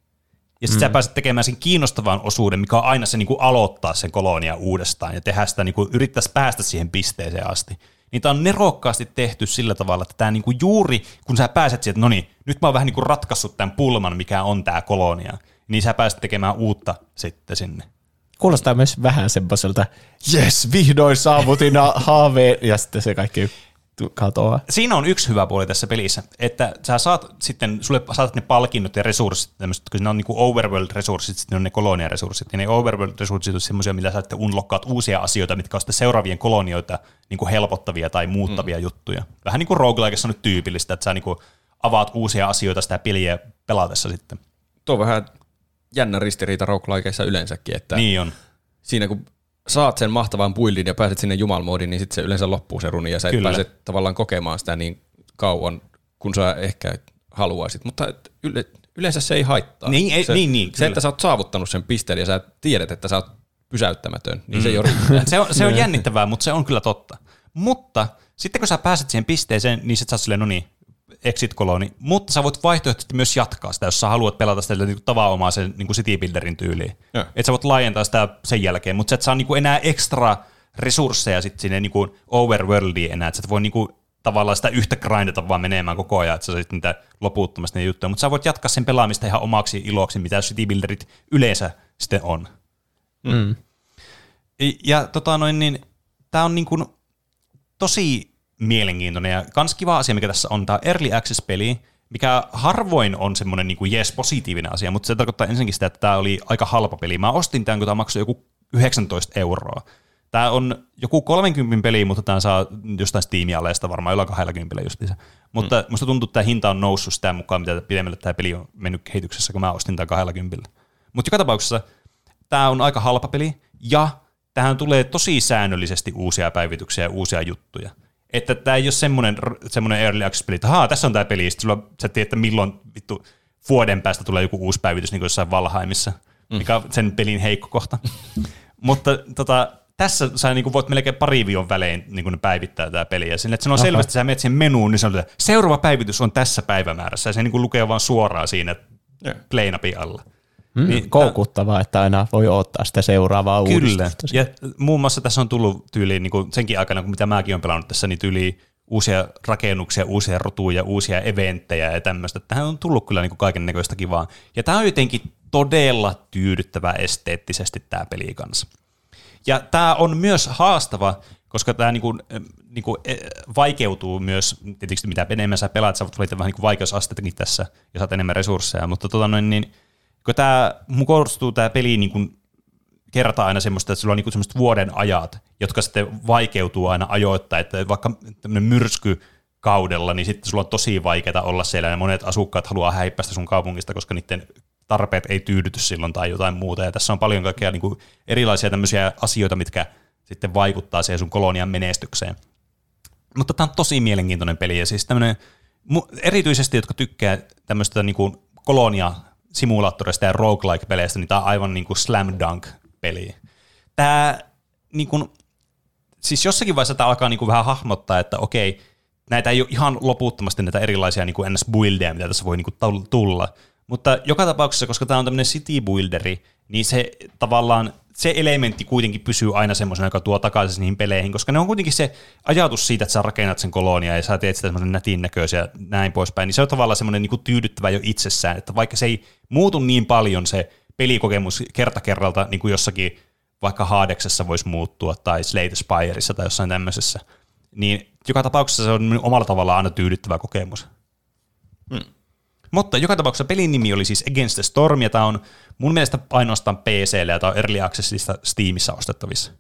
Ja sitten hmm. sä pääset tekemään sen kiinnostavan osuuden, mikä on aina se niin kuin aloittaa sen kolonia uudestaan ja tehdä sitä, niin kuin yrittäisi päästä siihen pisteeseen asti. Niin tämä on nerokkaasti tehty sillä tavalla, että tämä niin kuin juuri, kun sä pääset siihen, että no niin, nyt mä oon vähän niin kuin ratkaissut tämän pulman, mikä on tämä kolonia, niin sä pääset tekemään uutta sitten sinne. Kuulostaa myös vähän semmoiselta, jes, vihdoin saavutin haaveen, ja sitten se kaikki katoaa. Siinä on yksi hyvä puoli tässä pelissä, että sä saat sitten, sulle saatat ne palkinnot ja resurssit, tämmöset, kun ne on niinku overworld-resurssit, sitten on ne kolonia-resurssit, ja ne overworld-resurssit on semmoisia, millä sä sitten unlockkaat uusia asioita, mitkä on sitten seuraavien kolonioita niinku helpottavia tai muuttavia mm. juttuja. Vähän niin kuin roguelikeissa on nyt tyypillistä, että sä niinku avaat uusia asioita sitä peliä pelatessa sitten. Tuo on vähän jännä ristiriita roguelikeissa yleensäkin, että niin on. Siinä kun saat sen mahtavan buildin ja pääset sinne jumalmoodiin, niin sitten se yleensä loppuu se runi ja sä et Kyllä. pääse tavallaan kokemaan sitä niin kauan, kun sä ehkä haluaisit. Mutta yle, yleensä se ei haittaa. Niin, ei, se, niin, niin, se kyllä. että sä oot saavuttanut sen pisteen ja sä tiedät, että sä oot pysäyttämätön, niin mm. se ei ole riittää. Se on, se on jännittävää, mutta se on kyllä totta. Mutta sitten kun sä pääset siihen pisteeseen, niin sit sä oot silleen, no niin, exit-koloni, mutta sä voit vaihtoehtoisesti myös jatkaa sitä, jos sä haluat pelata sitä niin tavanomaisen niin city builderin tyyliin. Että sä voit laajentaa sitä sen jälkeen, mutta sä et saa niin kuin enää ekstra resursseja sit sinne niin kuin overworldiin enää, että sä et voi niin kuin tavallaan sitä yhtä grindata vaan menemään koko ajan, että sä sit niitä loputtomasti ne juttuja, mutta sä voit jatkaa sen pelaamista ihan omaksi iloksi, mitä city builderit yleensä sitten on. Mm. Ja tota noin, niin tää on niin kuin tosi mielenkiintoinen ja kans kiva asia, mikä tässä on, tämä Early Access-peli, mikä harvoin on semmoinen niin kuin jes positiivinen asia, mutta se tarkoittaa ensinnäkin sitä, että tämä oli aika halpa peli. Mä ostin tämän, kun tämä maksoi joku yhdeksäntoista euroa. Tämä on joku kolmekymmentä peli, mutta tämä saa jostain Steam-aleesta varmaan jollain kaksikymmentä justiinsa. Mutta mm. musta tuntuu, että tämä hinta on noussut sitä mukaan, mitä pidemmälle tämä peli on mennyt kehityksessä, kun mä ostin tämän kaksikymmentä. Mutta joka tapauksessa tämä on aika halpa peli, ja tähän tulee tosi säännöllisesti uusia päivityksiä ja uusia juttuja. Että tämä ei ole semmoinen, semmoinen early access-peli, että haa, tässä on tämä peli, ja sitten sulla, sä tiedät, että milloin vittu vuoden päästä tulee joku uusi päivitys niin kuin jossain Valheimissa. mikä on sen pelin heikko kohta. Mutta tota, tässä sä niinku voit melkein pari viikon välein niinku ne päivittää tämä peli. Ja sille, että se on selvästi, sä menet siihen menuun, niin se on, että seuraava päivitys on tässä päivämäärässä. Ja se niinku lukee vaan suoraan siinä play-napin alla. Mm, niin, koukuttavaa, t- että aina voi odottaa sitä seuraavaa kyllä. uudistusta. Kyllä, ja muun muassa tässä on tullut tyyliin, niin kuin senkin aikana, kun mitä mäkin olen pelannut tässä, niin tyyliin uusia rakennuksia, uusia rotuja, uusia eventtejä ja tämmöistä. Tähän on tullut kyllä niin kaiken näköistä kivaa. Ja tämä on jotenkin todella tyydyttävä esteettisesti tämä peli kanssa. Ja tämä on myös haastava, koska tämä niinku, niinku vaikeutuu myös, tietysti mitä enemmän sä pelaat, sä voit valita vähän niinku vaikeusasteitakin tässä, ja saat enemmän resursseja, mutta tota noin, niin, kun tämä muodostuu tämä peli niinku kertaa aina semmoista, että sulla on niinku semmoiset vuoden ajat, jotka sitten vaikeutuu aina ajoittain, että vaikka tämmöinen myrskykaudella, niin sitten sulla on tosi vaikeaa olla siellä, ja monet asukkaat haluaa häippäistä sun kaupungista, koska niiden tarpeet ei tyydyty silloin tai jotain muuta, ja tässä on paljon kaikkea niinku erilaisia tämmöisiä asioita, mitkä sitten vaikuttaa siihen sun kolonian menestykseen. Mutta tämä on tosi mielenkiintoinen peli, ja siis tämmöinen, erityisesti jotka tykkää tämmöistä niinku kolonia-simulaattoreista ja roguelike-peleistä, niin tämä on aivan niinku slam dunk-peli. Tämä niinku, siis jossakin vaiheessa tämä alkaa niinku vähän hahmottaa, että okei, näitä ei ole ihan loputtomasti näitä erilaisia niinku N S-buildeja, mitä tässä voi niinku tulla, mutta joka tapauksessa, koska tämä on tämmöinen city builderi, niin se tavallaan, se elementti kuitenkin pysyy aina semmoisena, joka tuo takaisin niihin peleihin, koska ne on kuitenkin se ajatus siitä, että sä rakennat sen kolonia ja sä teet sitä semmoinen nätin näköisiä ja näin poispäin, niin se on tavallaan semmoinen niin kuin tyydyttävä jo itsessään, että vaikka se ei muutu niin paljon se pelikokemus kerta kerralta, niin kuin jossakin vaikka Hadexessa voisi muuttua tai Slay Spireissa tai jossain tämmöisessä, niin joka tapauksessa se on omalla tavallaan aina tyydyttävä kokemus. Hmm. Mutta joka tapauksessa pelin nimi oli siis Against the Storm, ja tämä on mun mielestä ainoastaan P C:llä, ja tämä on Early Accessista Steamissa ostettavissa.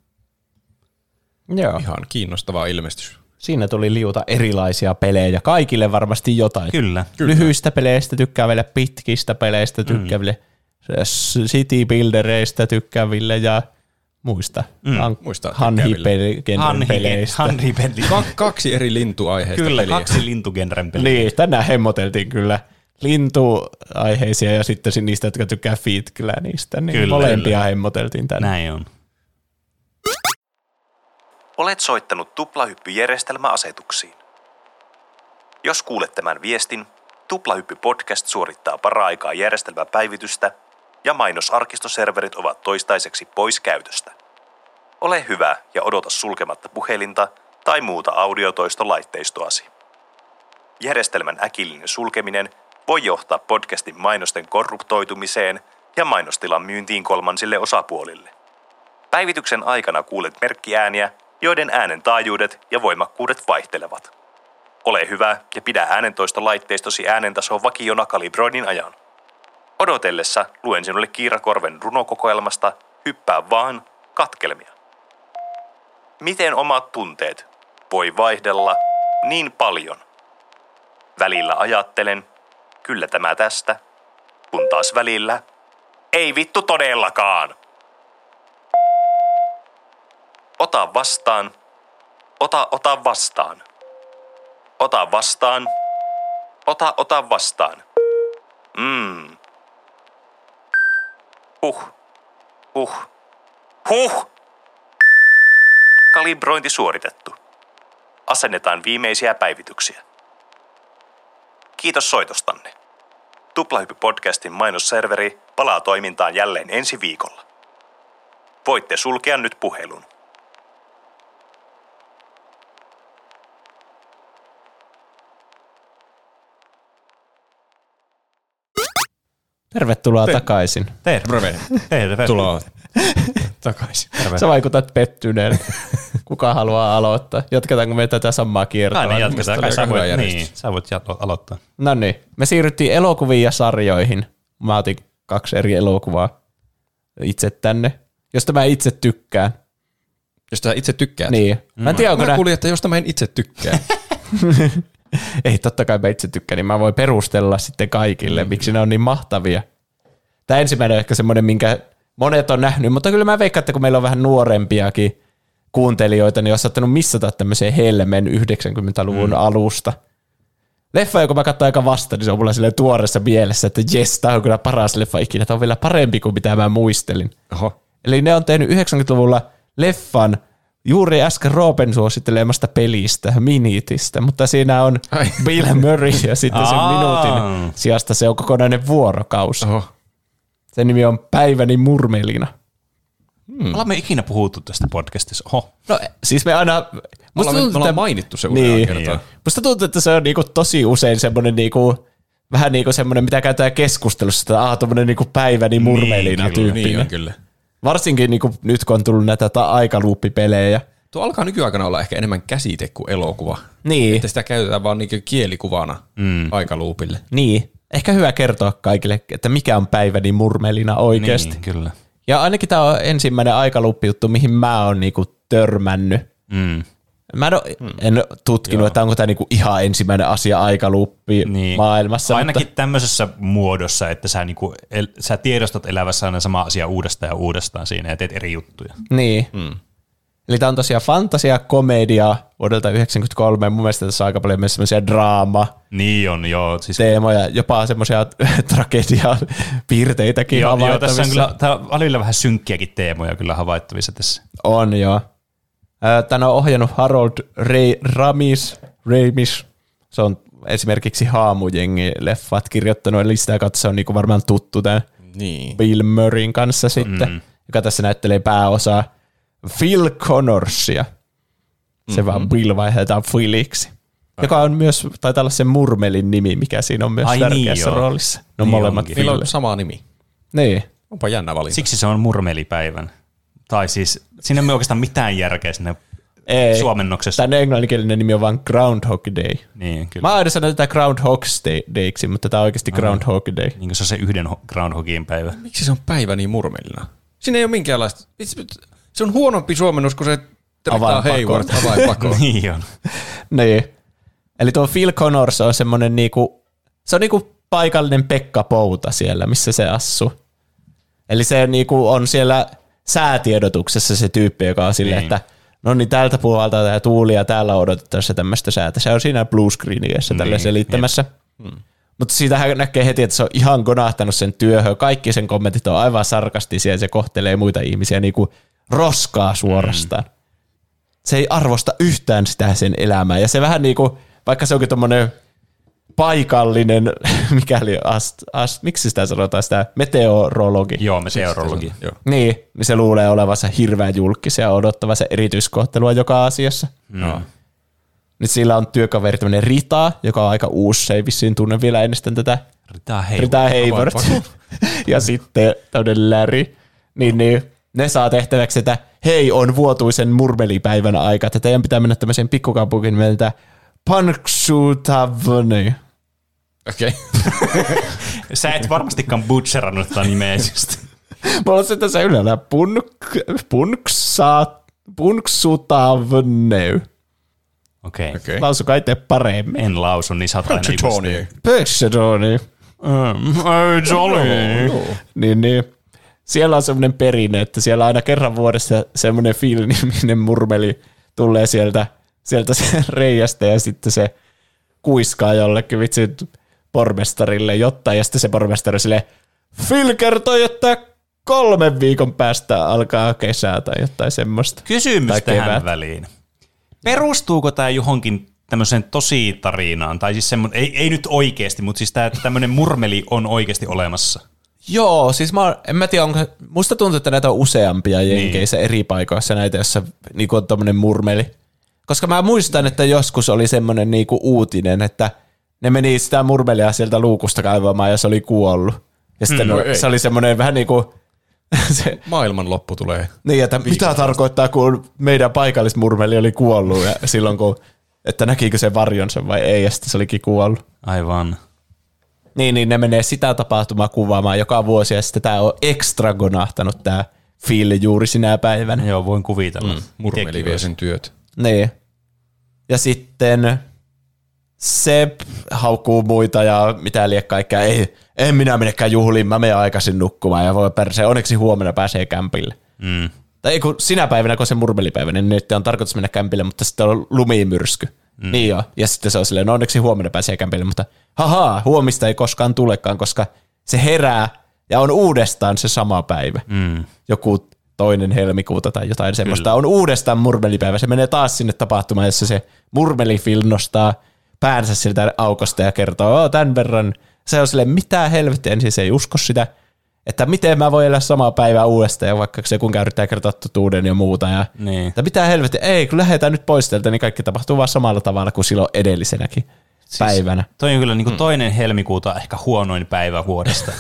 Joo. Ihan kiinnostava ilmestys. Siinä tuli liuta erilaisia pelejä, kaikille varmasti jotain. Kyllä. Lyhyistä peleistä tykkääville, pitkistä peleistä tykkääville, mm. city buildereista tykkääville ja muista. Mm. Muista Hanhi-peleistä. Hanhi kaksi eri lintuaiheista kyllä, peliä. kaksi lintugenren peliä. Niin, tänään hemmoteltiin kyllä lintuaiheisia ja sitten niistä, jotka tykkää Feet niistä, niin kyllä, molempia kyllä. hemmoteltiin tänään. Näin on. Olet soittanut Tuplahyppy-järjestelmäasetuksiin. Jos kuulet tämän viestin, Tuplahyppy-podcast suorittaa para-aikaa järjestelmäpäivitystä ja mainosarkistoserverit ovat toistaiseksi pois käytöstä. Ole hyvä ja odota sulkematta puhelinta tai muuta audiotoistolaitteistoasi. Järjestelmän äkillinen sulkeminen voi johtaa podcastin mainosten korruptoitumiseen ja mainostilan myyntiin kolmansille osapuolille. Päivityksen aikana kuulet merkkiääniä, joiden äänen taajuudet ja voimakkuudet vaihtelevat. Ole hyvä ja pidä äänentoistolaitteistosi äänentasoa vakiona kalibroinnin ajan. Odotellessa luen sinulle Kiirakorven runokokoelmasta Hyppää vaan katkelmia. Miten omat tunteet voi vaihdella niin paljon? Välillä ajattelen, kyllä tämä tästä, kun taas välillä, ei vittu todellakaan. Ota vastaan, ota ota vastaan, ota vastaan, ota ota vastaan. Mm. Huh, huh, huh. Kalibrointi suoritettu. Asennetaan viimeisiä päivityksiä. Kiitos soitostanne. Tuplahyppy-podcastin mainosserveri palaa toimintaan jälleen ensi viikolla. Voitte sulkea nyt puhelun. Tervetuloa Ter- takaisin. Terve. Tervetuloa takaisin. Terve. Sä vaikutat pettyneeltä. Kuka haluaa aloittaa? Jatketaanko me tätä samaa kiertoa? Aina jatketaan. Kai sä voit, niin, sä voit aloittaa. No niin. Me siirryttiin elokuviin ja sarjoihin. Mä otin kaksi eri elokuvaa itse tänne, josta mä itse tykkään. Josta itse tykkäät? Niin. Mä, en tiedä, mä nää... kuulin, että josta mä en itse tykkää. Ei, totta kai mä itse tykkään, niin mä voin perustella sitten kaikille, mm. miksi ne on niin mahtavia. Tämä ensimmäinen on ehkä semmoinen, minkä monet on nähnyt, mutta kyllä mä veikkaan, että kun meillä on vähän nuorempiakin kuuntelijoita, niin on saattanut missata tämmöisen helmen yhdeksänkymmentäluvun mm. alusta. leffa, joka mä katsoin aika vasta, niin se on mulla silleen tuoreessa mielessä, että jes, tää on kyllä paras leffa ikinä. Tämä on vielä parempi kuin mitä mä muistelin. Oho. Eli ne on tehnyt yhdeksänkymmentäluvulla leffan juuri äsken Roopen suosittelemasta pelistä, Minitistä, mutta siinä on Ai. Bill Murray ja sitten sen minuutin sijasta se on kokonainen vuorokausi. Oho. Sen nimi on Päiväni murmelina. Hmm. Olemme ikinä puhuttu tästä podcastissa. Oho. No siis me aina... Me ollaan, tuntuu, me ollaan mainittu se useaan niin, kertaa. Musta tuntuu, että se on niinku tosi usein semmoinen niinku, vähän niinku semmoinen, mitä käytetään keskustelussa, että aah, tommoinen niinku Päiväni murmelina niin, tyyppinen. Niin, kyllä. Varsinkin niinku nyt, kun on tullut näitä aikaluuppipelejä. Tuo alkaa nykyaikana olla ehkä enemmän käsite kuin elokuva. Niin. Että sitä käytetään vaan niinku kielikuvana mm. aikaluupille. Niin. Ehkä hyvä kertoa kaikille, että mikä on Päiväni murmelina oikeasti. Niin, kyllä. Ja ainakin tämä on ensimmäinen aikaluuppijuttu, mihin mä oon niinku törmännyt. Mm. Mä en, ole, en tutkinut, Joo. että onko tämä niinku ihan ensimmäinen asia aikaluuppi niin. maailmassa. Ainakin mutta... tämmöisessä muodossa, että sä, niinku, el, sä tiedostat elävässä aina sama asia uudestaan ja uudestaan siinä ja teet eri juttuja. Niin. Mm. Eli tämä on tosiaan fantasia, komedia vuodelta yhdeksänkymmentäkolme. Mun mielestä tässä on aika paljon myös semmoisia draama. Niin on, joo. Siis... teemoja, jopa semmoisia tragedian piirteitäkin joo, havaittavissa. Joo, tässä on kyllä, tämä välillä vähän synkkiäkin teemoja kyllä havaittavissa tässä. On, joo. Tänä on ohjannut Harold Ray Ramis, Ramis. Se on esimerkiksi Haamujengi-leffat kirjoittanut, eli sitä kautta se on niinku varmaan tuttu tämän niin. Bill Murrayn kanssa sitten, mm. joka tässä näyttelee pääosaa Phil Connorsia. Se mm-hmm. vaan Bill vaihdetaan Philiksi. Joka on myös, taitaa olla se murmelin nimi, mikä siinä on myös Ai tärkeässä niin roolissa. No niin molemmat Phil. Niillä on sama nimi. Niin. Onpa jännä valinta. Siksi se on murmelipäivän. Tai siis, siinä ei ole oikeastaan mitään järkeä sinne ei. Suomennoksessa. Tämä englanninkielinen nimi on vaan Groundhog Day. Niin, kyllä. Mä aina sanon tätä Groundhog Dayksi, mutta tämä on oikeasti Groundhog Day. Niin kuin se on se yhden Groundhogin päivä. Miksi se on päivä niin murmelina? Siinä ei ole minkäänlaista... Se on huonompi suomennos kuin se Tervetaa Hayward avainpakoon. Niin on. Niin. Eli tuo Phil Connors on semmoinen niinku, se on niinku paikallinen Pekka Pouta siellä, missä se asuu. Eli se niinku on siellä säätiedotuksessa se tyyppi, joka on silleen, niin. että no niin tältä puolelta tämä tuuli ja täällä odotetaan se tämmöistä säätä. Se on siinä bluescreenissä tällä niin, selittämässä. Hmm. Mutta siitä näkee heti, että se on ihan konahtanut sen työhön. Kaikki sen kommentit on aivan sarkastisia ja se kohtelee muita ihmisiä niinku roskaa suorastaan. Hmm. Se ei arvosta yhtään sitä sen elämää. Ja se vähän niinku, vaikka se onkin tommonen paikallinen, mikäli ast, ast, miksi sitä sanotaan, sitä meteorologi. Joo, meteorologi. Joo. Niin, niin se luulee olevansa hirveän julkis ja odottavansa erityiskohtelua joka asiassa. No. Nyt sillä on työkaveri tämmönen Rita, joka on aika uusi, se ei vissiin tunne vielä ennestään tätä. Rita Hayward. Rita Hayward. Ja sitten tämmönen Larry. Niin, niin ne saa tehtäväksi, että hei, on vuotuisen murmelipäivän aika, että teidän pitää mennä tämmöiseen pikkukaupunkiin nimeltä Punxsutawney. Okei. Okay. Sä et varmastikaan butcherannut tätä nimeä. Mulla on se tässä ylhäällä Punxsutawney. Okei. Okay. Okay. Lausu kai tee paremmin. En lausu, niin sä oot aina Punxsutawney. Punxsutawney. Ei jolly. Niin, niin. Siellä on semmoinen perinne, että siellä aina kerran vuodessa semmoinen Phil-niminen murmeli tulee sieltä, sieltä sen reiästä ja sitten se kuiskaa jollekin vitsin pormestarille jotain ja sitten se pormestari silleen, Phil kertoi, että kolmen viikon päästä alkaa kesää tai jotain semmoista. Kysymys tähän väliin. Perustuuko tämä johonkin tämmöiseen tositarinaan? Tai siis semmoinen, ei, ei nyt oikeasti, mutta siis tämä tämmöinen murmeli on oikeasti olemassa. Joo, siis mä, en mä tiedä, onko, musta tuntuu, että näitä on useampia jenkeissä niin. eri paikoissa näitä, jossa niinku on tommonen murmeli. Koska mä muistan, että joskus oli semmoinen niinku uutinen, että ne meni sitä murmelia sieltä luukusta kaivamaan ja se oli kuollut. Ja sitten mm, no, se oli semmoinen vähän niin kuin... se, maailman loppu tulee. Niin, että mitä vasta. Tarkoittaa, kun meidän paikallismurmeli oli kuollut ja silloin kun, että näkikö se varjonsa vai ei, ja sitten se olikin kuollut. Aivan. Niin, niin ne menee sitä tapahtumaa kuvaamaan joka vuosi, ja sitten tämä on ekstra gonahtanut tämä Phil juuri sinä päivänä. Joo, voin kuvitella. Mm, murmeli vie sen työt. Niin. Ja sitten se haukkuu muita ja mitä liian kaikkea. Ei, en minä menekään juhliin, mä menen aikaisin nukkumaan ja voi perseen. Onneksi huomenna pääsee kämpille. Mm. Tai ei kun sinä päivänä, kun se murmelipäivä, niin nyt on tarkoitus mennä kämpille, mutta sitten on lumimyrsky. Mm. Niin joo. Ja sitten se on silleen, no onneksi huomenna pääsee kämpille, mutta hahaa, huomista ei koskaan tulekaan, koska se herää ja on uudestaan se sama päivä. Mm. Joku toinen helmikuuta tai jotain semmoista. Kyllä. On uudestaan murmelipäivä. Se menee taas sinne tapahtumaan, jossa se murmelifil nostaa päänsä siltä aukosta ja kertoo, oh, tämän verran. Se on silleen, mitä helvettiä, ensin se ei usko sitä, että miten mä voin elää samaa päivää uudestaan, ja vaikka se kuinka yrittää kertoa totuuden ja muuta. Ja, niin. Että mitä helvettiä, ei, kun lähdetään nyt pois teiltä, niin kaikki tapahtuu vaan samalla tavalla kuin silloin edellisenäkin siis päivänä. Toi on kyllä niin kuin toinen helmikuuta ehkä huonoin päivä vuodesta.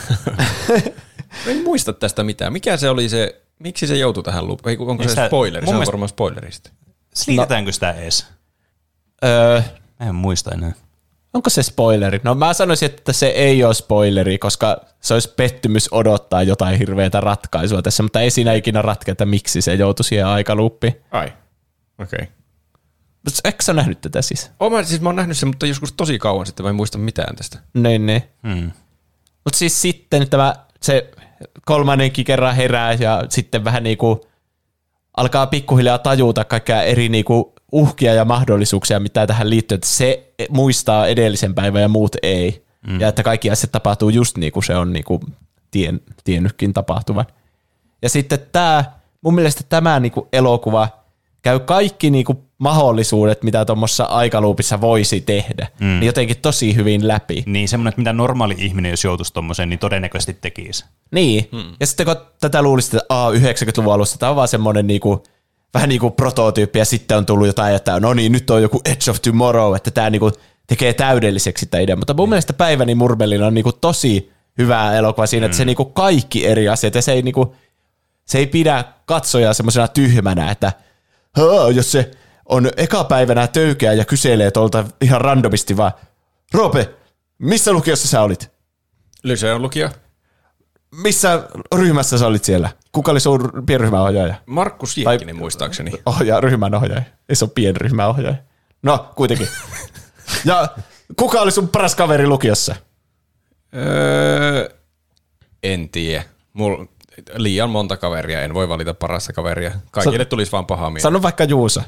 En muista tästä mitään. Mikä se oli se, miksi se joutui tähän luupiin? Onko se spoileri? Se on varmaan spoilerista. Sliitetäänkö sitä ees? Öö, mä en muista enää. Onko se spoileri? No mä sanoisin, että se ei ole spoileri, koska se olisi pettymys odottaa jotain hirveätä ratkaisua tässä, mutta ei siinä ikinä ratketa, miksi se joutui siihen aikaluuppiin. Ai, okei. Okay. Mutta eikö sä nähnyt tätä siis? Oh, mä, siis mä oon nähnyt sen, mutta joskus tosi kauan sitten, mä en muista mitään tästä. Niin, niin. Hmm. Mutta siis sitten tämä, se kolmannenkin kerran herää ja sitten vähän niinku alkaa pikkuhiljaa tajuta kaikkea eri niinku uhkia ja mahdollisuuksia, mitä tähän liittyy, että se muistaa edellisen päivän ja muut ei. Mm. Ja että kaikki asiat tapahtuu just niin kuin se on niin kuin tien, tiennytkin tapahtuvan. Ja sitten tämä, mun mielestä tämä niin kuin elokuva käy kaikki niin kuin mahdollisuudet, mitä tuommoisessa aikaluupissa voisi tehdä, mm. niin jotenkin tosi hyvin läpi. Niin, semmoinen, että mitä normaali ihminen, jos joutuisi tuommoiseen, niin todennäköisesti tekisi. Niin, mm. ja sitten kun tätä luulisi, että a, yhdeksänkymmentäluvun alusta, tämä on vaan semmoinen niin kuin vähän niin kuin prototyyppi, ja sitten on tullut jotain, että no niin, nyt on joku Edge of Tomorrow, että tämä niin kuin tekee täydelliseksi tämä idea. Mutta mun mm. mielestä Päiväni murmelina on niin kuin tosi hyvä elokuva siinä, että mm. se niin kuin kaikki eri asiat, ja se ei, niin kuin, se ei pidä katsojaa semmoisena tyhmänä, että jos se on eka päivänä töykeä ja kyselee tuolta ihan randomisti vaan, Roope, missä lukiossa sä olit? Lyseon lukio. Missä ryhmässä sä olit siellä? Kuka oli sun pienryhmäohjaaja? Markus Jiekkinen muistaakseni. Ohjaa, ryhmänohjaaja. Ei se ole pienryhmäohjaaja. No, kuitenkin. Ja kuka oli sun paras kaveri lukiossa? Öö, en tiedä. Mulla liian monta kaveria, en voi valita parasta kaveria. Kaikille tulisi vaan paha mieli. Sano vaikka Juuso.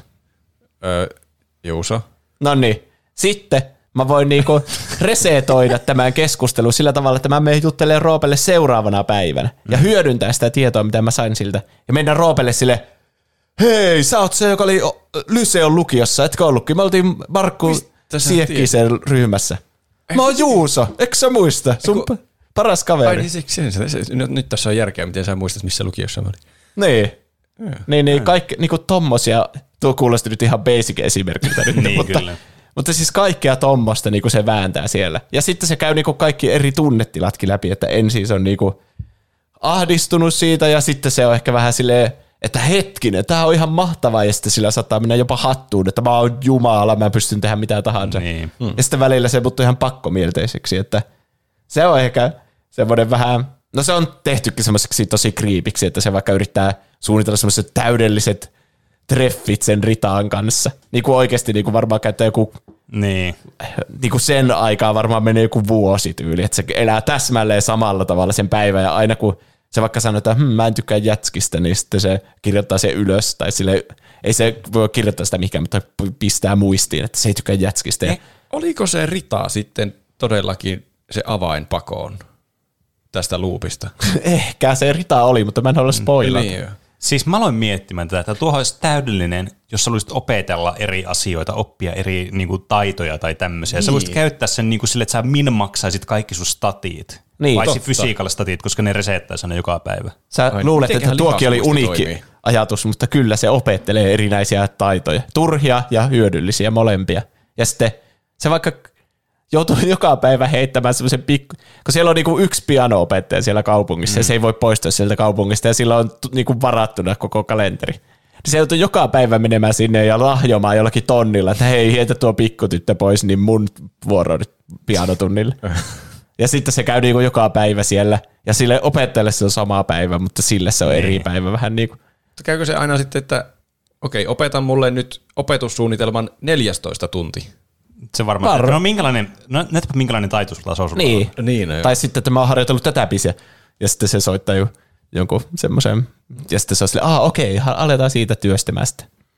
Öö, Juuso. No niin. Sitten mä voin niinku resetoida tämän keskustelun sillä tavalla, että mä menen juttelemaan Roopelle seuraavana päivänä ja hyödyntää sitä tietoa, mitä mä sain siltä. Ja mennään Roopelle sille, hei, sä oot se, joka oli Lyseon lukiossa, etkö ollutkin? Me oltiin Markku Siekkisen ryhmässä. Mä oon Juuso, eikö sä muista? Sun Eiku... paras kaveri. Ai niin siksi, nyt, nyt tässä on järkeä, miten sä muistat, missä lukiossa mä olin. Niin. Ja, niin, niin kaikki niinku tommosia, tuo kuulosti nyt ihan basic esimerkiltä nyt, niin, mutta... Kyllä. Mutta siis kaikkea tommosta niinku se vääntää siellä. Ja sitten se käy niinku kaikki eri tunnetilatkin läpi, että ensin se on niinku ahdistunut siitä ja sitten se on ehkä vähän silleen, että hetkinen, tää on ihan mahtavaa ja sitten sillä saattaa mennä jopa hattuun, että mä oon Jumala, mä pystyn tehdä mitä tahansa. Niin. Ja sitten välillä se muuttuu ihan pakkomielteiseksi, että se on ehkä semmoinen vähän, no se on tehtykin semmoiseksi tosi kriipiksi, että se vaikka yrittää suunnitella semmoiset täydelliset treffit sen Ritaan kanssa. Niin kuin oikeasti niin kuin varmaan käyttää joku, niin. Niin kuin sen aikaa varmaan menee joku vuosi tyyli, että se elää täsmälleen samalla tavalla sen päivän ja aina kun se vaikka sanoo, että hm, mä en tykkää jätskistä, niin sitten se kirjoittaa se ylös tai sille, ei se voi kirjoittaa sitä mihinkään, mutta pistää muistiin, että se ei tykkää jätskistä. Eh, oliko se Rita sitten todellakin se avain pakoon tästä loopista? Ehkä se Rita oli, mutta mä en halua spoilata. Niin, siis mä aloin miettimään tätä, että tuohon olisi täydellinen, jos sä haluaisit opetella eri asioita, oppia eri niin kuin, taitoja tai tämmöisiä. Niin. Sä voisit käyttää sen niin kuin sille, että sä min-maksaisit kaikki sun statit. Niin, paitsi fysiikalla statit, koska ne resettäisi aina joka päivä. Sä Ai, luulet, että tuokin oli uniikki toimii. Ajatus, mutta kyllä se opettelee erinäisiä taitoja. Turhia ja hyödyllisiä molempia. Ja sitten se vaikka joutuu joka päivä heittämään semmoisen pikku, kun siellä on niinku yksi piano-opettaja siellä kaupungissa, mm. ja se ei voi poistua sieltä kaupungista, ja sillä on niinku varattuna koko kalenteri. Se joutuu joka päivä menemään sinne ja lahjomaan jollakin tonnilla, että hei, heitä tuo pikkutyttö pois, niin mun vuoro nyt pianotunnille. Ja sitten se käy niinku joka päivä siellä, ja sille opettajalle se on sama päivä, mutta sille se on niin. eri päivä vähän niin kuin. Käykö se aina sitten, että okei, opetan mulle nyt opetussuunnitelman neljästoista tunti? Se varmaan. Var- no minkälainen, no näetäpä minkälainen taito sulla on. Niin. niin no tai sitten, että mä oon harjoitellut tätä biisiä, ja sitten se soittaa jo jonkun semmoisen, ja sitten se on silleen, ah okei, aletaan siitä työstämään sitä.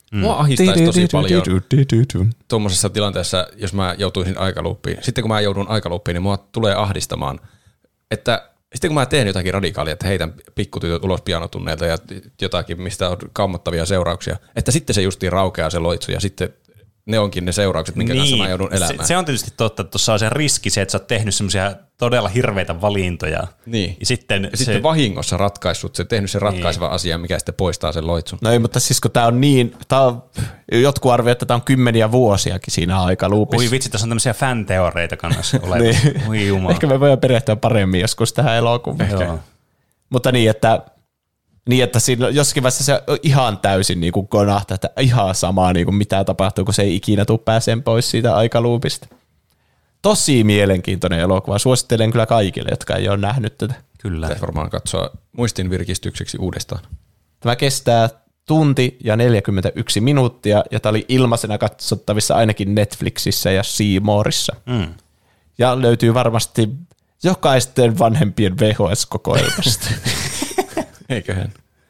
Mm. Mua ahdistaisi tosi paljon tuommoisessa tilanteessa, jos mä joutuisin aikaluuppiin. Sitten kun mä joudun aikaluuppiin, niin mua tulee ahdistamaan, että sitten kun mä teen jotakin radikaalia, että heitän pikkutytöt ulos pianotunneilta ja jotakin, mistä on kammottavia seurauksia, että sitten se justiin raukeaa se loitsu ja sitten ne onkin ne seuraukset, minkä niin, kanssa mä joudun elämään. Se, se on tietysti totta, että tuossa on se riski se, että sä oot tehnyt semmoisia todella hirveitä valintoja. Niin. Ja sitten, ja se, sitten vahingossa ratkaissut, se tehnyt sen ratkaiseva niin. asia, mikä sitten poistaa sen loitsun. No ei, mutta siis kun tää on niin, tää on, jotkut arvioivat, että tää on kymmeniä vuosiakin siinä aikaluupissa. Ui vitsi, tässä on tämmöisiä fan-teoreita kannassa niin. Ui jumala. Ehkä me voidaan perehtyä paremmin joskus tähän elokuvaan. Mutta niin, että Niin, että siinä jossakin vaiheessa se on ihan täysin niin kuin konahtaa, että ihan samaa niin kuin mitä tapahtuu, kun se ei ikinä tule pääseen pois siitä aikaluupista. Tosi mielenkiintoinen elokuva. Suosittelen kyllä kaikille, jotka ei ole nähnyt tätä. Kyllä. Tätä varmaan katsoa muistin virkistykseksi uudestaan. Tämä kestää tunti ja neljäkymmentäyksi minuuttia, ja tämä oli ilmaisena katsottavissa ainakin Netflixissä ja C Moressa. Mm. Ja löytyy varmasti jokaisten vanhempien V H S-kokoelmasta. Eiköhän.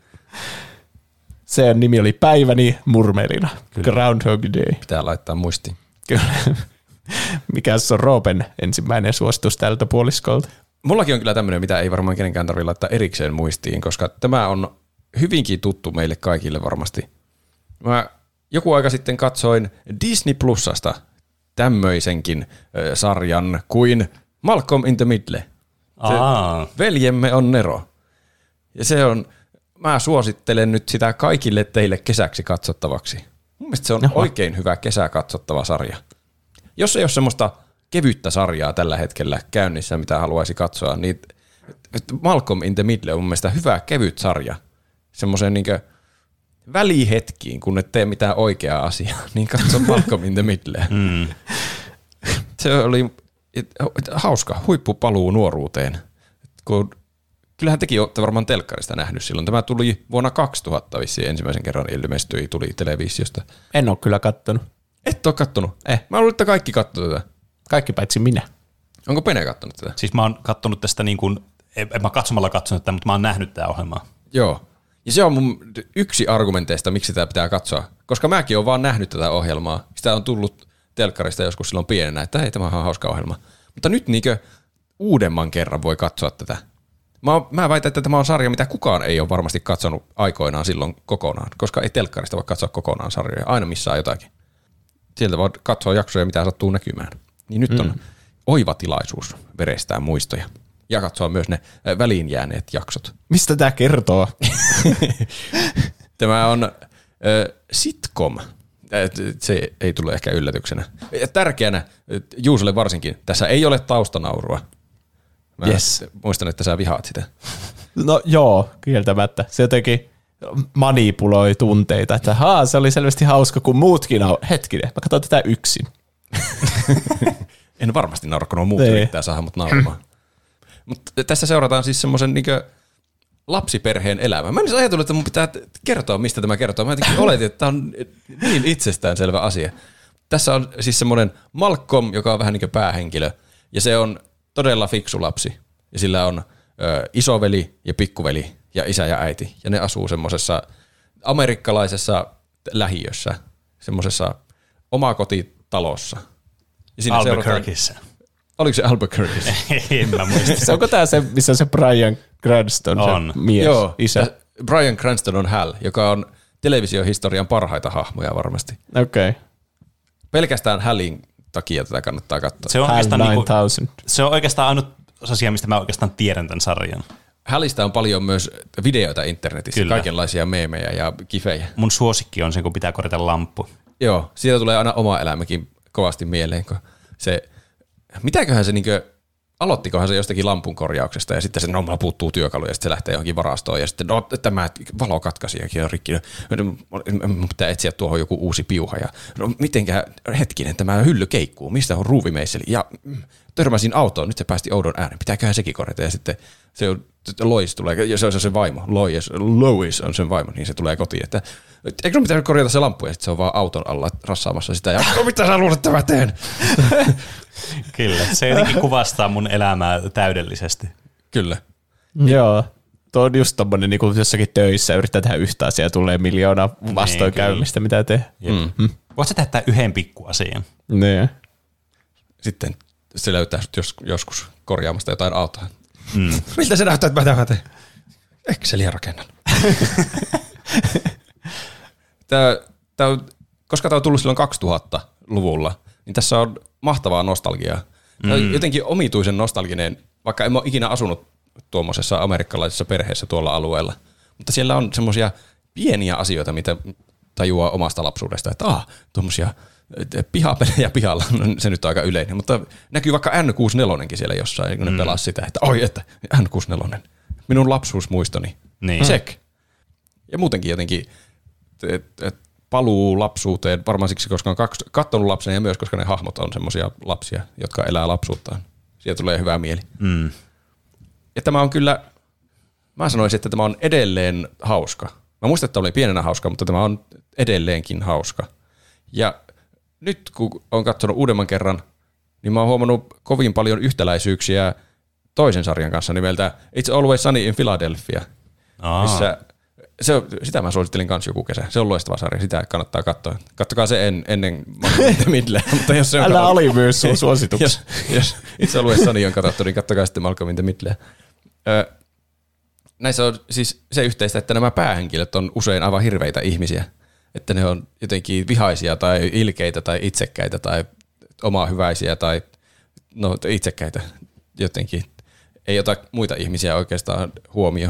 Sen nimi oli Päiväni murmelina. Kyllä. Groundhog Day. Pitää laittaa muistiin. Kyllä. Mikäs on Roopen ensimmäinen suositus tältä puoliskolta? Mullakin on kyllä tämmöinen, mitä ei varmaan kenenkään tarvitse laittaa erikseen muistiin, koska tämä on hyvinkin tuttu meille kaikille varmasti. Mä joku aika sitten katsoin Disney Plusasta tämmöisenkin äh, sarjan kuin Malcolm in the Middle. Veljemme on Nero. Ja se on, mä suosittelen nyt sitä kaikille teille kesäksi katsottavaksi. Mun mielestä se on Oho. oikein hyvä kesäkatsottava sarja. Jos ei ole semmoista kevyttä sarjaa tällä hetkellä käynnissä, mitä haluaisi katsoa, niin Malcolm in the Middle on mun mielestä hyvä kevyt sarja. Semmoisen niinkö välihetkiin, kun et tee mitään oikeaa asiaa, niin katso Malcolm in the Middle. Mm. Se oli hauska huippupaluu nuoruuteen, kun kyllähän tekin olette varmaan telkkarista nähnyt silloin. Tämä tuli vuonna kaksituhatta vissiin ensimmäisen kerran ilmestyi, tuli televisiosta. En ole kyllä kattonut. Et ole kattonut? Eh. Mä luulen, että kaikki katsoi tätä. Kaikki paitsi minä. Onko Pene kattonut tätä? Siis mä oon kattonut tästä niin kuin, en mä katsomalla katsonut tätä, mutta mä oon nähnyt tää ohjelmaa. Joo. Ja se on mun yksi argumenteista, miksi tämä pitää katsoa. Koska mäkin oon vaan nähnyt tätä ohjelmaa. Sitä on tullut telkkarista joskus silloin pienenä, että hei, tämä on hauska ohjelma. Mutta nyt niinkö uudemman kerran voi katsoa tätä. Mä, mä väitän, että tämä on sarja, mitä kukaan ei ole varmasti katsonut aikoinaan silloin kokonaan, koska ei telkkarista voi katsoa kokonaan sarjoja, aina missä on jotakin. Sieltä voi katsoa jaksoja, mitä sattuu näkymään. Niin nyt on mm. oiva tilaisuus verestää muistoja ja katsoa myös ne väliin jääneet jaksot. Mistä tämä kertoo? Tämä on äh, sitcom. Se ei tule ehkä yllätyksenä. Tärkeänä Juusolle varsinkin, tässä ei ole taustanaurua. Mä yes. muistan, että sä vihaat sitä. No joo, kieltämättä. Se jotenkin manipuloi tunteita, että haa, se oli selvästi hauska, kun muutkin nau... Hetkinen, mä katson tätä yksin. En varmasti naura, kun on muut yrittää saada mut nauramaan. Mutta tässä seurataan siis semmoisen niinkö lapsiperheen elämää. Mä en siis ajatellut, että mun pitää kertoa, mistä tämä kertoo. Mä jotenkin oletin, että tämä on niin itsestäänselvä asia. Tässä on siis semmoinen Malcolm, joka on vähän niin kuin päähenkilö, ja se on todella fiksu lapsi. Ja sillä on ö, isoveli ja pikkuveli ja isä ja äiti. Ja ne asuu semmoisessa amerikkalaisessa lähiössä, semmoisessa omakotitalossa. Albuquerquessa. Oliko se Albuquerquessa? En mä muista. Onko tämä se, missä on se Bryan Cranston, on. Se mies, Joo, isä? Bryan Cranston on Hal, joka on televisiohistorian parhaita hahmoja varmasti. Okei. Okay. Pelkästään Halin takia tätä kannattaa katsoa. Se on, oikeastaan niinku, se on oikeastaan ainut asia, mistä mä oikeastaan tiedän tämän sarjan. Halista on paljon myös videoita internetissä, Kyllä. kaikenlaisia meemejä ja kifejä. Mun suosikki on se, kun pitää korjata lamppu. Joo, siitä tulee aina oma elämäkin kovasti mieleen, kun se, mitäköhän se niinkö, aloittikohan se jostakin lampun korjauksesta ja sitten se, no mulla puuttuu työkaluja ja sitten se lähtee johonkin varastoon ja sitten, no tämä valo katkaisijakin on rikki, mun pitää etsiä tuohon joku uusi piuha ja no mitenkään, hetkinen, tämä hylly keikkuu, mistä on ruuvimeisseli ja törmäsin autoon, nyt se päästi oudon äänen, pitääköhän sekin korjata ja sitten se on, Lois tulee, ja se on se vaimo, Lois, Lois on sen vaimo, niin se tulee kotiin, että eikö sun pitänyt korjata se lamppu ja sitten se on vaan auton alla rassaamassa sitä ja no mitä sä luulet, että mä teen? Kyllä, se jotenkin kuvastaa mun elämää täydellisesti. Kyllä. Joo, tuo on just tommonen niin kuin jossakin töissä yrittää tehdä yhtä asiaa ja tulee miljoona vastoinkäymistä, mitä tehdään. Mm. Mm. Voit sä tehdä yhden pikkuasian? Niin. Sitten se löytää jos, joskus korjaamasta jotain autoa. Mm. Miltä se näyttää, että mä tämän teen? Exceliä rakennan. Tää, tää on, koska tämä on tullut silloin kaksituhattaluvulla, niin tässä on mahtavaa nostalgiaa. Tämä on mm. jotenkin omituisen nostalginen, vaikka en ole ikinä asunut tuommoisessa amerikkalaisessa perheessä tuolla alueella. Mutta siellä on semmoisia pieniä asioita, mitä tajuaa omasta lapsuudesta, että ah, tuommoisia pihapelejä pihalla, no, se nyt on aika yleinen, mutta näkyy vaikka N kuusikymmentäneljä siellä jossain, kun ne mm. pelaa sitä, että oi, että N kuusikymmentäneljä, minun lapsuusmuistoni, niin. Sek. Ja muutenkin jotenkin et, et, paluu lapsuuteen, varmaan siksi, koska on katsonut lapsen ja myös, koska ne hahmot on semmoisia lapsia, jotka elää lapsuuttaan. Siitä tulee hyvä mieli. Mm. Ja tämä on kyllä, mä sanoisin, että tämä on edelleen hauska. Mä muistan, että oli pienenä hauska, mutta tämä on edelleenkin hauska. Ja nyt kun olen katsonut uudemman kerran, niin mä oon huomannut kovin paljon yhtäläisyyksiä toisen sarjan kanssa nimeltä It's Always Sunny in Philadelphia. Aa. Missä se, sitä mä suosittelin kanssa joku kesä. Se on loistava sarja, sitä kannattaa katsoa. Kattokaa se en, ennen Midley. Mutta jos se on älä oli myös sun suosituksia. Jos, jos It's Always Sunny on katsottu, niin kattokaa sitten Malcolm in the Middle. Öö, näissä on siis se yhteistä, että nämä päähenkilöt on usein aivan hirveitä ihmisiä. Että ne on jotenkin vihaisia tai ilkeitä tai itsekkäitä tai omaa hyväisiä tai no, itsekkäitä jotenkin. Ei ota muita ihmisiä oikeastaan huomioon.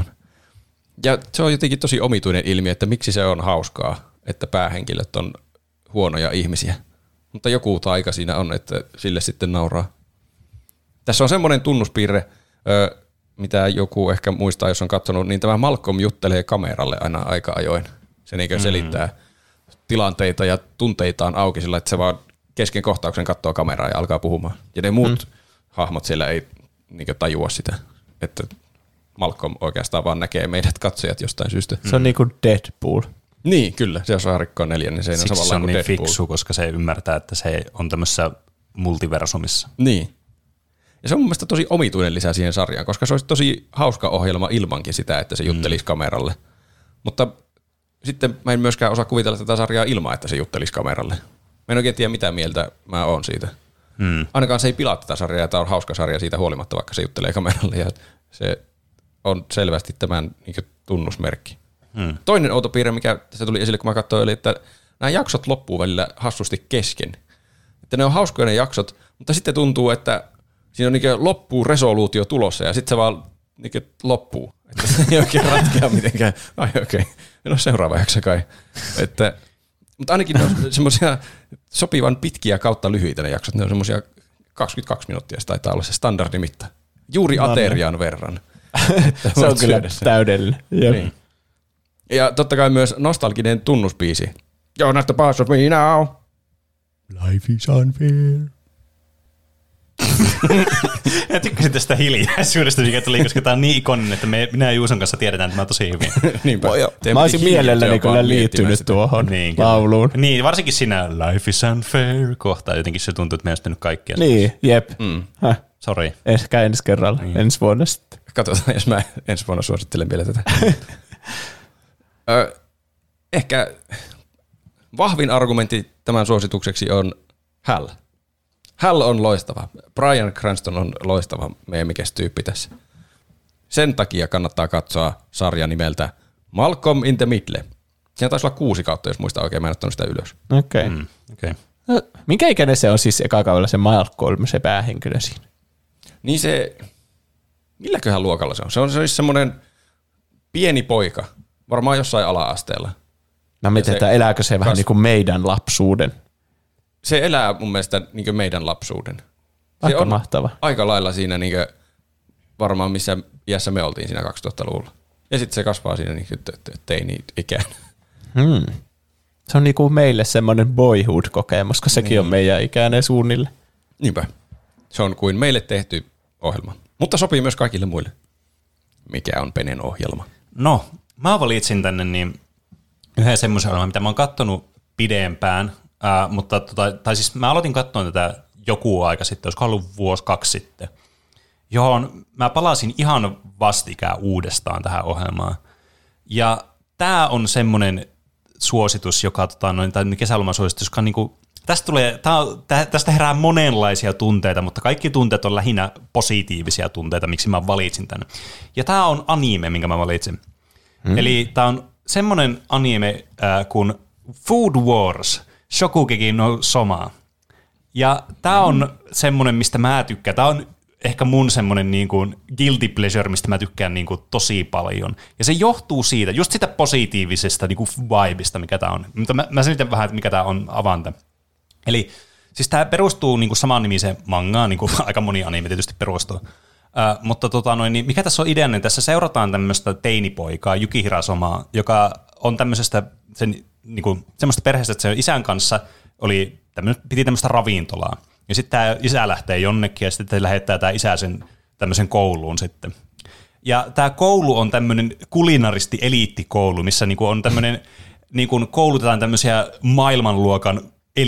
Ja se on jotenkin tosi omituinen ilmiö, että miksi se on hauskaa, että päähenkilöt on huonoja ihmisiä. Mutta joku taika siinä on, että sille sitten nauraa. Tässä on semmoinen tunnuspiirre, mitä joku ehkä muistaa, jos on katsonut, niin tämä Malcolm juttelee kameralle aina aika ajoin. Se niinkö selittää mm-hmm. tilanteita ja tunteitaan auki sillä, että se vaan kesken kohtauksen katsoo kameraa ja alkaa puhumaan. Ja ne muut mm. hahmot siellä ei niinkö tajua sitä, että Malcolm oikeastaan vaan näkee meidät katsojat jostain syystä. Se on niin kuin Deadpool. Niin, kyllä. Se osaa rikkoa neljännen seinän samalla kuin Deadpool. Siksi se on niin fiksu, koska se ymmärtää, että se on tämmöisessä multiversumissa. Niin. Ja se on mun mielestä tosi omituinen lisä siihen sarjaan, koska se olisi tosi hauska ohjelma ilmankin sitä, että se juttelisi mm. kameralle. Mutta sitten mä en myöskään osaa kuvitella tätä sarjaa ilman, että se juttelisi kameralle. Mä en oikein tiedä, mitä mieltä mä oon siitä. Mm. Ainakaan se ei pilaa tätä sarjaa, ja tämä on hauska sarja siitä huolimatta, vaikka se juttelee kameralle. Ja se on selvästi tämän niin kuin tunnusmerkki. Mm. Toinen outo piirre, mikä tässä tuli esille, kun mä katsoin, oli, että nämä jaksot loppuu välillä hassusti kesken. Että ne on hauskoja ne jaksot, mutta sitten tuntuu, että siinä on niin kuin loppuu resoluutio tulossa, ja sitten se vaan niin kuin loppuu. Että se ei oikein ratkea mitenkään. Ai okei, okay. No seuraava jakso kai. Että, mutta ainakin ne on semmoisia sopivan pitkiä kautta lyhyitä ne jaksot. Ne on semmoisia kaksikymmentäkaksi minuuttia, se taitaa olla se standardimitta. Juuri aterian verran. Se on kyllä täydellinen. Niin. Ja totta kai myös nostalginen tunnusbiisi. You're not the boss of me now. Life is unfair. Ja tykkäsin tästä hiljaisuudesta, mikä tuli, koska tämä on niin ikoninen, että me, minä ja Juuson kanssa tiedetään tämä tosi hyvin. Niinpä. Mä olisin mielelläni kyllä liittynyt tuohon niin, lauluun. Niin, varsinkin siinä Life is unfair kohtaa. Jotenkin se tuntuu, että me ei olisi tehnyt kaikkia. Niin, jep. Mm. Sori. Ehkä ensi kerralla, niin. ensi vuonna sitten. Katsotaan, jos mä ensi vuonna suosittelen vielä tätä. Ö, ehkä vahvin argumentti tämän suositukseksi on Hal. Hal on loistava. Bryan Cranston on loistava meemikes-tyyppi tässä. Sen takia kannattaa katsoa sarja nimeltä Malcolm in the Middle. Siinä taisi olla kuusi kautta, jos muistaa oikein. Mä en ottanut sitä ylös. Okei. Okay. Mm, okay. No, minkä ikäinen se on siis eka kaudella se Malcolm, se päähenkilö siinä? Niin se, milläköhän luokalla se on? Se on siis semmoinen pieni poika, varmaan jossain ala-asteella. No miten, että elääkö se vähän kas... niin kuin meidän lapsuuden? Se elää mun mielestä niin kuin meidän lapsuuden. Aika se on mahtava. Aika lailla siinä niin kuin varmaan missä iässä me oltiin siinä kaksituhattaluvulla. Ja sitten se kasvaa siinä niin kuin teini-ikään. Hmm. Se on niin kuin meille semmoinen boyhood-kokemus, koska sekin niin on meidän ikäinen suunnille. Niinpä. Se on kuin meille tehty ohjelma. Mutta sopii myös kaikille muille. Mikä on Penen ohjelma? No, mä valitsin tänne niin yhden semmoisen ohjelman, mitä mä oon kattonut pidempään. Äh, mutta tota, tai siis mä aloitin katsoa tätä joku aika sitten, olisiko ollut vuosi kaksi sitten. johon mä palasin ihan vastikään uudestaan tähän ohjelmaan. Ja tää on semmoinen suositus, joka tota, noin, tai kesälomasuositus, joka niinku, tästä, tulee, tää, tästä herää monenlaisia tunteita, mutta kaikki tunteet on lähinnä positiivisia tunteita, miksi mä valitsin tänne. Ja tää on anime, minkä mä valitsin. Hmm. Eli tää on semmoinen anime äh, kuin Food Wars, Shokugeki no Soma. Ja tää on semmoinen, mistä mä tykkään. Tää on ehkä mun semmoinen niin kuin guilty pleasure, mistä mä tykkään niin kuin tosi paljon. Ja se johtuu siitä, just sitä positiivisesta niin kuin vibesta, mikä tää on. Mutta mä, mä selitän vähän, että mikä tää on avanta. Eli siis tää perustuu niin kuin samannimiseen mangaan, niin kuin aika moni anime tietysti perustuu. Uh, mutta tota noin, niin mikä tässä on idea, niin tässä seurataan tämmöistä teinipoikaa, Yukihira Somaa, joka on tämmöisestä sen, niin kuin, semmoista perheestä, että se isän kanssa oli tämmönen, piti tämmöistä ravintolaa. Ja sitten tämä isä lähtee jonnekin ja sitten lähettää tämä isä sen tämmöisen kouluun sitten. Ja tämä koulu on tämmöinen kulinaristi eliittikoulu, missä niinku on tämmöinen, niinku koulutetaan tämmöisiä maailmanluokan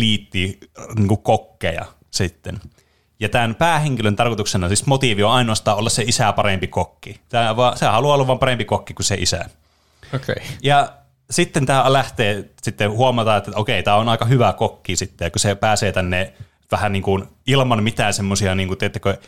eliittikokkeja sitten. Ja tämän päähenkilön tarkoituksena, siis motiivi on ainoastaan olla se isä parempi kokki. Tämä vaan, se haluaa olla vaan parempi kokki kuin se isä. Okay. Ja sitten tämä lähtee, sitten huomataan, että okei, tämä on aika hyvä kokki sitten, ja kun se pääsee tänne vähän niin kuin ilman mitään semmoisia, niin kuin, teettekö,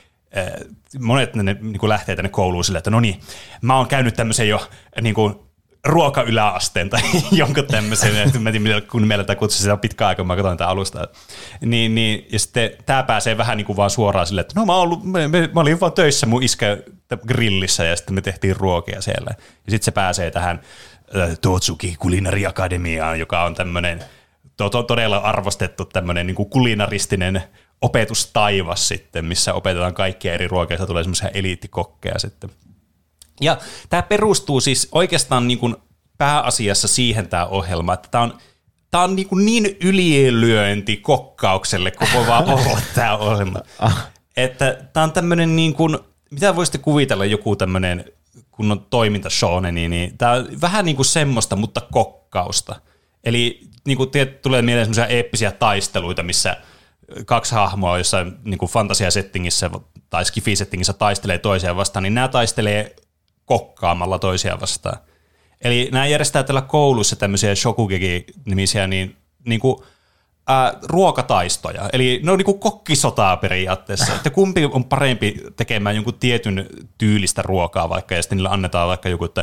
monet ne niin kuin lähtee tänne kouluun silleen, että no niin, mä oon käynyt tämmöisen jo niin kuin ruokayläasteen tai jonkun tämmöisen, mä en tiedä, kun meillä tämä kutsui sitä pitkään aikaa, kun mä katsoin tätä alusta. Niin, niin, ja sitten tämä pääsee vähän niin kuin vaan suoraan silleen, että no mä, ollut, mä, mä olin vaan töissä mun iskä grillissä ja sitten me tehtiin ruokia siellä. Ja sitten se pääsee tähän Totsuki Culinary Academiaan, joka on tämmöinen to- to- todella arvostettu tämmöinen niin kuin kulinaristinen opetustaivas sitten, missä opetetaan kaikkia eri ruokia, ja tulee semmoisia eliittikokkeja sitten. Ja tämä perustuu siis oikeastaan niin kuin pääasiassa siihen tämä ohjelma, että tämä on, tämä on niin, kuin niin ylilyönti kokkaukselle, kun voi vaan olla tämä ohjelma. Että tämä on tämmöinen, niin kuin, mitä voisitte kuvitella joku tämmöinen kun on toiminta shouneni, niin tämä on vähän niin kuin semmoista, mutta kokkausta. Eli niin kuin tiedät, tulee mieleen semmoisia eeppisiä taisteluita, missä kaksi hahmoa jossain niin kuin fantasia-settingissä tai skifi-settingissä taistelee toisiaan vastaan, niin nämä taistelee kokkaamalla toisiaan vastaan. Eli nämä järjestää tällä koulussa tämmöisiä shokugeki-nimisiä niin, niin kuin, ää, ruokataistoja. Eli ne on niin kuin kokkisotaa periaatteessa, että kumpi on parempi tekemään jonkun tietyn tyylistä ruokaa vaikka, ja sitten niille annetaan vaikka joku, että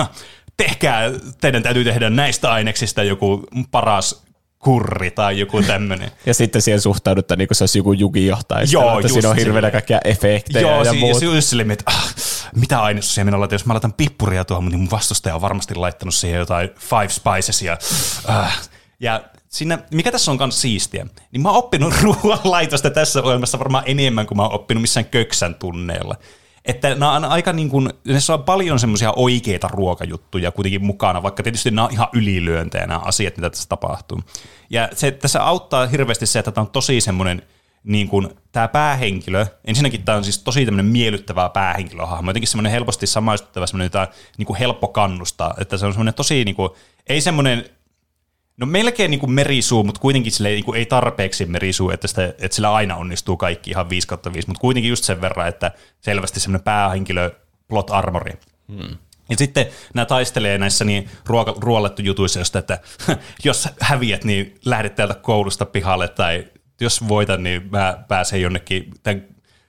tehkää, teidän täytyy tehdä näistä aineksista joku paras kurri tai joku tämmöinen. Ja sitten siihen suhtaudutaan niin kuin se olisi joku jukijohtaja. Joo, että siinä on hirveänä kaikkia efektejä joo, ja si- muut. Joo, just silleen, että ah, mitä ainesosia minä laitan, jos mä laitan pippuria tuohon, niin mun vastustaja on varmasti laittanut siihen jotain five spicesia. Ah. Ja siinä, mikä tässä on myös siistiä, niin mä oon oppinut ruoanlaitosta tässä ohjelmassa varmaan enemmän kuin mä oon oppinut missään köksän tunneilla. Että nämä on aika niin kuin, näissä on paljon semmoisia oikeita ruokajuttuja kuitenkin mukana, vaikka tietysti nämä on ihan ylilyöntejä nämä asiat, mitä tässä tapahtuu. Ja se, tässä auttaa hirveästi se, että tämä on tosi semmoinen, niin kuin tämä päähenkilö, ensinnäkin tämä on siis tosi tämmöinen miellyttävää päähenkilöhahmo, jotenkin semmoinen helposti samaistuttava, semmoinen, jota niin kuin helppo kannustaa, että se on semmoinen tosi, niin kuin, ei semmoinen, no melkein niin kuin merisuu, mutta kuitenkin sille niin kuin ei tarpeeksi merisuu, että, sitä, että sillä aina onnistuu kaikki ihan viisi kautta viisi, mutta kuitenkin just sen verran, että selvästi semmoinen päähenkilö plot armori. Hmm. Ja sitten nämä taistelee näissä niin ruoka, ruoallettu jutuissa, josta, että jos häviät, niin lähdet täältä koulusta pihalle, tai jos voitan, niin mä pääsen jonnekin tämän,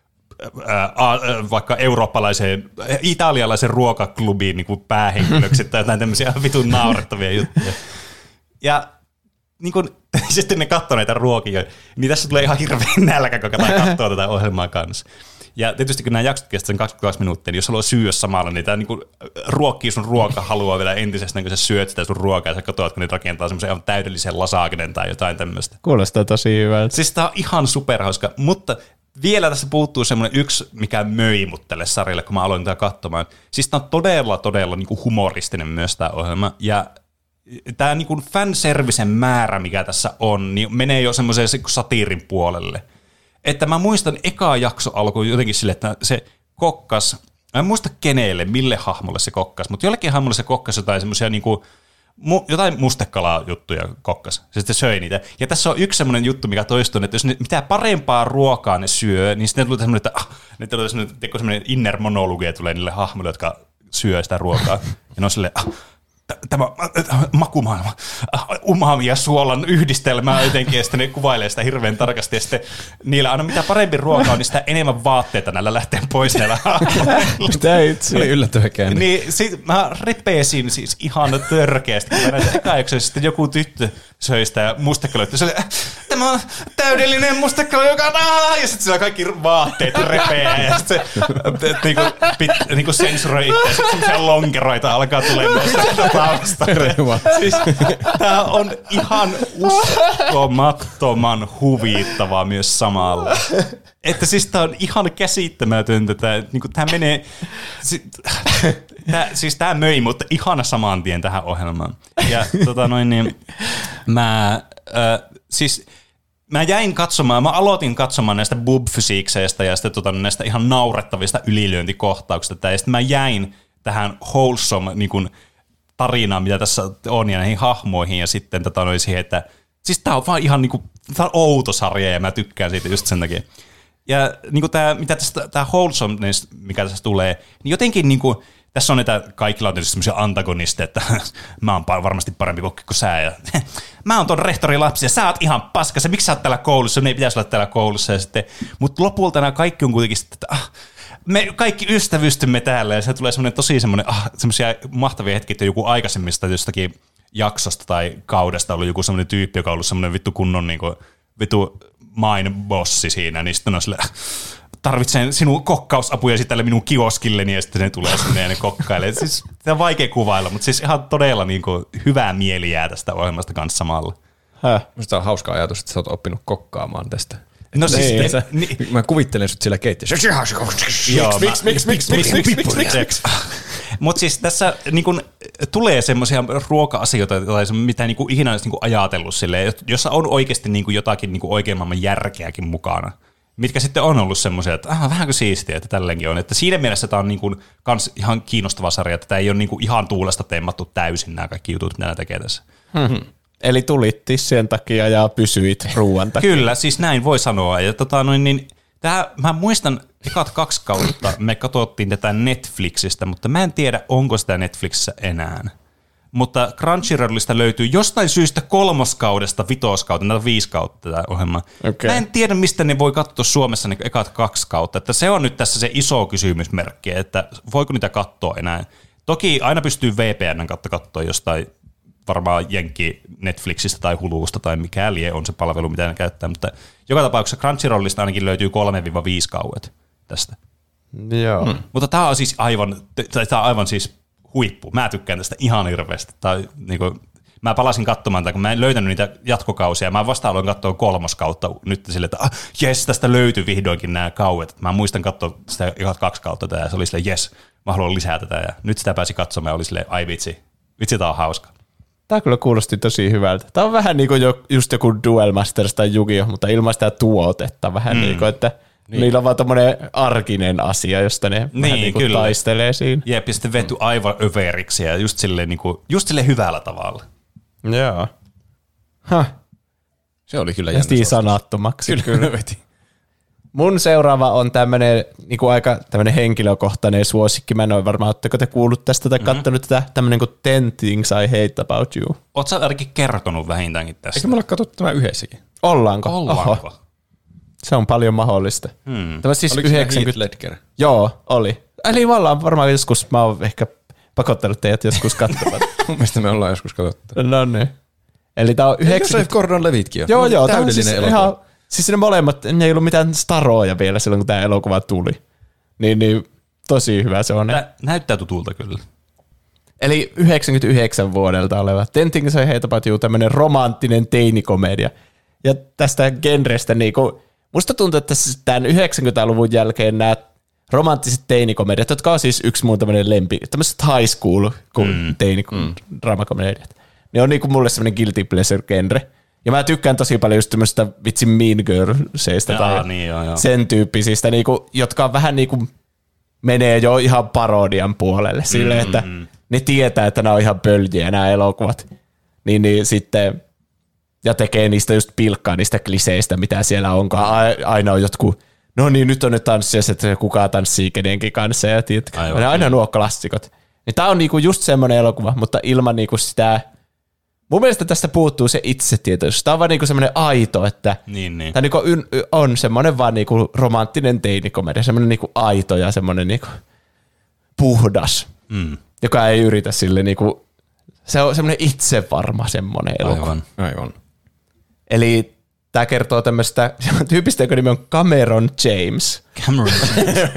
ää, ää, vaikka eurooppalaiseen, italialaisen ruokaklubiin niin kuin päähenkilöksi, tai jotain tämmöisiä vitun naurettavia juttuja. Ja niin kun sitten ne katsoo näitä ruokia, niin tässä tulee ihan hirveän nälkä, kun katsoo tätä ohjelmaa kanssa. Ja tietysti kun nämä jaksot kestävät kaksikymmentäkaksi minuuttia, niin jos haluaa syödä samalla, niin tämä niin kuin ruokkii sun ruokahalua vielä entisestään, kun sä syöt sitä sun ruokaa, ja sä katsoit, kun ne rakentaa semmoisen täydellisen lasagnen tai jotain tämmöistä. Kuulostaa tosi hyvältä. Siis tää on ihan superhauska, mutta vielä tässä puuttuu semmoinen yksi, mikä möi mut tälle sarjalle, kun mä aloin tätä katsomaan. Siis tää on todella, todella niin kuin humoristinen myös tää ohjelma, ja tämä niin kuin fanservicen määrä, mikä tässä on, niin menee jo semmoiseen satiirin puolelle. Että mä muistan, eka jakso alkoi jotenkin sille, että se kokkas, mä en muista kenelle, mille hahmolle se kokkas, mutta jollekin hahmolle se kokkas jotain semmoisia niinku mu- jotain mustekalaa juttuja kokkas. Se sitten söi niitä. Ja tässä on yksi semmoinen juttu, mikä toistuu, että jos ne, mitä parempaa ruokaa ne syö, niin sitten tulee semmoinen, että ah, ne tulee semmoinen, semmoinen inner monologia tulee niille hahmoille, jotka syö sitä ruokaa. Ja ne on silleen, ah, tämä makumaailma, umami ja suolan yhdistelmää jotenkin, ja sitten ne kuvailee sitä hirveän tarkasti, ja sitten niillä aina mitä parempi ruoka on, niin sitä enemmän vaatteita näillä lähtee pois näillä hahmoilla. Se oli yllättävä käänne. Niin sit mä repesin siis ihan törkeästi, kun mä näin eka jaksossa, sitten joku tyttö söi sitä ja mustekaloitti. Se oli, tämä on täydellinen mustekalo, joka on ja sitten siellä kaikki vaatteet repeää, ja sitten se niinku, pit, niinku sensuroi itse, sitten semmoisia lonkeroita alkaa tulemaan sitä taustasta. Siis tää on ihan uskomattoman huvittavaa myös samalla. Että siis tää on ihan käsittämätöntä. Tää, niinku, tää menee... Si, tää, siis tää möi, mutta ihana saman tien tähän ohjelmaan. Ja tota noin niin... Mä... Äh, siis... Mä jäin katsomaan, mä aloitin katsomaan näistä boob-fysiikseistä ja sitten tota, näistä ihan naurettavista ylilyöntikohtauksista. Ja sitten mä jäin tähän wholesome niin kuin, tarinaan, mitä tässä on, ja näihin hahmoihin, ja sitten tota, noin siihen, että siis tää on vaan ihan niin kuin, tää on outo sarja, ja mä tykkään siitä just sen takia. Ja niin kuin tää, mitä tästä, tää wholesomeness, mikä tässä tulee, niin jotenkin niin kuin, tässä on näitä, kaikilla on tietysti semmoisia antagonisteja, että mä oon varmasti parempi kokki kuin sä, ja mä oon ton rehtorin lapsi, ja sä oot ihan paska, miksi sä oot täällä koulussa, ne ei pitäisi olla täällä koulussa, ja sitten, mutta lopulta nämä kaikki on kuitenkin sitten, että ah, me kaikki ystävystymme täällä, ja se tulee semmoinen tosi semmoinen, ah, semmoisia mahtavia hetkiä, että joku aikaisemmista jostakin jaksosta tai kaudesta ollut joku semmoinen tyyppi, joka on ollut semmoinen vittu kunnon niin kuin, vittu main-bossi siinä, niin sitten on silleen, tarvitsen sinun kokkausapuja sitten tälle minun kioskilleni, ja sitten ne tulee sinne ja ne kokkailee. Siis, tämä on vaikea kuvailla, mutta siis ihan todella niin kuin, hyvää mieli jää tästä ohjelmasta kanssa samalla. Häh? Minusta on hauska ajatus, että sä oot oppinut kokkaamaan tästä. No siis, niin, ne, sä, ni, mä kuvittelen sut siellä keittiössä. Miksi, miksi, miksi, miksi, miksi, mutta siis tässä niin kun, tulee semmoisia ruoka-asioita, tai mitä niin kun, ikinä olisi niin kun, ajatellut silleen, jossa on oikeasti niin kun, jotakin niin kun, oikein maailman järkeäkin mukana. Mitkä sitten on ollut semmoisia, että ah, vähänkö siistiä, että tälleenkin on. Että siinä mielessä tämä on niin kuin, kans ihan kiinnostava sarja, että tämä ei ole niin kuin, ihan tuulesta temmattu täysin nämä kaikki jutut, mitä nämä tekee tässä. Hmm. Eli tulit tissien takia ja pysyit ruuan takia. Kyllä, siis näin voi sanoa. Ja tota, noin, niin, tää, mä muistan ekat kaksi kautta, me katsottiin tätä Netflixistä, mutta mä en tiedä, onko sitä Netflixissä enää. Mutta Crunchyrollista löytyy jostain syystä kolmoskaudesta vitoskautta, näitä viisi kautta tätä ohjelmaa. Okay. Mä en tiedä, mistä ne voi katsoa Suomessa niin ekat kaksi kautta. Että se on nyt tässä se iso kysymysmerkki, että voiko niitä katsoa enää. Toki aina pystyy V P N:n kautta katsoa jostain varmaan Jenkki Netflixistä tai Hulusta tai mikä lie on se palvelu, mitä ne käyttää. Mutta joka tapauksessa Crunchyrollista ainakin löytyy kolmesta viiteen kauet tästä. Joo. Hmm. Mutta tämä on siis aivan, tämä on aivan siis huippu. Mä tykkään tästä ihan hirveästi. Tai, niin kuin, mä palasin katsomaan tätä, kun mä en löytänyt niitä jatkokausia. Mä vasta aloin katsoa kolmoskautta nyt silleen, että ah, jes, tästä löytyi vihdoinkin nämä kauet. Mä muistan katsoa sitä kaksi kautta tätä, ja se oli silleen, jes, mä haluan lisää tätä. Ja nyt sitä pääsi katsomaan ja oli silleen, ai vitsi, vitsi tää on hauska. Tämä kyllä kuulosti tosi hyvältä. Tämä on vähän niin kuin jo, just joku Duel Masters tai Yu-Gi-Oh, mutta ilman sitä tuotetta vähän mm. niin kuin, että niin. Niillä on vaan tommoinen arkinen asia, josta ne niin, vähän niin kuin taistelee siinä. Jep, ja sitten vetty aivan överiksi ja just silleen, niin kuin, just silleen hyvällä tavalla. Joo. Huh. Se oli kyllä jännä. Jästiin sanattomaksi. Kyllä, kyllä veti. Mun seuraava on tämmönen niin kuin aika tämmönen henkilökohtainen suosikki. Mä en ole varmaan, ootteko te kuullut tästä tai mm-hmm. kattonut tätä tämmönen kuin ten Things I Hate About You. Oot sä ainakin kertonut vähintäänkin tästä? Eikö me olla katsottu tämä yhdessäkin? Ollaanko? Ollaanko? Oho. Se on paljon mahdollista. Hmm. Tämä siis oliko yhdeksänkymmentä... Ledger? Joo, oli. Eli me ollaan varmaan joskus, mä oon ehkä pakottanut teidät joskus katsomaan. Mun mielestä me ollaan joskus katsottu. No niin. Eli tää on yhdeksänkymmentä... Gordon-Levittkin on. Joo, joo. Tämä on siis elokuva. Ihan... Siis ne molemmat, ne ei ollut mitään staroja vielä silloin, kun tämä elokuva tuli. Niin, niin tosi hyvä se on. Nä, näyttää tutulta kyllä. Eli yhdeksänkymmentäyhdeksän vuodelta oleva Ten Things I Hate About You, tämmöinen romanttinen teinikomedia. Ja tästä genrestä, niinku, musta tuntuu, että tämän yhdeksänkymmentäluvun jälkeen nämä romanttiset teinikomediat, jotka on siis yksi mun tämmöinen lempi, tämmöiset high school mm. teinidramakomediat, ne on niinku mulle semmoinen guilty pleasure genre. Ja mä tykkään tosi paljon just tämmöistä vitsin Mean Girlseistä tai niin, joo, joo. sen tyyppisistä, niinku, jotka vähän niinku menee jo ihan parodian puolelle. Silleen, että mm-hmm. ne tietää, että nämä on ihan pöljiä nämä elokuvat. Niin, niin sitten, ja tekee niistä just pilkkaa niistä kliseistä, mitä siellä onkaan. Aina on jotkut, no niin, nyt on ne tanssijat, että kuka tanssii kenenkin kanssa, ja tiedätkö, Aivan, aina kyllä. nuo klassikot. Niin tää on niinku just semmoinen elokuva, mutta ilman niinku sitä, mun mielestä tästä puuttuu se itsetietoisuus. Tää on vaan niinku semmoinen aito, että niin, niin. tää niinku on semmoinen vaan niinku romanttinen teinikomedia, semmoinen niinku aito ja semmoinen niinku puhdas, mm. joka ei yritä sille niinku, se on semmoinen itsevarma semmoinen elokuva. Aivan, aivan. Eli tää kertoo tämmöistä tyypistä, joka nimi on Cameron James. Cameron James.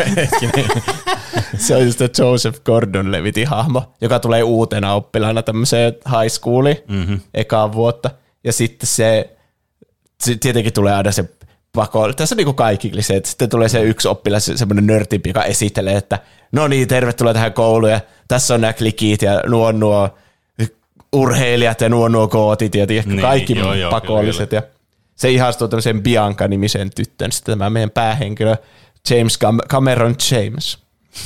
Se on just Joseph Gordon-Levitin hahmo, joka tulee uutena oppilaana tämmöiseen high schooliin mm-hmm. ekaan vuotta. Ja sitten se, se tietenkin tulee aina se pako. Tässä on niin kuin kaikki kliseet. Sitten tulee se yksi oppilas, semmoinen nörtimpi, joka esittelee, että no niin, tervetuloa tähän kouluun ja tässä on nämä klikit ja nuo nuo urheilijat ja nuo nuo kootit ja niin, kaikki joo, joo, pakolliset. Kyllä, kyllä. Ja se ihastuu tämmöiseen Bianca-nimiseen tyttöön, sitten tämä meidän päähenkilö James Cam- Cameron James.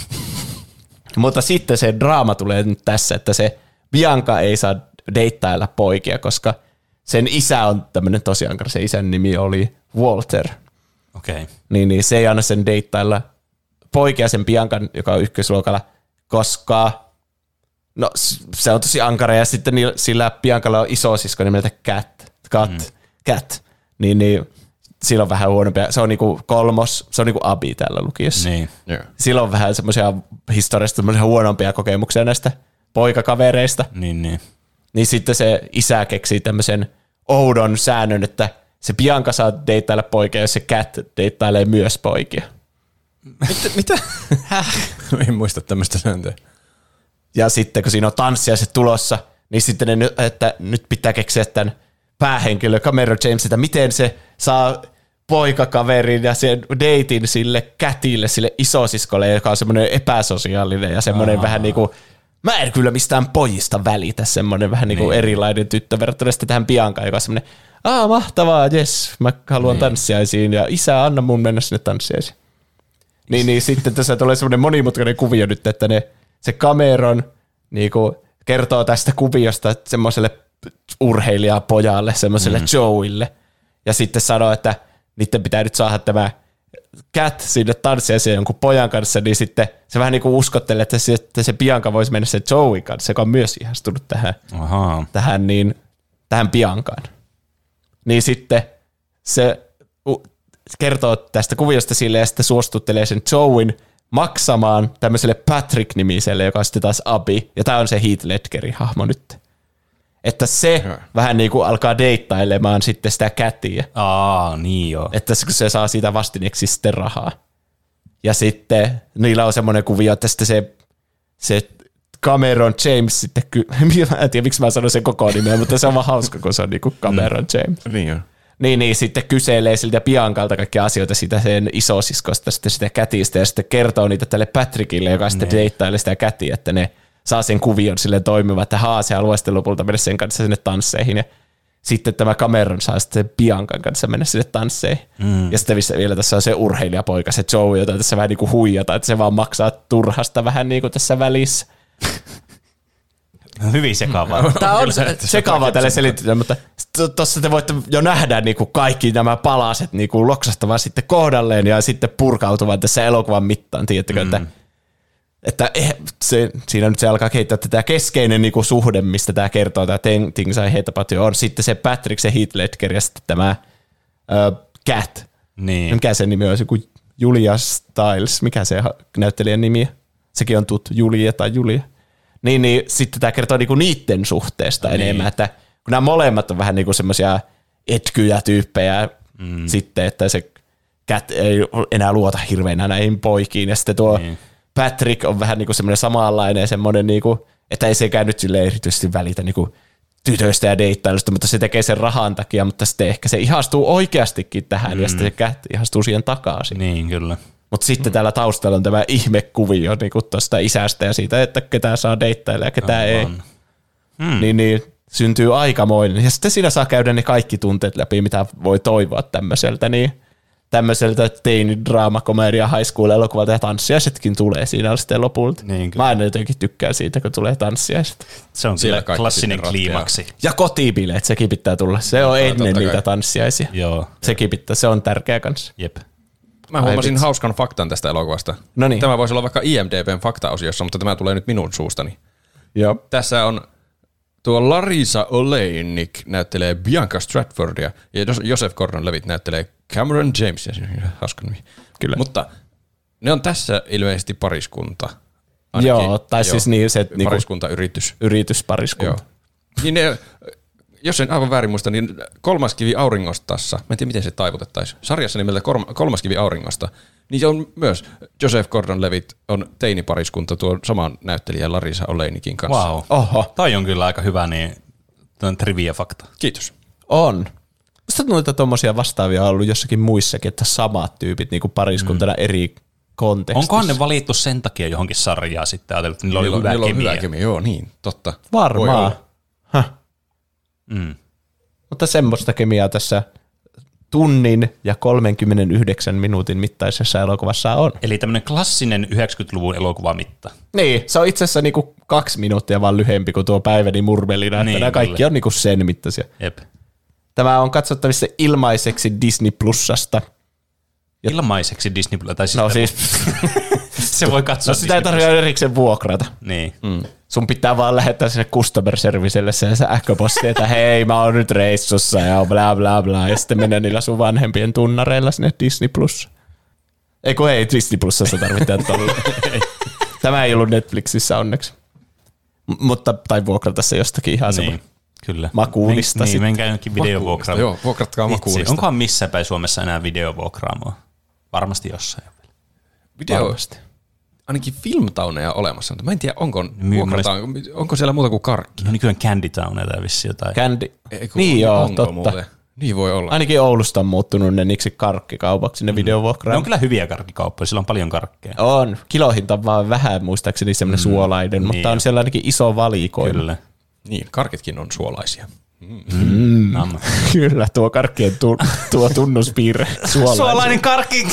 Mutta sitten se draama tulee nyt tässä, että se Bianca ei saa deittailla poikia, koska sen isä on tämmöinen tosiaan, se isän nimi oli Walter. Okei. Okay. Niin, niin se ei anna sen deittailla poikia sen Biancan, joka on ykkösluokalla, koska no se on tosi ankara ja sitten sillä Biancalla on isosisko nimeltä Cat, Cat, mm. Cat. Niin, niin sillä on vähän huonompia. Se on niinku kolmos, se on niinku Abi täällä lukiossa. Niin. Yeah. Sillä on vähän semmoisia historiasta semmoisia huonompia kokemuksia näistä poikakavereista. Niin, niin. Niin sitten se isä keksii tämmöisen oudon säännön, että se Bianca saa deittailla poikia, jos se Cat deittailee myös poikia. Mitä? Mitä? En muista tämmöistä sääntöä. Ja sitten kun siinä on tanssiaiset tulossa, niin sitten ne, että nyt pitää keksiä tämän päähenkilö Cameron James, että miten se saa poikakaverin ja sen deitin sille Catille, sille isosiskolle, joka on semmoinen epäsosiaalinen ja semmoinen Aa. vähän niin kuin, mä en kyllä mistään pojista välitä, semmoinen vähän niin kuin niin. erilainen tyttö verrattuna sitten tähän Biancaan, joka on semmoinen, aa mahtavaa, jes, mä haluan niin. tanssiaisiin ja isä, anna mun mennä sinne tanssiaisiin. Niin, niin sitten tässä tulee semmoinen monimutkainen kuvio nyt, että ne, se Cameron niin kuin kertoo tästä kuviosta semmoiselle urheilijapojalle, semmoiselle mm. Joeille, ja sitten sanoo, että niiden pitää nyt saada tämä Cat sinne tanssiaisiin jonkun pojan kanssa, niin sitten se vähän niin kuin uskottelee, että se, että se Bianca voisi mennä sen Joein kanssa, joka on myös ihastunut tähän, tähän, niin, tähän Biancaan. Niin sitten se kertoo tästä kuviosta sille ja sitten suostuttelee sen Joein maksamaan tämmöiselle Patrick-nimiselle, joka on sitten taas Abi, ja tämä on se Heath Ledgerin hahmo nyt. Että se ja. vähän niin kuin alkaa deittailemaan sitten sitä Catia. Aa, niin joo. Että se saa siitä vastineeksi sitten rahaa. Ja sitten niillä on semmoinen kuvio, että sitten se, se Cameron James sitten, ky- mä en tiedä miksi mä sanon sen koko nimeä, mutta se on vaan hauska, kun se on niin kuin Cameron James. Niin joo. Niin, niin, sitten kyselee siltä Biancalta kaikkia asioita siitä sen isosiskosta, sitten sitä Catista, ja sitten kertoo niitä tälle Patrickille, joka sitten deittailee sitä Catia, että ne saa sen kuvion silleen toimiva, että haa, se haluaa sitten lopulta mennä sen kanssa sinne tansseihin, ja sitten tämä Cameron saa sitten Biancan kanssa mennä sinne tansseihin. Mm. Ja sitten vielä tässä on se urheilijapoika, se Joe, jota tässä vähän niin kuin huijata, että se vaan maksaa turhasta vähän niin kuin tässä välissä. Hyvin sekavaa. Tämä on sekavaa tälle selittää, mutta tuossa te voitte jo nähdä niin kuin kaikki nämä palaset niin kuin loksastavan sitten kohdalleen ja sitten purkautuvan tässä elokuvan mittaan, tiedättekö, mm. että, että eh, se, siinä nyt se alkaa kehittää tätä keskeinen niin kuin suhde, mistä tämä kertoo, tämä Things I Hate About You on sitten se Patrick, se Heath Ledger ja sitten tämä uh, Cat. Niin. Mikä sen nimi on? Joku Julia Stiles. Mikä se näyttelijän nimi? Sekin on tuttu, Julia tai Julia. Niin, niin sitten tämä kertoo niinku niiden suhteesta niin. enemmän, että kun nämä molemmat on vähän niinku semmoisia etkyjä tyyppejä mm. sitten, että se Cat ei enää luota hirveänä näihin poikiin, ja sitten tuo niin. Patrick on vähän niinku semmoinen samanlainen, semmoinen niinku, että ei sekään nyt sille erityisesti välitä niinku tytöistä ja deittailusta, mutta se tekee sen rahan takia, mutta sitten ehkä se ihastuu oikeastikin tähän, mm. ja sitten se Cat ihastuu siihen takaisin. Niin, kyllä. Mutta sitten täällä taustalla on tämä ihmekuvio niin tuosta isästä ja siitä, että ketä saa deittailla ja ketä ei. Hmm. Niin, niin syntyy aikamoinen. Ja sitten siinä saa käydä ne kaikki tunteet läpi, mitä voi toivoa tämmöiseltä. Niin tämmöiseltä teini-draama-komedia high school-elokuvalta, ja tanssiaisetkin tulee siinä sitten lopulta. Niin, mä aina jotenkin tykkään siitä, kun tulee tanssiaiset. Se on kyllä klassinen kliimaksi. Ja kotibileet, sekin pitää tulla. Se on ennen niitä tanssiaisia. Joo. Sekin pitää, se on tärkeä kanssa. Jep. Mä huomasin Ai, hauskan faktan tästä elokuvasta. Noniin. Tämä voisi olla vaikka I M D B:n faktaosiossa, mutta tämä tulee nyt minun suustani. Joo. Tässä on tuo Larisa Oleynik näyttelee Bianca Stratfordia ja Joseph Gordon-Levitt näyttelee Cameron Jamesia. Hauska nimi. Kyllä. Mutta ne on tässä ilmeisesti pariskunta. Ainakin, joo, tai joo, siis niin se... Pariskuntayritys. Yrityspariskunta. Joo. Niin ne, jos en aivan väärin muista, niin Kolmas kivi auringostassa, mä en tiedä miten se taivutettaisiin, sarjassa nimeltä Kolmas kivi auringosta, niin se on myös Joseph Gordon-Levitt on teinipariskunta tuon saman näyttelijän Larisa Oleynikin kanssa. Wow. Oho. Toi on kyllä aika hyvä niin trivia-fakta. Kiitos. On. Musta noita tommosia vastaavia on ollut jossakin muissakin, että samat tyypit niin kuin pariskuntana mm. eri kontekstissa. Onkohan ne valittu sen takia johonkin sarjaan sitten ajatellut, että niillä oli niillä, hyvä niillä kemia. on hyvä kemia, joo niin, totta. Varmaan. Mm. Mutta semmoista kemiaa tässä tunnin ja kolmenkymmenenyhdeksän minuutin mittaisessa elokuvassa on. Eli tämmöinen klassinen yhdeksänkymmentäluvun elokuvamitta. Niin, se on itse asiassa niinku kaksi minuuttia vaan lyhempi kuin tuo Päiväni murmelina, että niin, nämä kaikki on niinku sen mittaisia. Jep. Tämä on katsottavissa ilmaiseksi Disney Plusasta. Ilmaiseksi Disney Plus? Tai siis no siis... se voi katsoa no sitä ei tarvitse erikseen vuokrata. Niin. Mm. Sun pitää vaan lähettää sinne customer servicelle se sähköposti, että hei, mä oon nyt reissussa ja bla bla bla. Ja sitten mennä niillä sun vanhempien tunnareilla sinne Disney Plus. Ei kun ei, Disney Plusassa tarvitse tolle. Tämä ei ollut Netflixissä onneksi. M- mutta, tai vuokrata se jostakin ihan niin. Sama. Kyllä. Makuunista. Niin, menkää jonkin videovuokraamaan. Joo, vuokratkaa Makuunista. Onkohan missä päin Suomessa enää videovuokraamoa? Varmasti jossain. Video. Varmasti. Ainakin Filmtowneja olemassa, mutta mä en tiedä, onko, vuokrataan, onko siellä muuta kuin karkki. No nykyään Candy Towneja tai vissi jotain. Candy. Niin joo, onko totta. Muuten? Niin voi olla. Ainakin Oulusta on muuttunut ne niksi karkkikaupaksi, ne mm. videovuokraamat. Ne on kyllä hyviä karkkikauppoja, sillä on paljon karkkeja. On. Kilohinta on vaan vähän muistaakseni semmoinen mm. suolainen, niin mutta on siellä ainakin iso valikoima. Kyllä. Niin, karkitkin on suolaisia. Mm. Mm. Kyllä, tuo karkkien tu- tuo tunnuspiirre. Suolainen, suolainen karkki.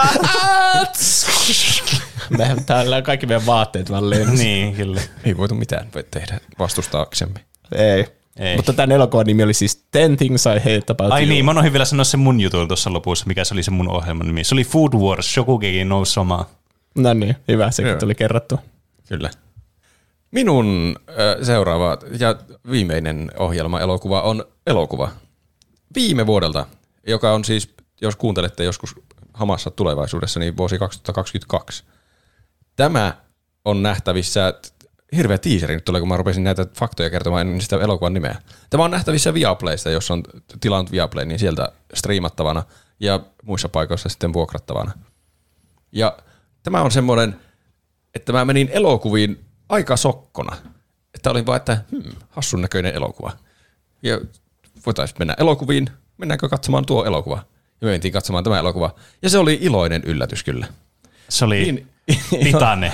Mehän täällä on kaikki meidän vaatteet vaan lensi. Niin, kyllä. Ei voitu mitään tehdä vastustaaksemme. Ei. Ei. Mutta tämän elokuvan nimi oli siis Ten Things I Hate About Ai You. niin, mä unohdin vielä sanoa sen mun jutun tuossa lopussa, mikä se oli se mun ohjelman nimi. Se oli Food Wars, Shokugeki no Soma. No niin, hyvä, sekin Joo. tuli kerrattua. Kyllä. Minun äh, seuraava ja viimeinen ohjelma-elokuva on elokuva viime vuodelta, joka on siis, jos kuuntelette joskus hamassa tulevaisuudessa, niin vuosi kaksituhattakaksikymmentäkaksi. Tämä on nähtävissä, hirveä tiiseri nyt tulee, kun mä rupesin näitä faktoja kertomaan ennen sitä elokuvan nimeä. Tämä on nähtävissä Viaplaysta, jos on tilannut Viaplay, niin sieltä striimattavana ja muissa paikoissa sitten vuokrattavana. Ja tämä on semmoinen, että mä menin elokuviin aika sokkona. Että olin vaan, että hmm, hassun näköinen elokuva. Ja voitaisiin mennä elokuviin, mennäänkö katsomaan tuo elokuva? Ja me mentiin katsomaan tämä elokuva. Ja se oli iloinen yllätys kyllä. Se oli niin, Titane.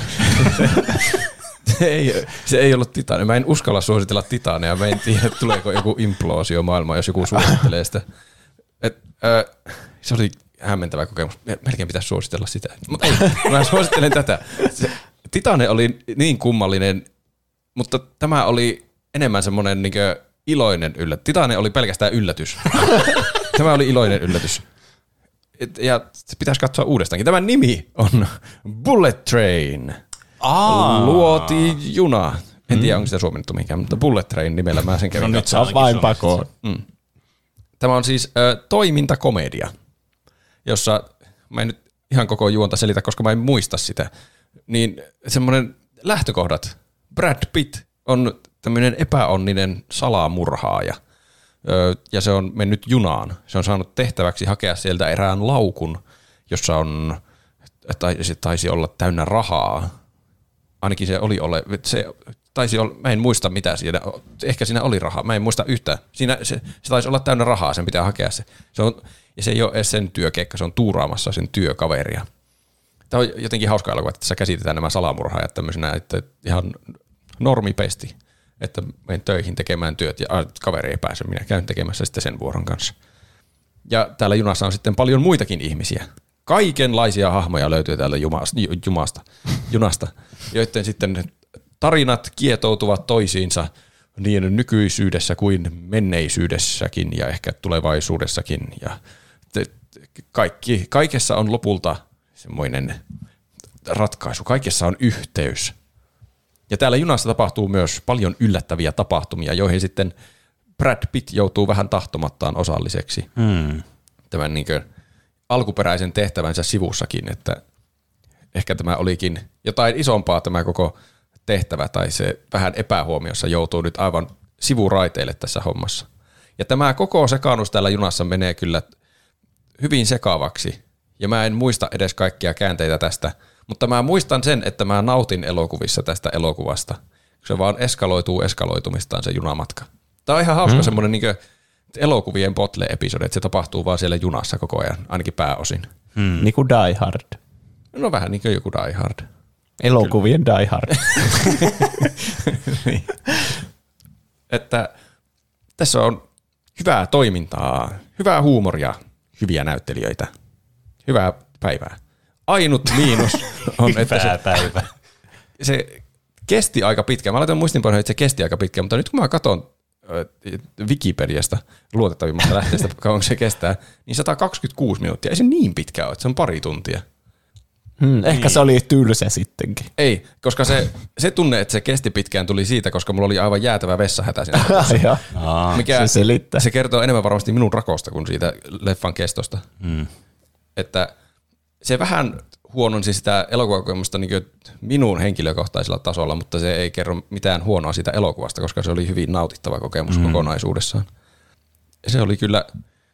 se, ei, se ei ollut Titane. Mä en uskalla suositella Titanea. Mä en tiedä, tuleeko joku imploosio maailmaan, jos joku suosittelee sitä. Et, äh, se oli hämmentävä kokemus. Melkein pitäisi suositella sitä. Mutta ei, mä suosittelen tätä. Se, Titane oli niin kummallinen, mutta tämä oli enemmän semmoinen niin kuin iloinen yllätys. Titane oli pelkästään yllätys. Tämä oli iloinen yllätys. Et, ja se pitäisi katsoa uudestaankin. Tämän nimi on Bullet Train. Aa. Luoti juna. En tiedä, onko sitä suomennettu mihinkään, mutta Bullet Train nimellä mä sen kävin no, katsomaan. Nyt saa vain pakoon. Mm. Tämä on siis äh, toimintakomedia, jossa mä en nyt ihan koko juonta selitä, koska mä en muista sitä. Niin semmoinen lähtökohdat. Brad Pitt on tämmöinen epäonninen salamurhaaja. Öö, ja se on mennyt junaan. Se on saanut tehtäväksi hakea sieltä erään laukun, jossa on, tai se taisi olla täynnä rahaa. Ainakin se oli ole, se taisi olla, mä en muista mitä siinä, ehkä siinä oli rahaa, mä en muista yhtään. Siinä se, se taisi olla täynnä rahaa, sen pitää hakea se. se on, ja se ei ole edes sen työkeikka, se on tuuraamassa sen työkaveria. Tämä on jotenkin hauska elokuva, että tässä käsitetään nämä salamurhaajat tämmöisenä, että ihan normipesti, että menen töihin tekemään työt ja a, kaveri ei pääse, minä käyn tekemässä sitten sen vuoron kanssa. Ja täällä junassa on sitten paljon muitakin ihmisiä. Kaikenlaisia hahmoja löytyy täältä jumasta, jumasta, junasta, joiden sitten tarinat kietoutuvat toisiinsa niin nykyisyydessä kuin menneisyydessäkin ja ehkä tulevaisuudessakin. Ja te, kaikki, kaikessa on lopulta semmoinen ratkaisu, kaikessa on yhteys. Ja täällä junassa tapahtuu myös paljon yllättäviä tapahtumia, joihin sitten Brad Pitt joutuu vähän tahtomattaan osalliseksi. Hmm. Tämän niin kuin alkuperäisen tehtävänsä sivussakin, että ehkä tämä olikin jotain isompaa tämä koko tehtävä, tai se vähän epähuomiossa joutuu nyt aivan sivuraiteille tässä hommassa. Ja tämä koko sekaannus täällä junassa menee kyllä hyvin sekavaksi, ja mä en muista edes kaikkia käänteitä tästä, mutta mä muistan sen, että mä nautin elokuvissa tästä elokuvasta, kun se vaan eskaloituu eskaloitumistaan se junamatka. Tämä on ihan hauska mm. semmoinen niin kuin elokuvien Botle-episodi, että se tapahtuu vaan siellä junassa koko ajan, ainakin pääosin. Hmm. Niin kuin Die Hard. No vähän niin kuin joku Die Hard. Elokuvien Kyllä. Die Hard. Niin. Että tässä on hyvää toimintaa, hyvää huumoria, hyviä näyttelijöitä, hyvää päivää. Ainut miinus on, että se, päivä. se kesti aika pitkään. Mä laitan muistinpanoihin, että se kesti aika pitkään, mutta nyt kun mä katson Wikipediasta, luotettavimmasta lähteestä, kauan se kestää, niin sata kaksikymmentäkuusi minuuttia. Ei se niin pitkä ole, se on pari tuntia. Hmm, ehkä niin. Se oli tylsä sittenkin. Ei, koska se, se tunne, että se kesti pitkään, tuli siitä, koska mulla oli aivan jäätävä vessahätä siinä. Mikä se selittää. Se kertoo enemmän varmasti minun rakosta kuin siitä leffan kestosta. Hmm. Että se vähän huononsi sitä elokuvakokemusta niin kuin minun henkilökohtaisella tasolla, mutta se ei kerro mitään huonoa siitä elokuvasta, koska se oli hyvin nautittava kokemus mm. kokonaisuudessaan. Se oli kyllä,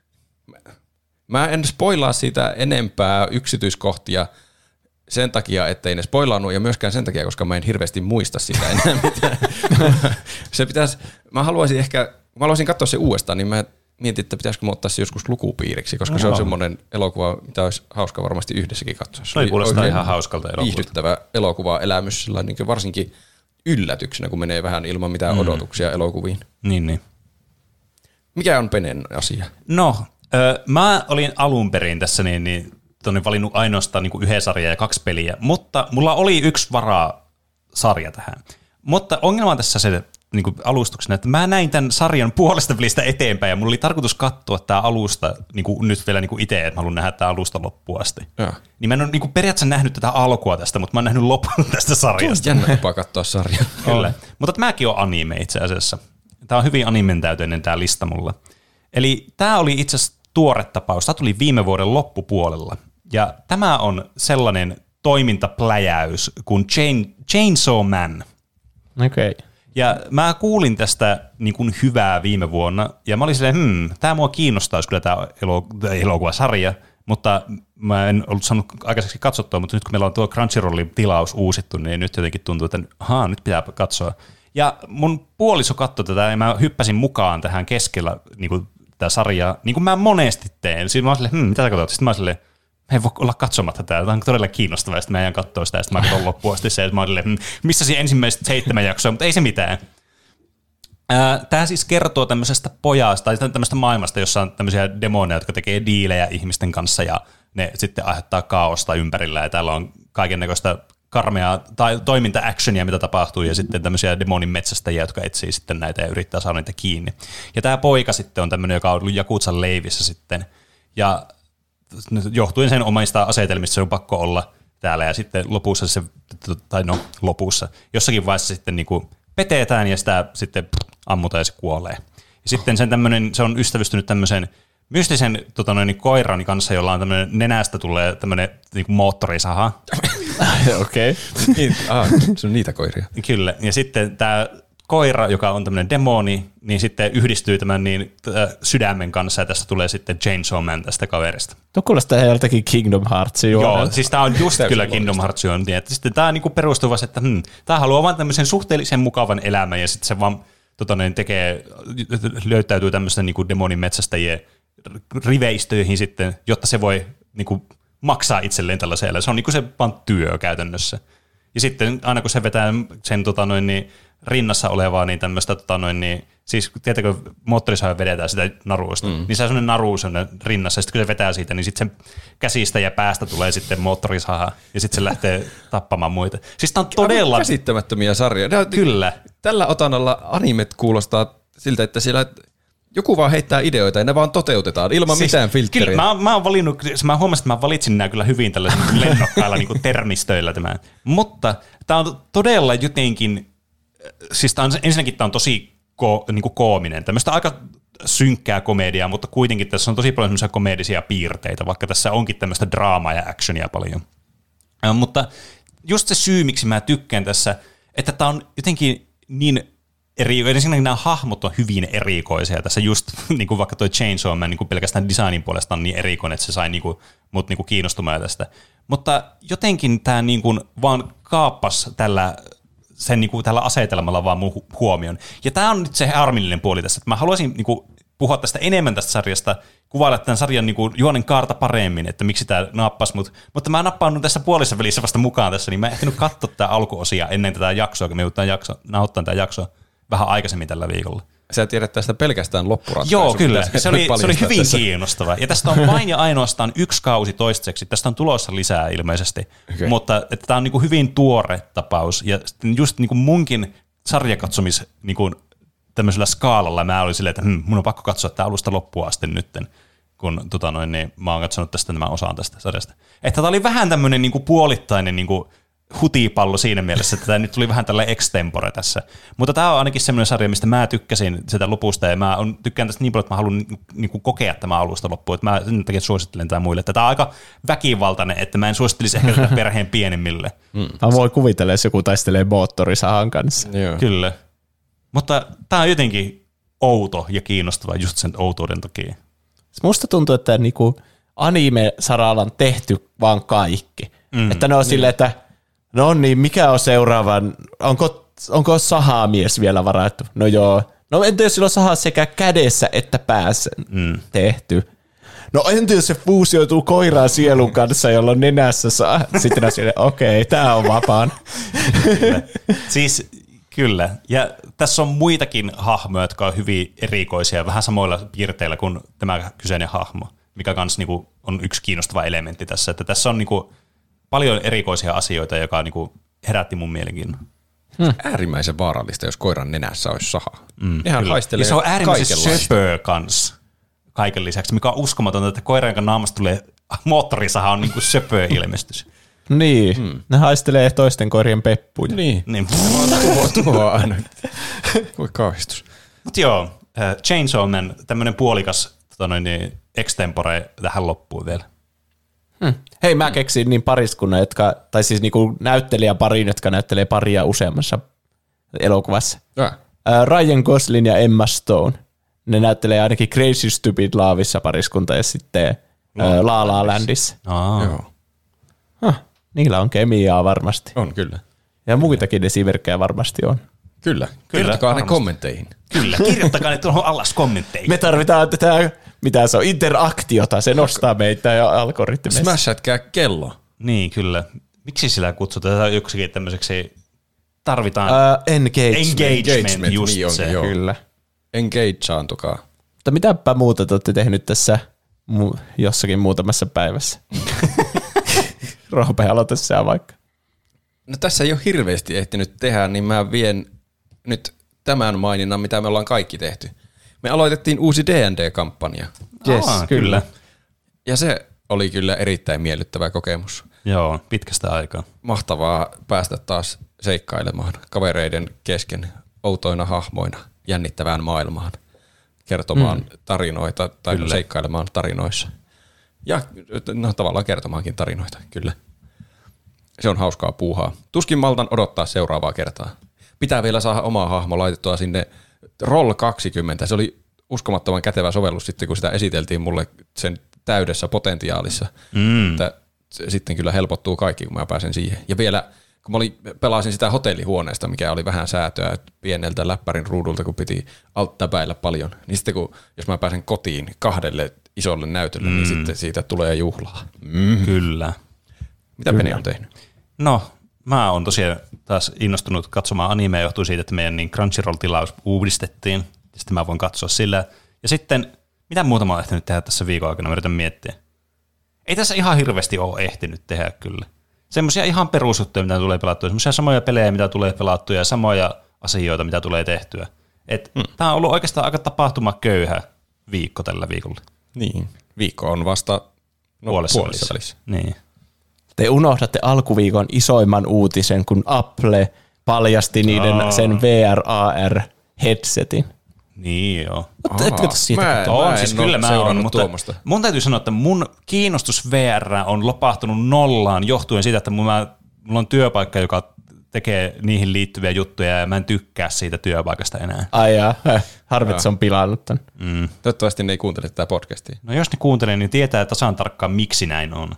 mä en spoilaa siitä enempää yksityiskohtia sen takia, ettei ne spoilaannut, ja myöskään sen takia, koska mä en hirveästi muista sitä enää mitään. Se pitäisi, mä haluaisin ehkä, mä haluaisin katsoa se uudestaan, niin mä mietin, että pitäisikö mä ottaa se joskus lukupiiriksi, koska no, se on semmoinen elokuva, mitä olisi hauska varmasti yhdessäkin katsoa. Se oli kuulostaa ihan hauskalta elokuva. Viihdyttävä elokuva elämys, niin varsinkin yllätyksenä, kun menee vähän ilman mitään mm. odotuksia elokuviin. Niin, niin. Mikä on Penen asia? No, ö, mä olin alun perin tässä niin, niin tonne valinnut ainoastaan niin kuin yhden sarjan ja kaksi peliä, mutta mulla oli yksi varaa sarja tähän. Mutta ongelma on tässä se, niin kuin alustuksena, että mä näin tämän sarjan puolesta pelistä eteenpäin ja mulla oli tarkoitus katsoa tämä alusta niin kuin nyt vielä niin kuin itse, että mä haluan nähdä tämä alusta loppuun asti. Ja. Niin mä en ole niin kuin periaatteessa nähnyt tätä alkua tästä, mutta mä oon nähnyt lopun tästä sarjasta. Jännä jopa katsoa sarjaa. Kyllä. Mutta mäkin on anime itse asiassa. Tämä on hyvin animen täyteinen tämä lista mulla. Eli tämä oli itse asiassa tuore tapaus. Tämä tuli viime vuoden loppupuolella. Ja tämä on sellainen toimintapläjäys kuin Chain, Chainsaw Man. Okei. Okay. Ja mä kuulin tästä niin kuin hyvää viime vuonna, ja mä olin silleen, hmm, tämä mua kiinnostaisi kyllä tämä elokuvasarja, mutta mä en ollut saanut aikaiseksi katsottua, mutta nyt kun meillä on tuo Crunchyrollin tilaus uusittu, niin nyt jotenkin tuntuu, että ahaa, nyt pitää katsoa. Ja mun puoliso katsoi tätä, ja mä hyppäsin mukaan tähän keskellä niin kuin tätä sarjaa, niin kuin mä monesti teen. Sitten mä olin silleen, hmm, mitä sä katsot? Sitten mä olin silleen, mä en voi olla katsomatta tätä, tämä on todella kiinnostavaa, ja sitten mä jään katsoa sitä, ja sitten mä katson loppuun asti se, että mä olin, missä siinä ensimmäiset seitsemän jaksoa, mutta ei se mitään. Tämä siis kertoo tämmöisestä pojasta, tai tämmöistä maailmasta, jossa on tämmöisiä demoneja, jotka tekee diilejä ihmisten kanssa, ja ne sitten aiheuttaa kaaosta ympärillä, ja täällä on kaikennäköistä karmeaa tai toiminta-actionia, mitä tapahtuu, ja sitten tämmöisiä demonin metsästäjiä, jotka etsii sitten näitä ja yrittää saada niitä kiinni. Ja tämä poika sitten on tämmöinen, joka on ollut Jakutsan leivissä sitten, ja johtuen sen omista asetelmista se on pakko olla täällä, ja sitten lopussa se, tai no lopussa, jossakin vaiheessa sitten niinku petetään, ja sitä sitten ammutaan, ja se kuolee. Ja sitten sen tämmöinen, se on ystävystynyt tämmöisen mystisen tota noin, koiran kanssa, jolla on tämmöinen nenästä tulee tämmöinen niinku moottorisaha. Okei. Okay. ah, se on niitä koiria. Kyllä, ja sitten tämä koira, joka on tämmöinen demoni, niin sitten yhdistyy tämän niin, äh, sydämen kanssa, ja tästä tulee sitten Chainsaw Man tästä kaverista. Tuo kuulostaa joltakin Kingdom Heartsia. Joo, siis tämä on just kyllä Kingdom Heartsia. Että sitten tämä niinku perustuu vasta, että hmm, tämä haluaa vaan tämmöisen suhteellisen mukavan elämän, ja sitten se vaan tota, niin, tekee, löytäytyy tämmöisten niinku demonin metsästäjien riveistöihin sitten, jotta se voi niinku maksaa itselleen tällaisella. Se on niinku se vaan työ käytännössä. Ja sitten aina kun se vetää sen tota, noin, niin, rinnassa olevaa niin tämmöistä, tota, noin, niin, siis tietääkö moottorisaha vedetään sitä naruista, mm. niin se on semmoinen naru semmoinen rinnassa, ja sitten kun se vetää siitä, niin sitten sen käsistä ja päästä tulee sitten moottorisaha, ja sitten se lähtee tappamaan muita. Siis tää on todella... käsittämättömiä sarjoja. Kyllä. Tällä otanalla animet kuulostaa siltä, että siellä joku vaan heittää ideoita ja ne vaan toteutetaan ilman siis, mitään filtteriä. Kyllä, mä, mä, oon valinnut, mä huomasin, että mä valitsin nämä kyllä hyvin tällaisilla lennokkailla niin kuin termistöillä tämän. Mutta tää on todella jotenkin, siis tää on, ensinnäkin tää on tosi ko, niin kuin koominen, tämmöistä aika synkkää komediaa, mutta kuitenkin tässä on tosi paljon semmoisia komedisia piirteitä, vaikka tässä onkin tämmöistä draamaa ja actionia paljon. Ja, mutta just se syy, miksi mä tykkään tässä, että tää on jotenkin niin eri, ensinnäkin nämä hahmot on hyvin erikoisia. Tässä just niin kuin vaikka toi Chainsaw Man niin kuin pelkästään designin puolesta on niin erikoinen, että se sai niin kuin, mut niin kuin kiinnostumaan tästä. Mutta jotenkin tämä niin kuin vaan kaappas tällä, sen niin kuin tällä asetelmalla vaan mun huomion. Ja tämä on nyt se harmillinen puoli tässä, että mä haluaisin niin kuin puhua tästä enemmän tästä sarjasta, kuvailla tämän sarjan niin kuin juonen kaarta paremmin, että miksi tämä nappasi mut. Mutta mä nappaan tässä puolissa välissä vasta mukaan tässä, niin mä en ehtinyt katsoa tätä alkuosia ennen tätä jaksoa, kun me joudutaan jakso, nauhoittamaan tämä jakso vähän aikaisemmin tällä viikolla. Sä tiedät tästä pelkästään loppuratkaisusta. Joo, kyllä. Se oli, se oli hyvin tässä kiinnostava. Ja tästä on vain ja ainoastaan yksi kausi toistaiseksi. Tästä on tulossa lisää ilmeisesti. Okay. Mutta että tämä on niin kuin hyvin tuore tapaus. Ja just niin kuin munkin sarjakatsomis niin kuin tämmöisellä skaalalla mä olin silleen, että hm, mun on pakko katsoa tämä alusta loppuun asti nytten, kun tota noin, niin mä oon katsonut tästä nämä osaan tästä sarjasta. Että tämä oli vähän tämmöinen niin kuin puolittainen niin kuin hutipallo siinä mielessä, että tämä nyt tuli vähän tällä extempore tässä. Mutta tämä on ainakin semmoinen sarja, mistä mä tykkäsin sitä lopusta, ja mä on, tykkään tästä niin paljon, että mä haluan niin kuin kokea tämä alusta loppuun, että mä sen takia suosittelen tämä muille. Tämä on aika väkivaltainen, että mä en suosittelisi ehkä tätä perheen pienimmille. Mm. Mä voin kuvitella, jos joku taistelee moottorisahan kanssa. Joo. Kyllä. Mutta tämä on jotenkin outo ja kiinnostava just sen outouden takia. Musta tuntuu, että niinku anime-saralla on tehty vaan kaikki. Mm. Että ne on niin. Silleen, että no niin, mikä on seuraavan, onko, onko sahamies vielä varattu? No joo. No entä jos sillä on saha sekä kädessä että päässä mm. tehty? No entä jos se fuusioituu koiraan sielun kanssa, jolla on nenässä saa? Sitten on silleen, okei, okay, tää on vapaan. Siis kyllä. Ja tässä on muitakin hahmoja, jotka on hyvin erikoisia, vähän samoilla piirteillä kuin tämä kyseinen hahmo, mikä kans niinku on yksi kiinnostava elementti tässä. Että tässä on niinku paljon erikoisia asioita, joka niinku herätti mun mielenkiinnon. Hmm. Äärimmäisen vaarallista, jos koiran nenässä olisi saha. Mm, Nehän haistelee ja se on äärimmäisen söpöö kans kaiken lisäksi, mikä on uskomatonta, että koiran, jonka naamasta tulee moottorisaha, on niinku söpöö ilmestys. Niin, hmm. ne haistelee toisten koirien peppuja. Niin, niin. tuo, tuo aina. Voi kauhistus. Mutta joo, uh, Chainsaw Man, tämmönen puolikas tota noin, niin, extempore tähän loppuun vielä. Hmm. Hei, mä keksin niin pariskunnan, jotka, tai siis niinku näyttelijäparin, jotka näyttelee paria useammassa elokuvassa. Ja. Ryan Gosling ja Emma Stone. Ne näyttelee ainakin Crazy Stupid Loveissa pariskunta ja sitten La, La La Landissa. Aa. Joo. Huh, niillä on kemiaa varmasti. On, kyllä. Ja muitakin esimerkkejä varmasti on. Kyllä. Kirjoittakaa ne kommentteihin. Kyllä, kirjoittakaa ne tuohon alas kommentteihin. Me tarvitaan tätä, mitä se on, interaktiota. Se nostaa meitä jo algoritmissa. Smashatkää kello. Niin, kyllä. Miksi sillä kutsutaan joksikin tämmöiseksi, tarvitaan uh, engagement. Engagement, just niin se. Joo. Kyllä. Engageantukaa. Mutta mitäpä muuta te olette tehnyt tässä mu- jossakin muutamassa päivässä? Roope, aloita sä vaikka. No tässä ei ole hirveästi ehtinyt tehdä, niin mä vien nyt tämän maininnan, mitä me ollaan kaikki tehty. Me aloitettiin uusi D and D-kampanja. Yes, Aa, kyllä. kyllä. Ja se oli kyllä erittäin miellyttävä kokemus. Joo, pitkästä aikaa. Mahtavaa päästä taas seikkailemaan kavereiden kesken outoina hahmoina jännittävään maailmaan, kertomaan mm. tarinoita tai kyllä. seikkailemaan tarinoissa. Ja no, tavallaan kertomaankin tarinoita, kyllä. Se on hauskaa puuhaa. Tuskin maltan odottaa seuraavaa kertaa. Pitää vielä saada omaa hahmo laitettua sinne Roll kaksikymmentä. Se oli uskomattoman kätevä sovellus sitten, kun sitä esiteltiin mulle sen täydessä potentiaalissa. Mm. Että sitten kyllä helpottuu kaikki, kun mä pääsen siihen. Ja vielä, kun mä olin, pelasin sitä hotellihuoneesta, mikä oli vähän säätöä pieneltä läppärin ruudulta, kun piti alt-täpäillä paljon, niin sitten kun, jos mä pääsen kotiin kahdelle isolle näytölle, mm. niin sitten siitä tulee juhlaa. Mm. Kyllä. Mitä Peni on tehnyt? No, mä oon tosiaan taas innostunut katsomaan animea, johtuu siitä, että meidän niin Crunchyroll-tilaus uudistettiin. Sitten mä voin katsoa sillä. Ja sitten, mitä muuta mä oon ehtinyt tehdä tässä viikon aikana, mä yritän miettiä. Ei tässä ihan hirveästi ole ehtinyt tehdä kyllä. Semmoisia ihan perusjuttuja, mitä tulee pelattua. Semmoisia samoja pelejä, mitä tulee pelattua ja samoja asioita, mitä tulee tehtyä. Et hmm. Tää on ollut oikeastaan aika tapahtumaköyhä viikko tällä viikolla. Niin, viikko on vasta no, puolessa, puolessa välissä. Niin. Te unohdatte alkuviikon isoimman uutisen, kun Apple paljasti niiden Aa. sen V R A R-headsetin. Niin joo. Mutta etkö tässä siitä Mä, katsoa? On, mä siis en kyllä ole mä oon, seurannut mutta tuommoista. mun täytyy sanoa, että mun kiinnostus V R on lopahtunut nollaan johtuen siitä, että mulla, mulla on työpaikka, joka tekee niihin liittyviä juttuja ja mä en tykkää siitä työpaikasta enää. Ai jaa, harvit se on pilannut tämän. Mm. Toivottavasti ne ei kuuntele tätä podcastia. No jos ne kuuntelee, niin tietää tasan tarkkaan, miksi näin on.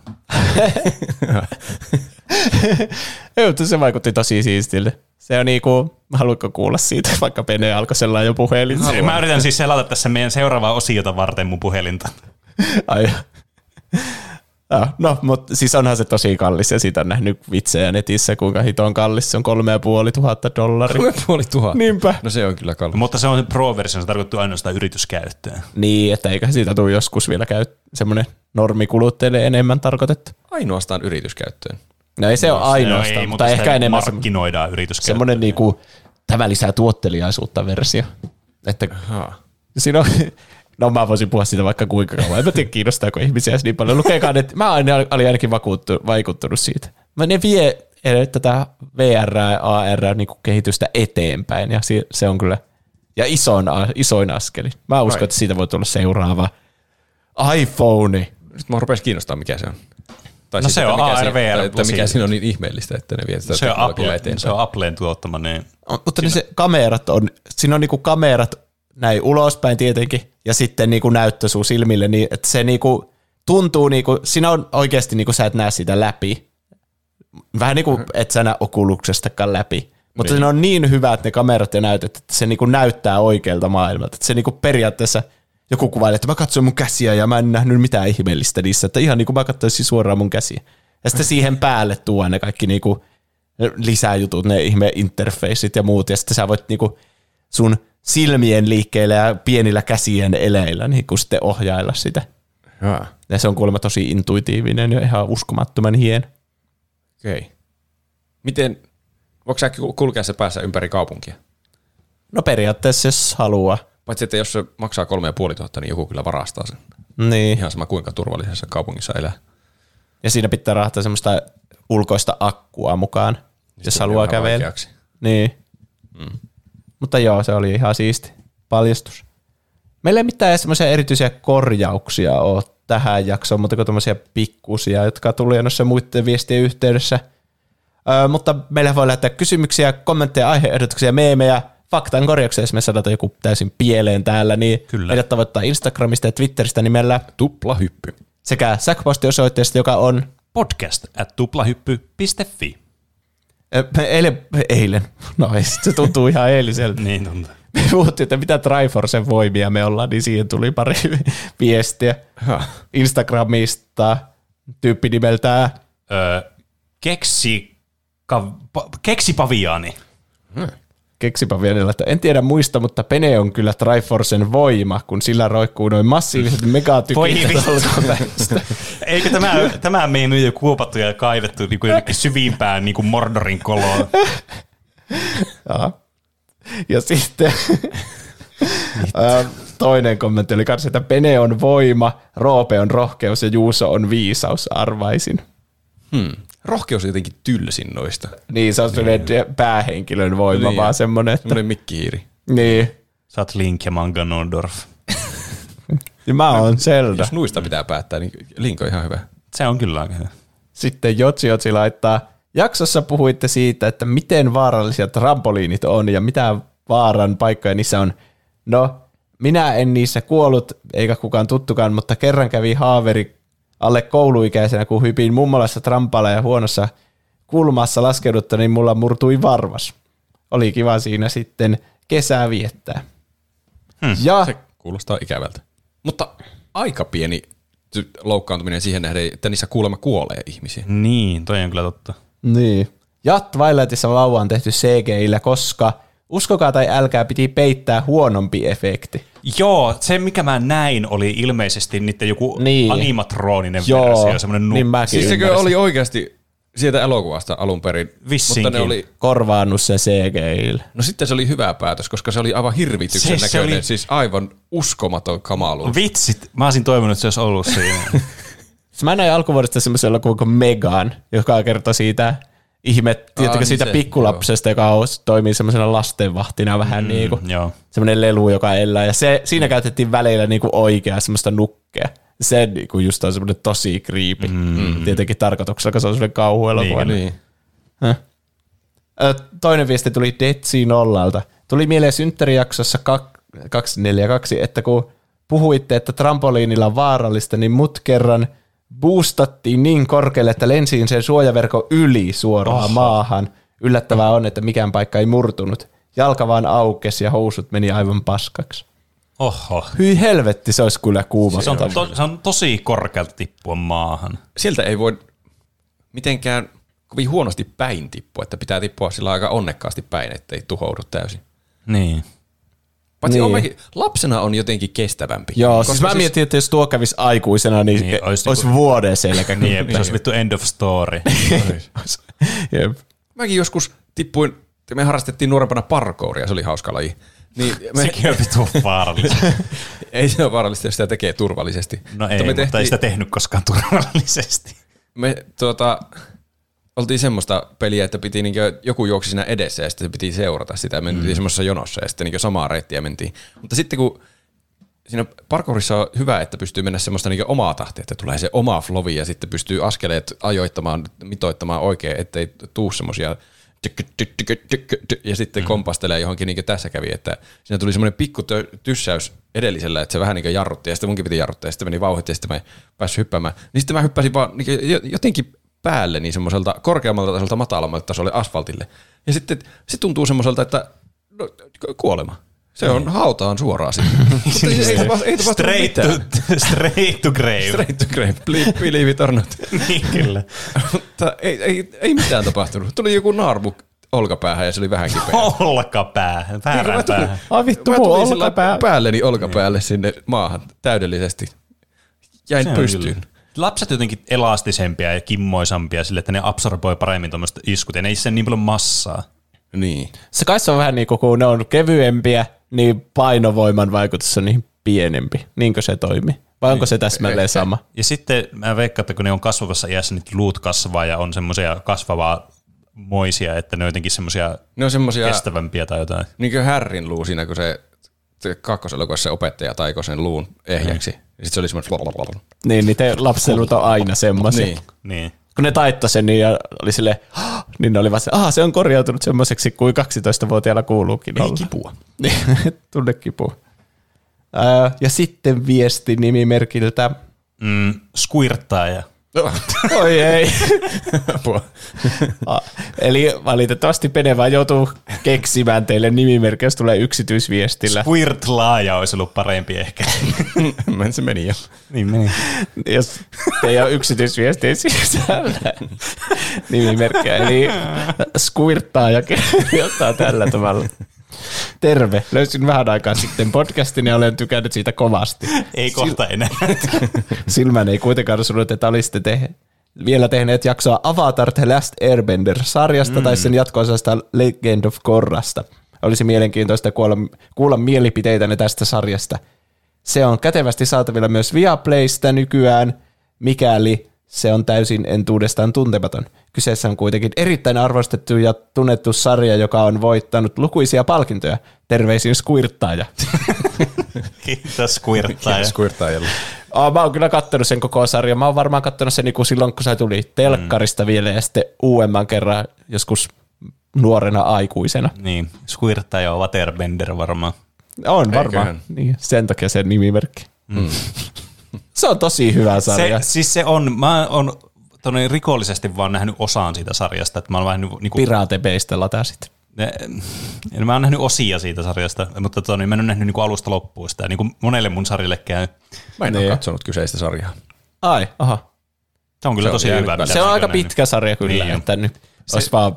Ei, mutta se vaikutti tosi siistille. Se on niinku, haluatko kuulla siitä, vaikka Pene alkoi sellainen jo puhelin. Haluan. Mä yritän siis selata tässä meidän seuraavaa osiota varten mun puhelinta. Ai ja, no, mutta siis onhan se tosi kallis ja siitä on nähnyt vitsejä netissä, kuinka hiton kallis se on kolme ja puoli tuhatta dollaria. Kolme puoli tuhatta. Niinpä. No se on kyllä kallis. Mutta se on Pro-versio, se tarkoittaa ainoastaan yrityskäyttöön. Niin, että eikä siitä tule joskus vielä käy semmoinen normikuluttajille enemmän tarkoitettu. Ainoastaan yrityskäyttöön. No ei se no, ole ainoastaan, ei, mutta sitä ehkä enemmän markkinoidaan yrityskäyttöön. semmoinen niinku, tämä lisää tuotteliaisuutta versio. Että siinä on, no mä voisin puhua siitä vaikka kuinka kauan. En mä tiedä, kiinnostaako ihmisiä niin paljon. Lukeekaan, että mä olin ainakin vakuuttunut, vaikuttunut siitä. Mä ne vie tätä V R ja A R niin kehitystä eteenpäin ja se on kyllä, ja isoin, isoin askeli. Mä uskon, right. että siitä voi tulla seuraava iPhone. Nyt mä rupesin kiinnostaa, mikä se on. Tai no siis, se on mikä A R siinä, V R. tai, että mikä siinä on niin ihmeellistä, että ne vie sitä se on teknologiaa Apple, eteenpäin. se on Applen tuottama. Niin mutta ne se kamerat on, siinä on niinku kamerat näin ulospäin tietenkin, ja sitten niinku näyttö sun silmille, niin että se niinku tuntuu, niinku, siinä on oikeasti, niinku sä et näe sitä läpi. Vähän niin kuin et sä näe Oculuksestakaan läpi. Mutta niin. Ne on niin hyvät ne kamerat ja näytöt, että se niinku näyttää oikealta maailmalta. Että se niinku periaatteessa joku kuvailee, että mä katsoin mun käsiä ja mä en nähnyt mitään ihmeellistä niissä. Että ihan niin kuin mä katsoisin suoraan mun käsiä. Ja sitten siihen päälle tuo ne kaikki niinku lisäjutut, ne ihme interfaceit ja muut. Ja sitten sä voit niinku sun silmien liikkeillä ja pienillä käsien eleillä niinku sitten ohjailla sitä. Ja. Ja se on kuulemma tosi intuitiivinen ja ihan uskomattoman hieno. Okei. Okay. Miten, voiko sä kulkea se päässä ympäri kaupunkia? No periaatteessa jos haluaa. Paitsi, että jos se maksaa kolme ja puoli tuhatta, niin joku kyllä varastaa sen. Niin. Ihan sama kuinka turvallisessa kaupungissa elää. Ja siinä pitää rahtaa semmoista ulkoista akkua mukaan, ja jos haluaa kävellä. Niin. Mm. Mutta joo, se oli ihan siisti paljastus. Meillä ei mitään semmoisia erityisiä korjauksia ole tähän jaksoon, mutta kuin tämmöisiä pikkusia, jotka tuli noissa muiden viestien yhteydessä. Öö, mutta meillä voi lähettää kysymyksiä, kommentteja, aihe-ehdotuksia, meemejä, faktan korjauksia, jos me sanotaan joku täysin pieleen täällä, niin Kyllä. meidät tavoittaa Instagramista ja Twitteristä nimellä Tuplahyppy. Sekä sähköpostiosoitteesta, joka on podcast at tuplahyppy piste fi. Eilen, eilen. No ei, se tuntuu ihan eiliseltä. Niin tuntuu. Me puhuttiin, että mitä Triforcen voimia me ollaan, niin siihen tuli pari viestiä. Instagramista tyyppi nimeltään öö, keksi, ka, pa, keksipaviaani. Hmm. Keksipavianilla, että en tiedä muista, mutta Pene on kyllä Triforcen voima, kun sillä roikkuu noin massiiviset megatykit olkapäistä. Eikö tämä, tämä meidän nyt jo kuopattu ja kaivettu niin kuin jonnekin syvimpään niin kuin Mordorin koloon? Ja, ja sitten toinen kommentti oli kanssa, että Pene on voima, Roope on rohkeus ja Juuso on viisaus, arvaisin. Hmm. Rohkeus on jotenkin tylsin noista. Niin, se on sellainen niin. päähenkilön voima, niin. vaan semmoinen, että... Semmoinen mikkihiiri. Niin. Sä oot Link ja Manganondorf. Ja mä oon Zelda. Jos nuista pitää päättää, niin Link on ihan hyvä. Se on kyllä aika hyvä. Sitten Jotsi Jotsi laittaa, jaksossa puhuitte siitä, että miten vaarallisia trampoliinit on ja mitä vaaran paikkoja niissä on. No, minä en niissä kuollut, eikä kukaan tuttukaan, mutta kerran kävi haaveri alle kouluikäisenä, kun hypin mummolassa trampalla ja huonossa kulmassa laskeudutta, niin mulla murtui varvas. Oli kiva siinä sitten kesää viettää. Hmm. Ja se kuulostaa ikävältä. Mutta aika pieni loukkaantuminen siihen nähden, että niissä kuulemma kuolee ihmisiä. Niin, toi on kyllä totta. Niin. Ja Twilightissa vauva on tehty C G I:llä, koska uskokaa tai älkää piti peittää huonompi efekti. Joo, se mikä mä näin oli ilmeisesti niiden joku niin. animatroninen Joo, versio, semmoinen niin nukka. Siis sekö oli oikeasti sieltä elokuvasta alun perin? Vissinkin. Mutta ne oli korvaannut se C G I:llä. No sitten se oli hyvä päätös, koska se oli aivan hirvityksen Se- se näköinen, oli- siis aivan uskomaton kamaluus. Vitsit, mä olisin toivonut, että se olisi ollut siinä. Mä näin alkuvuodesta semmoisen elokuvan kuin Megan, joka kertoi siitä ihme, tietenkin niin siitä se, pikkulapsesta, joka toimii semmoisena lastenvahtina vähän mm, niin kuin Joo. semmoinen lelu, joka elää. Ja se, siinä käytettiin välillä niin kuin oikeaa semmoista nukkea. Se niin kuin just on semmoinen tosi creepy. Mm. Tietenkin tarkoituksella, koska se on semmoinen kauhuelokuva. Niin, Niin. Häh? Ö, Toinen viesti tuli Detsi nollalta. Tuli mieleen synttärijaksossa kaksisataaneljäkymmentäkaksi, että kun puhuitte, että trampoliinilla on vaarallista, niin mut kerran boostattiin niin korkealle, että lensin sen suojaverkon yli suoraan Oho. maahan. Yllättävää on, että mikään paikka ei murtunut. Jalka vaan aukesi ja housut meni aivan paskaksi. Oho. Hyi helvetti, se olisi kyllä kuuma. Se on, to, se on tosi korkealta tippua maahan. Sieltä ei voi mitenkään kovin huonosti päin tippua, että pitää tippua sillä aika onnekkaasti päin, ettei tuhoudu täysin. Niin. Paitsi Niin. on mäkin, lapsena on jotenkin kestävämpi. Joo, Koska siis mä mietin, että jos tuo kävisi aikuisena, niin, Niin, niin olisi olisi niinku- vuoden selkä. Niin, se olisi vittu end of story. Jep. Mäkin joskus tippuin, me harrastettiin nuorempana parkouria, se oli hauska laji. Niin me, Sekin on vittu vaarallista. ei se ole vaarallista, jos sitä tekee turvallisesti. No ei, me mutta tehtiin, ei sitä tehnyt koskaan turvallisesti. Me tuota, oltiin semmoista peliä, että piti niin joku juoksi siinä edessä ja sitten piti seurata sitä. Me mentiin mm. semmoisessa jonossa ja sitten niin samaa reittiä mentiin. Mutta sitten kun siinä parkourissa on hyvä, että pystyy mennä semmoista niin omaa tahtia, että tulee se oma flowi ja sitten pystyy askeleet ajoittamaan, mitoittamaan oikein, ettei tuu semmoisia ja sitten kompastelee johonkin niin kuin tässä kävi, että siinä tuli semmoinen pikku tyssäys edellisellä, että se vähän niin kuin jarrutti ja sitten munkin piti jarruttaa ja sitten meni vauhdit ja sitten mä en päässyt hyppäämään. Niin sitten mä hyppäsin vaan niin jotenkin päälle niin semmoiselta korkeammalta tasolta matalammalta tasolle asfaltille. Ja sitten se tuntuu semmoiselta, että no, kuolema. Se on hautaan suoraan sitten. Mutta ei, ei, tapahtu, ei tapahtunut Straight to, mitään. straight to grave. Straight to grave. Believe, believe it or not. Niin kyllä. Mutta ei, ei, ei mitään tapahtunut. Tuli joku naarmu olkapäähän ja se oli vähän kipeä. Olkapäähän, väärään päähän. Ai vittu, Mä mun tulin sillä olkapää. päälleni olkapäälle sinne maahan täydellisesti. Jäin Se on pystyyn. kyllä. Lapset jotenkin elastisempia ja kimmoisampia sille, että ne absorboi paremmin tuommoista iskut ja ne ei sen niin paljon massaa. Niin. Se kai se on vähän niin kuin, kun ne on kevyempiä, niin painovoiman vaikutus on niin pienempi. Niinkö se toimii? Vai onko se täsmälleen sama? Ja sitten mä veikkaan, että kun ne on kasvavassa iässä, niin luut kasvaa ja on semmoisia kasvavaa moisia, että ne on jotenkin semmoisia Ne on semmosia, kestävämpiä tai jotain. niin kuin Harryn luu siinä, kun se, se kakkoselokuvassa se opettaja taikoi sen luun ehjäksi. Ja sitten se oli semmoinen... Niin, niitä lapselut on aina semmoisia. Niin. Niin. Kun ne taittoi sen, niin ja oli silleen, niin ne oli vaan se, aha, se on korjautunut semmoiseksi kuin kaksitoistavuotiaalla kuuluukin Ei olla. kipua. Niin, tunne kipua. Ää, ja sitten viesti nimimerkiltä. Mm, squirttaaja. Oi ei. Eli valitettavasti Pene vaan joutuu keksimään teille nimimerkkiä, jos tulee yksityisviestillä. Squirtlaaja olisi ollut parempi ehkä. Se meni jo. Niin meni. Jos ei ole yksityisviestiä sisällä nimimerkkiä. Eli squirttaa ja kirjoittaa tällä tavalla. Terve. Löysin vähän aikaa sitten podcastin ja olen tykännyt siitä kovasti. Ei kohta enää. Silmän ei kuitenkaan osunut, että olisitte te- vielä tehneet jaksoa Avatar The Last Airbender-sarjasta mm. tai sen jatko-osasta Legend of Korrasta. Olisi mielenkiintoista kuulla, kuulla mielipiteitänne tästä sarjasta. Se on kätevästi saatavilla myös Viaplaysta nykyään, mikäli se on täysin entuudestaan tuntematon. Kyseessä on kuitenkin erittäin arvostettu ja tunnettu sarja, joka on voittanut lukuisia palkintoja. Terveisin squirttaaja. Kiitos squirttaaja. Squirttaajalle. Oh, mä oon kyllä kattonut sen koko sarjan. Mä oon varmaan kattonut sen niin silloin, kun se tuli telkkarista mm. vielä ja sitten uudemman kerran joskus nuorena aikuisena. Niin, squirttaaja on waterbender varmaan. On varmaan. Niin, sen takia se nimimerkki. Mm. Se on tosi hyvä sarja. Se, siis se on, mä oon tonne rikollisesti vaan nähnyt osaan siitä sarjasta, että mä oon vähän niinku... Piraatebeistä latasit. Ne, mä oon nähnyt osia siitä sarjasta, mutta toni, mä en ole nähnyt niinku alusta loppuun sitä, niin kuin monelle mun sarjalle käy. Mä en niin. ole katsonut kyseistä sarjaa. Ai, aha. Se on kyllä se tosi on hyvä. Se on aika pitkä sarja kyllä, niin että nyt olisi vaan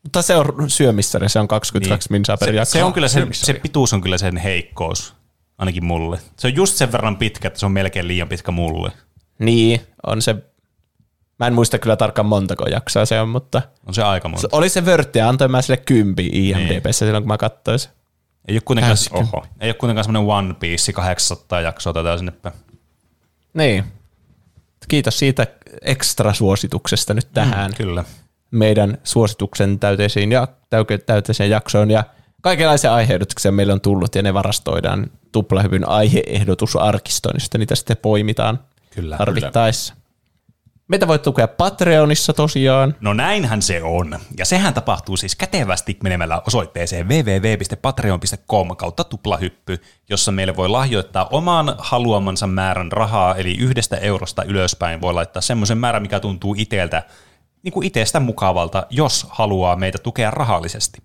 Mutta se on syömissarja, se on kaksikymmentäkaksi niin. minsaa per jakso. Se, on kyllä se, se pituus on kyllä sen heikkous, ainakin mulle. Se on just sen verran pitkä, että se on melkein liian pitkä mulle. Niin, on se. Mä en muista kyllä tarkkaan montako jaksoa se on, mutta... On se aika monta. Oli se vörtti ja antoi mä sille kympi I M D B:ssä niin. silloin, kun mä katsoin se. Ei ole kuitenkaan, oho, ei ole kuitenkaan semmoinen One Piece kahdeksansataa jaksoa tätä sinne päin. Niin. Kiitos siitä ekstra suosituksesta nyt tähän. Mm, kyllä. Meidän suosituksen täyteisiin, ja, täyteiseen jaksoon ja kaikenlaisia aiheehdotuksia meille on tullut ja ne varastoidaan Tuplahypyn aiheehdotusarkistoon, josta niitä sitten poimitaan kyllä, tarvittaessa. Kyllä. Meitä voi tukea Patreonissa tosiaan. No näinhän se on. Ja sehän tapahtuu siis kätevästi menemällä osoitteeseen double-u double-u double-u piste patreon piste com kautta tuplahyppy, jossa meille voi lahjoittaa oman haluamansa määrän rahaa, eli yhdestä eurosta ylöspäin voi laittaa semmoisen määrän, mikä tuntuu iteltä, niin kuin itsestä mukavalta, jos haluaa meitä tukea rahallisesti.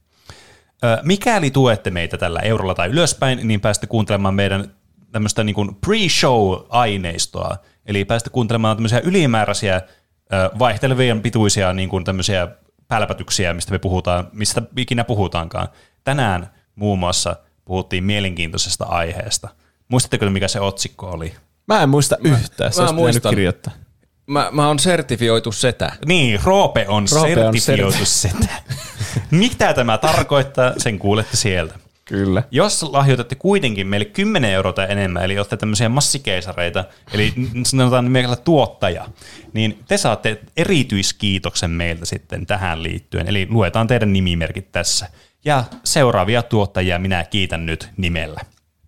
Mikäli tuette meitä tällä eurolla tai ylöspäin, niin pääsette kuuntelemaan meidän tämmöistä niin kuin pre-show-aineistoa, eli pääsette kuuntelemaan tämmöisiä ylimääräisiä vaihtelevien pituisia niin kuin tämmöisiä pälpätyksiä, mistä me puhutaan, mistä ikinä puhutaankaan. Tänään muun muassa puhuttiin mielenkiintoisesta aiheesta. Muistatteko, mikä se otsikko oli? Mä en muista yhtään, se mä olisi muistan. kirjoittaa. Mä, mä oon sertifioitu setä. Niin, Roope on Roope sertifioitu on setä. Mitä tämä tarkoittaa, sen kuulette sieltä. Kyllä. Jos lahjoitatte kuitenkin meille kymmenen euroa tai enemmän, eli olette tämmöisiä massikeisareita, eli sanotaan nimellä tuottaja, niin te saatte erityiskiitoksen meiltä sitten tähän liittyen, eli luetaan teidän nimimerkit tässä. Ja seuraavia tuottajia minä kiitän nyt nimellä.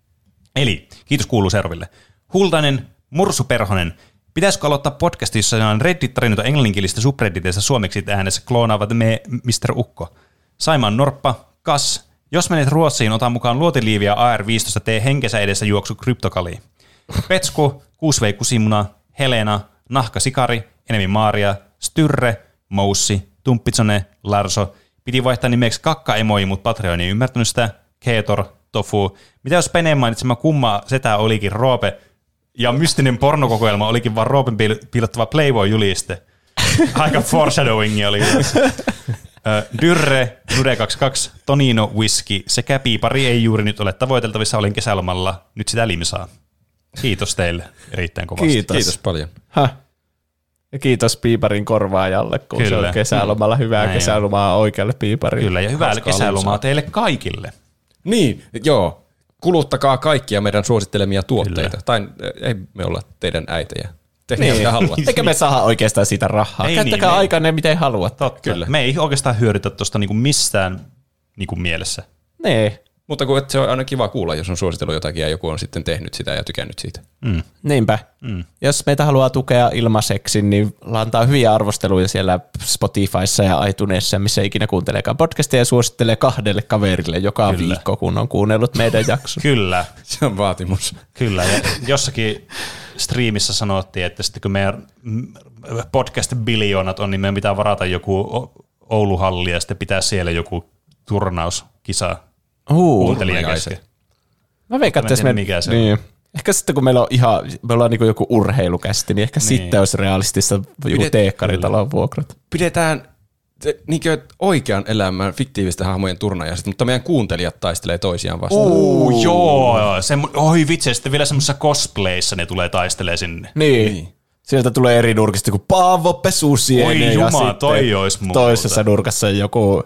Eli kiitos kuuluu seuraaville. Hultanen, Mursu Perhonen, pitäisikö aloittaa podcastissa on Reddit-tarinoita englanninkielistä subredditeista suomeksi äänessä kloonaavat me mister Ukko. Saimaan Norppa, Kas, jos menet Ruotsiin, ota mukaan luotiliiviä A R viisitoista, tee henkensä edessä juoksu kryptokaliin. Petsku, Kuusvei Kusimuna, Helena, Nahka Sikari, Enemi Maaria, Styrre, Moussi, Tumppitsone, Larso. Piti vaihtaa nimeksi Kakka-emoji, mutta Patreon ei ymmärtänyt sitä. Keetor, Tofu. Mitä jos Peneen mainitsema kumma setä olikin Roope, ja mystinen pornokokoelma olikin vaan Roopen piilottava Playboy-juliste. Aika foreshadowingi oli. Dyrre, Nude kaksikymmentäkaksi, Tonino Whisky sekä piipari ei juuri nyt ole tavoiteltavissa, olen kesälomalla, nyt sitä limsaa. Kiitos teille erittäin kovasti. Kiitos. Kiitos paljon. Häh. Ja kiitos piiparin korvaajalle, kun Kyllä. se on kesälomalla. Hyvää Näin kesälomaa oikealle piiparille. Kyllä, ja hyvää Hauskaa kesälomaa limsaa. teille kaikille. Niin, joo. Kuluttakaa kaikkia meidän suosittelemia tuotteita. Kyllä. Tai ei me olla teidän äitejä. Tehkää Niin. mitä haluatte. Eikä me saada oikeastaan siitä rahaa. Ei Käyttäkää niin, aikaa ne miten haluat. Totta. Kyllä. Me ei oikeastaan hyödytä tuosta niinku missään niinku mielessä. Nee. Mutta kun, se on aina kiva kuulla, jos on suositellut jotakin ja joku on sitten tehnyt sitä ja tykännyt siitä. Mm. Niinpä. Mm. Jos meitä haluaa tukea ilmaiseksi, niin antaa hyviä arvosteluja siellä Spotifyssa ja iTunesissa, missä ikinä kuunteleekaan podcastia ja suosittelee kahdelle kaverille joka Kyllä. viikko, kun on kuunnellut meidän jakson. Kyllä, Se on vaatimus. kyllä. Ja jossakin striimissä sanottiin, että sitten kun meidän podcast-biljoonat on, niin meidän pitää varata joku Ouluhalli ja sitten pitää siellä joku turnauskisa Uh, kuuntelijan kesken. Mä veikkaan, että Mä en tiedä, me, mikä se on. niin. Ehkä sitten kun meillä on ihan, me ollaan niin joku urheilukästi, niin ehkä Niin. sitten olisi realistista joku Pidet- teekkaritalon vuokrat. Pidetään te, niinkö oikean elämän fiktiivisten hahmojen turnajaiset, mutta meidän kuuntelijat taistelee toisiaan vastaan. Uh, joo, se, oi vitsi, ja sitten vielä semmoisessa cosplayissa ne tulee taistelee sinne. Niin. niin. Sieltä tulee eri nurkista kuin Paavo Pesusiene. Oi ja jumala, sitten toi ois muuta. toisessa nurkassa joku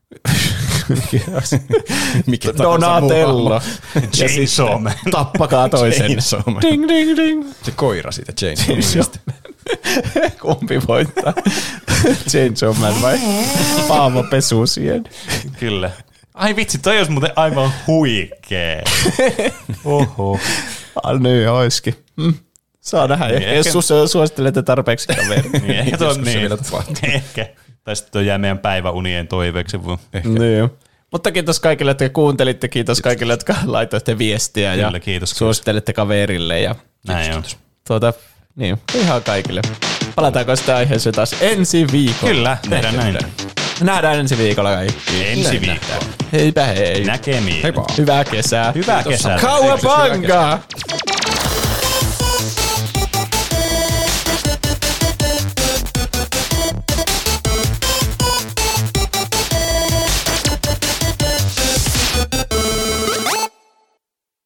Mikä Donatello. Chainsaw Man. Tappakaa toisen. Chainsaw Man. Ding, ding, ding. Se koira siitä Chainsaw Manista. Kumpi voittaa? Chainsaw Man vai Paavo Pesusiene? Kyllä. Ai vitsi, toi olisi muuten aivan huikee. Oho. Ah, niin, oiskin. Mm. Saa nähdä. Niin, Niin, jos ehkä- su- suosittelette tarpeeksi kaveri. Niin, ehkä tuo, Joskus se niin, vielä tapahtuu. ehkä. Tai sitten tuo jää meidän päiväunien toiveeksi. Niin. Mutta kiitos kaikille, jotka kuuntelitte. Kiitos kaikille, jotka laitoitte viestiä Kyllä, ja kiitos, suosittelette kaverille. Ja Näin on. tuota, niin, ihan kaikille. Palataanko sitä aiheeseen taas ensi viikolla? Kyllä, tehdään näin. Nähdään ensi viikolla kaikki. Ensi viikkoon. Heipä hei. Näkemiin. Heippa. Hyvää kesää. Hyvää kesää. Kauapangaa!